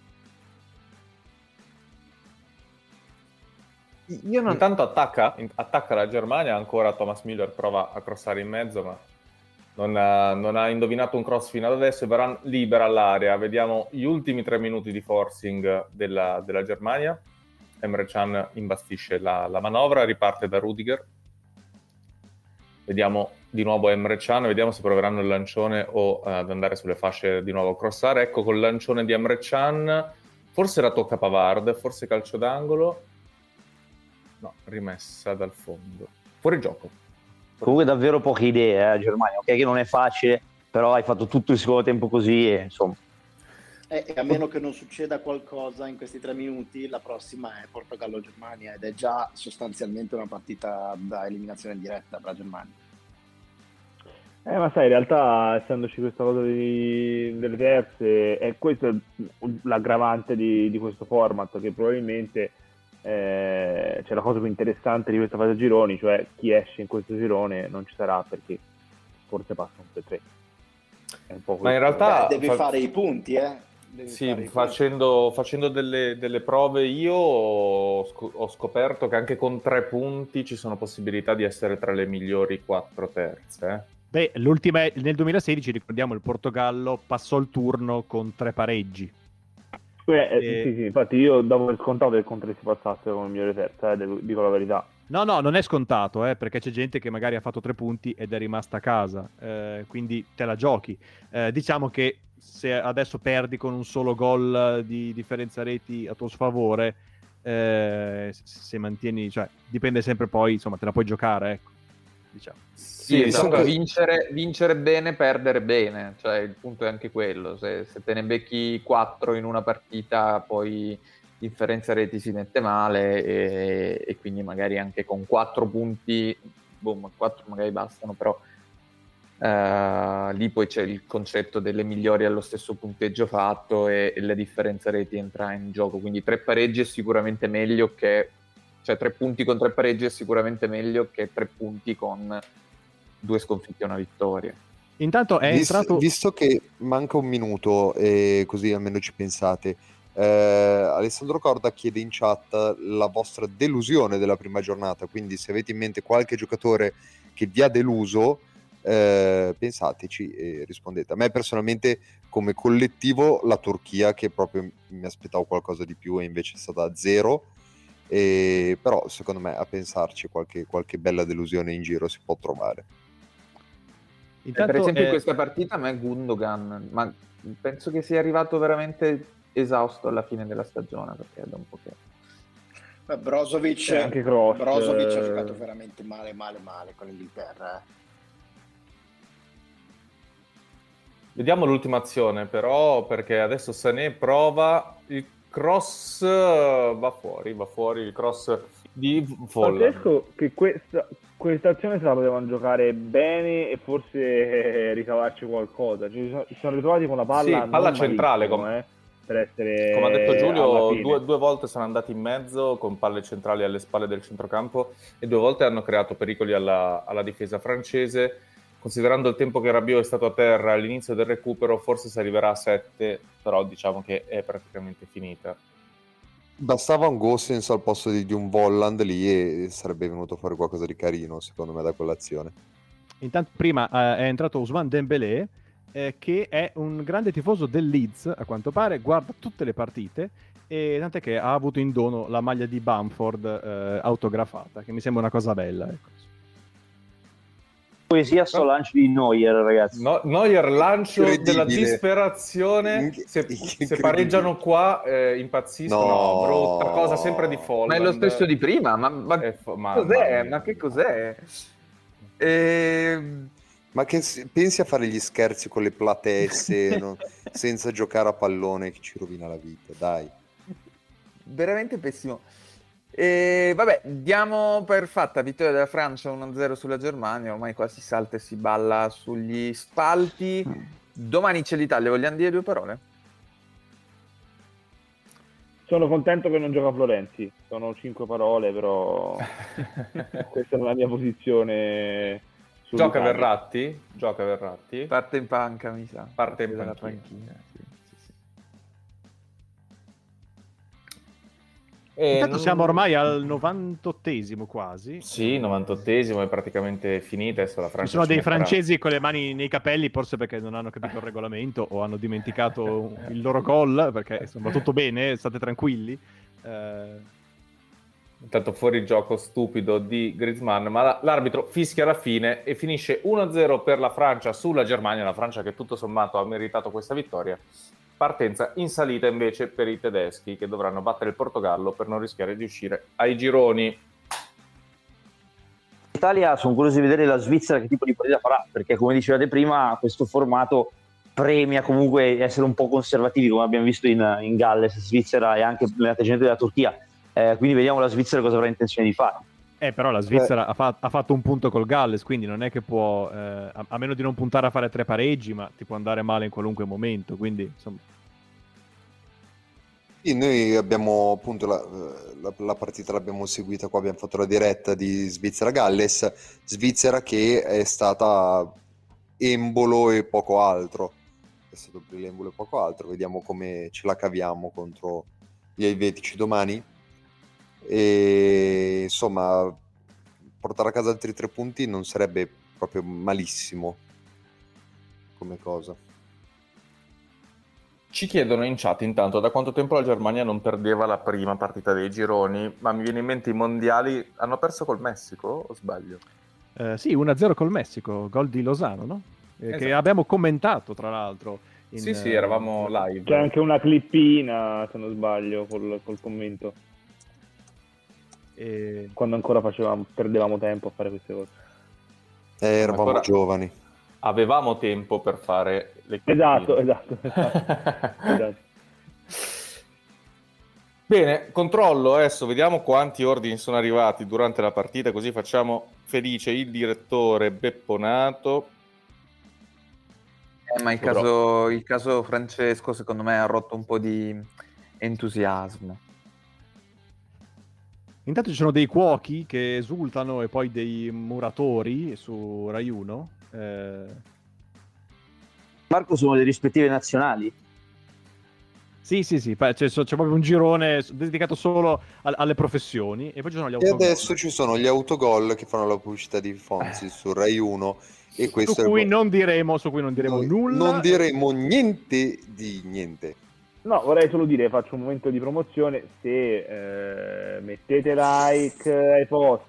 Intanto attacca la Germania, ancora Thomas Müller prova a crossare in mezzo, ma non ha indovinato un cross fino ad adesso, e Varane libera l'area. Vediamo gli ultimi 3 minuti di forcing della Germania. Emre Can imbastisce la manovra, riparte da Rudiger. Vediamo di nuovo Emre Can, vediamo se proveranno il lancione o ad andare sulle fasce di nuovo a crossare. Ecco, col lancione di Emre Can, forse la tocca Pavard, forse calcio d'angolo. No, rimessa dal fondo. Fuori gioco. Comunque davvero poche idee, Germania. Ok che non è facile, però hai fatto tutto il secondo tempo così e insomma. E a meno che non succeda qualcosa in questi 3 minuti, la prossima è Portogallo-Germania ed è già sostanzialmente una partita da eliminazione diretta per la Germania. Ma sai, in realtà essendoci questa cosa delle terze, è questo l'aggravante di questo format, che probabilmente c'è la cosa più interessante di questa fase a gironi, cioè chi esce in questo girone non ci sarà perché forse passano tutte e 3. Ma in realtà devi fare i punti, Sì, facendo delle prove io ho scoperto che anche con 3 punti ci sono possibilità di essere tra le migliori 4 terze. Beh, l'ultima nel 2016, ricordiamo, il Portogallo passò il turno con 3 pareggi. Sì, infatti io davo per scontato che il Conte si passasse come migliore terza, dico la verità. No, non è scontato, perché c'è gente che magari ha fatto 3 punti ed è rimasta a casa, quindi te la giochi. Diciamo che se adesso perdi con un solo gol di differenza reti a tuo sfavore, se mantieni, cioè dipende sempre poi, insomma, te la puoi giocare, ecco, diciamo. Sì, esatto. Vincere bene, perdere bene, cioè il punto è anche quello, se te ne becchi 4 in una partita poi differenza reti si mette male e quindi magari anche con 4 punti, 4 magari bastano, però lì poi c'è il concetto delle migliori allo stesso punteggio fatto e la differenza reti entra in gioco, quindi 3 pareggi è sicuramente meglio che, cioè 3 punti con 3 pareggi è sicuramente meglio che 3 punti con 2 sconfitte e una vittoria. Intanto è entrato... Visto che manca un minuto, così almeno ci pensate, Alessandro Corda chiede in chat la vostra delusione della prima giornata, quindi se avete in mente qualche giocatore che vi ha deluso, pensateci e rispondete. A me personalmente come collettivo la Turchia, che proprio mi aspettavo qualcosa di più e invece è stata 0, però secondo me a pensarci qualche bella delusione in giro si può trovare. Per esempio in questa partita a me Gundogan, ma penso che sia arrivato veramente esausto alla fine della stagione, perché da un po' che... Brozovic, anche Kroos, Brozovic ha giocato veramente male con l'Inghilterra. Vediamo l'ultima azione però, perché adesso Sané prova il cross, va fuori il cross di Folland. Pazzesco che questa azione se la potevano giocare bene e forse ricavarci qualcosa. Si sono ritrovati con la palla, Sì, palla non centrale, malissimo, per essere, come ha detto alla Giulio, fine. due volte sono andati in mezzo con palle centrali alle spalle del centrocampo e 2 volte hanno creato pericoli alla difesa francese. Considerando il tempo che Rabiot è stato a terra all'inizio del recupero, forse si arriverà a 7, però diciamo che è praticamente finita. Bastava un Gosens al posto di un Volland lì e sarebbe venuto fuori qualcosa di carino, secondo me, da quell'azione. Intanto prima è entrato Ousmane Dembélé, che è un grande tifoso del Leeds, a quanto pare, guarda tutte le partite, e tant'è che ha avuto in dono la maglia di Bamford autografata, che mi sembra una cosa bella, ecco. Poesia sto lancio di Neuer, ragazzi. Neuer lancio della Incredibile. disperazione. Se pareggiano qua impazziscono. No. Brutta cosa sempre di Folland. Ma è lo stesso di prima, ma cos'è? Ma che cos'è? Ma che pensi a fare gli scherzi con le platesse senza giocare a pallone, che ci rovina la vita, dai. Veramente pessimo. Vabbè, diamo per fatta vittoria della Francia 1-0 sulla Germania, ormai qua si salta e si balla sugli spalti. Domani c'è l'Italia, vogliamo dire 2 parole? Sono contento che non gioca Florenzi, sono 5 parole, però questa è la mia posizione. Gioca Verratti? Parte in panca, mi sa. Parte in dalla panchina. panchina. Sì. Intanto siamo ormai al 98esimo quasi. Sì, 98esimo è praticamente finita. Adesso la Francia Ci sono dei metterà... francesi con le mani nei capelli, forse perché non hanno capito il regolamento o hanno dimenticato il loro gol, perché insomma va tutto bene, state tranquilli. Intanto fuori gioco stupido di Griezmann, ma l'arbitro fischia alla fine e finisce 1-0 per la Francia sulla Germania, la Francia che tutto sommato ha meritato questa vittoria. Partenza in salita invece per i tedeschi, che dovranno battere il Portogallo per non rischiare di uscire ai gironi. Italia, sono curioso di vedere la Svizzera che tipo di partita farà, perché come dicevate prima questo formato premia comunque essere un po' conservativi, come abbiamo visto in Galles, Svizzera e anche nell'atteggiamento della Turchia, quindi vediamo la Svizzera cosa avrà intenzione di fare. Però la Svizzera ha fatto un punto col Galles, quindi non è che può, a meno di non puntare a fare 3 pareggi, ma ti può andare male in qualunque momento, quindi insomma. Sì, noi abbiamo appunto la partita l'abbiamo seguita qua, abbiamo fatto la diretta di Svizzera-Galles, Svizzera che è stata embolo e poco altro, è stato brillembolo e poco altro, vediamo come ce la caviamo contro gli elvetici domani. E insomma portare a casa altri 3 punti non sarebbe proprio malissimo come cosa. Ci chiedono in chat intanto da quanto tempo la Germania non perdeva la prima partita dei gironi, ma mi viene in mente i mondiali. Hanno perso col Messico o sbaglio? Sì, 1-0 col Messico, gol di Lozano, no? Che Esatto. abbiamo commentato tra l'altro. Sì, eravamo live. C'è anche una clippina, se non sbaglio, col commento. Quando ancora perdevamo tempo a fare queste cose. Eravamo Ancora giovani. Avevamo tempo per fare le Esatto. Bene, controllo adesso, vediamo quanti ordini sono arrivati durante la partita, così facciamo felice il direttore Bepponato. Ma il caso Francesco secondo me ha rotto un po' di entusiasmo. Intanto ci sono dei cuochi che esultano e poi dei muratori su Rai 1. Marco, sono le rispettive nazionali. Sì, c'è proprio un girone dedicato solo alle professioni e poi ci sono gli E autogol. adesso ci sono gli autogol che fanno la pubblicità di Fonzi su Rai 1 e questo su cui non diremo nulla. Non diremo niente di niente. No, vorrei solo dire, faccio un momento di promozione, se mettete like ai post,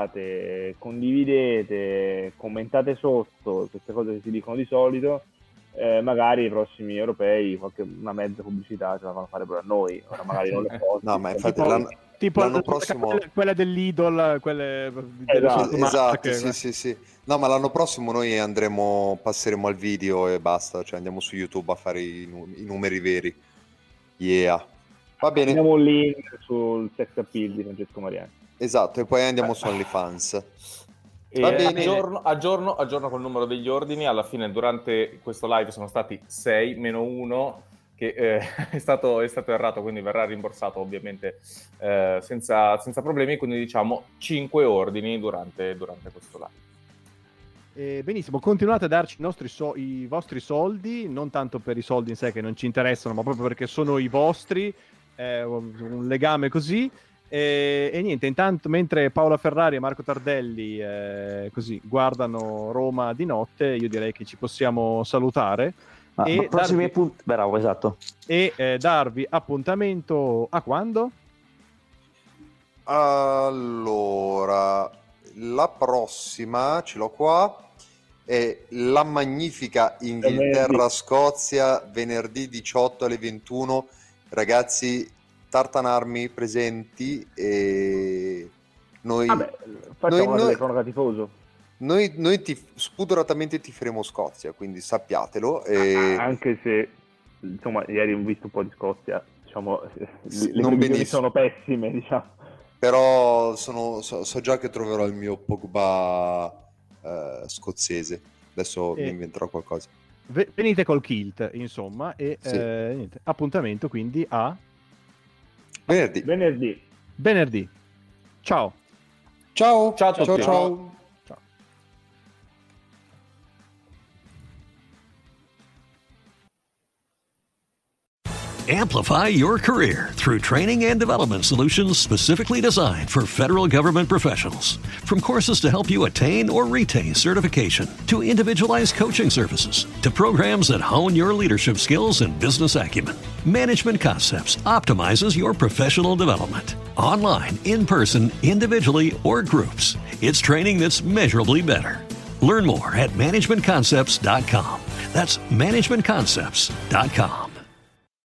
retweetate, condividete, commentate sotto, queste cose che si dicono di solito, magari i prossimi europei una mezza pubblicità ce la fanno fare pure a noi. Ora magari non le posso. No, ma infatti tipo l'anno prossimo quella dell'Idol, quelle esatto, sì. No, ma l'anno prossimo noi passeremo al video e basta, cioè andiamo su YouTube a fare i numeri veri. Yeah. Va bene. Andiamo lì sul sex appeal di Francesco Mariani. Esatto, e poi andiamo su OnlyFans. Va bene. Aggiorno col numero degli ordini. Alla fine durante questo live sono stati 6 meno 1 che è stato errato, quindi verrà rimborsato ovviamente senza problemi, quindi diciamo 5 ordini durante questo live. Benissimo, continuate a darci i vostri soldi, non tanto per i soldi in sé che non ci interessano, ma proprio perché sono i vostri, un legame così. E niente, intanto mentre Paola Ferrari e Marco Tardelli così guardano Roma di notte, io direi che ci possiamo salutare e bravo, esatto. E darvi appuntamento a quando? Allora, la prossima ce l'ho qua, è la magnifica Inghilterra-Scozia, venerdì 18 alle 21. Ragazzi, Tartanarmi presenti e noi facciamo una telecronaca tifoso. Noi spudoratamente tiferemo Scozia, quindi sappiatelo. Anche se insomma ieri ho visto un po' di Scozia, diciamo, le non previsioni sono pessime, diciamo. Però so già che troverò il mio Pogba scozzese. Adesso mi inventerò qualcosa. Venite col kilt, insomma, e sì. Niente, appuntamento quindi a venerdì. Ciao a tutti. Ciao. Amplify your career through training and development solutions specifically designed for federal government professionals. From courses to help you attain or retain certification, to individualized coaching services, to programs that hone your leadership skills and business acumen, Management Concepts optimizes your professional development. Online, in person, individually, or groups, it's training that's measurably better. Learn more at managementconcepts.com. That's managementconcepts.com.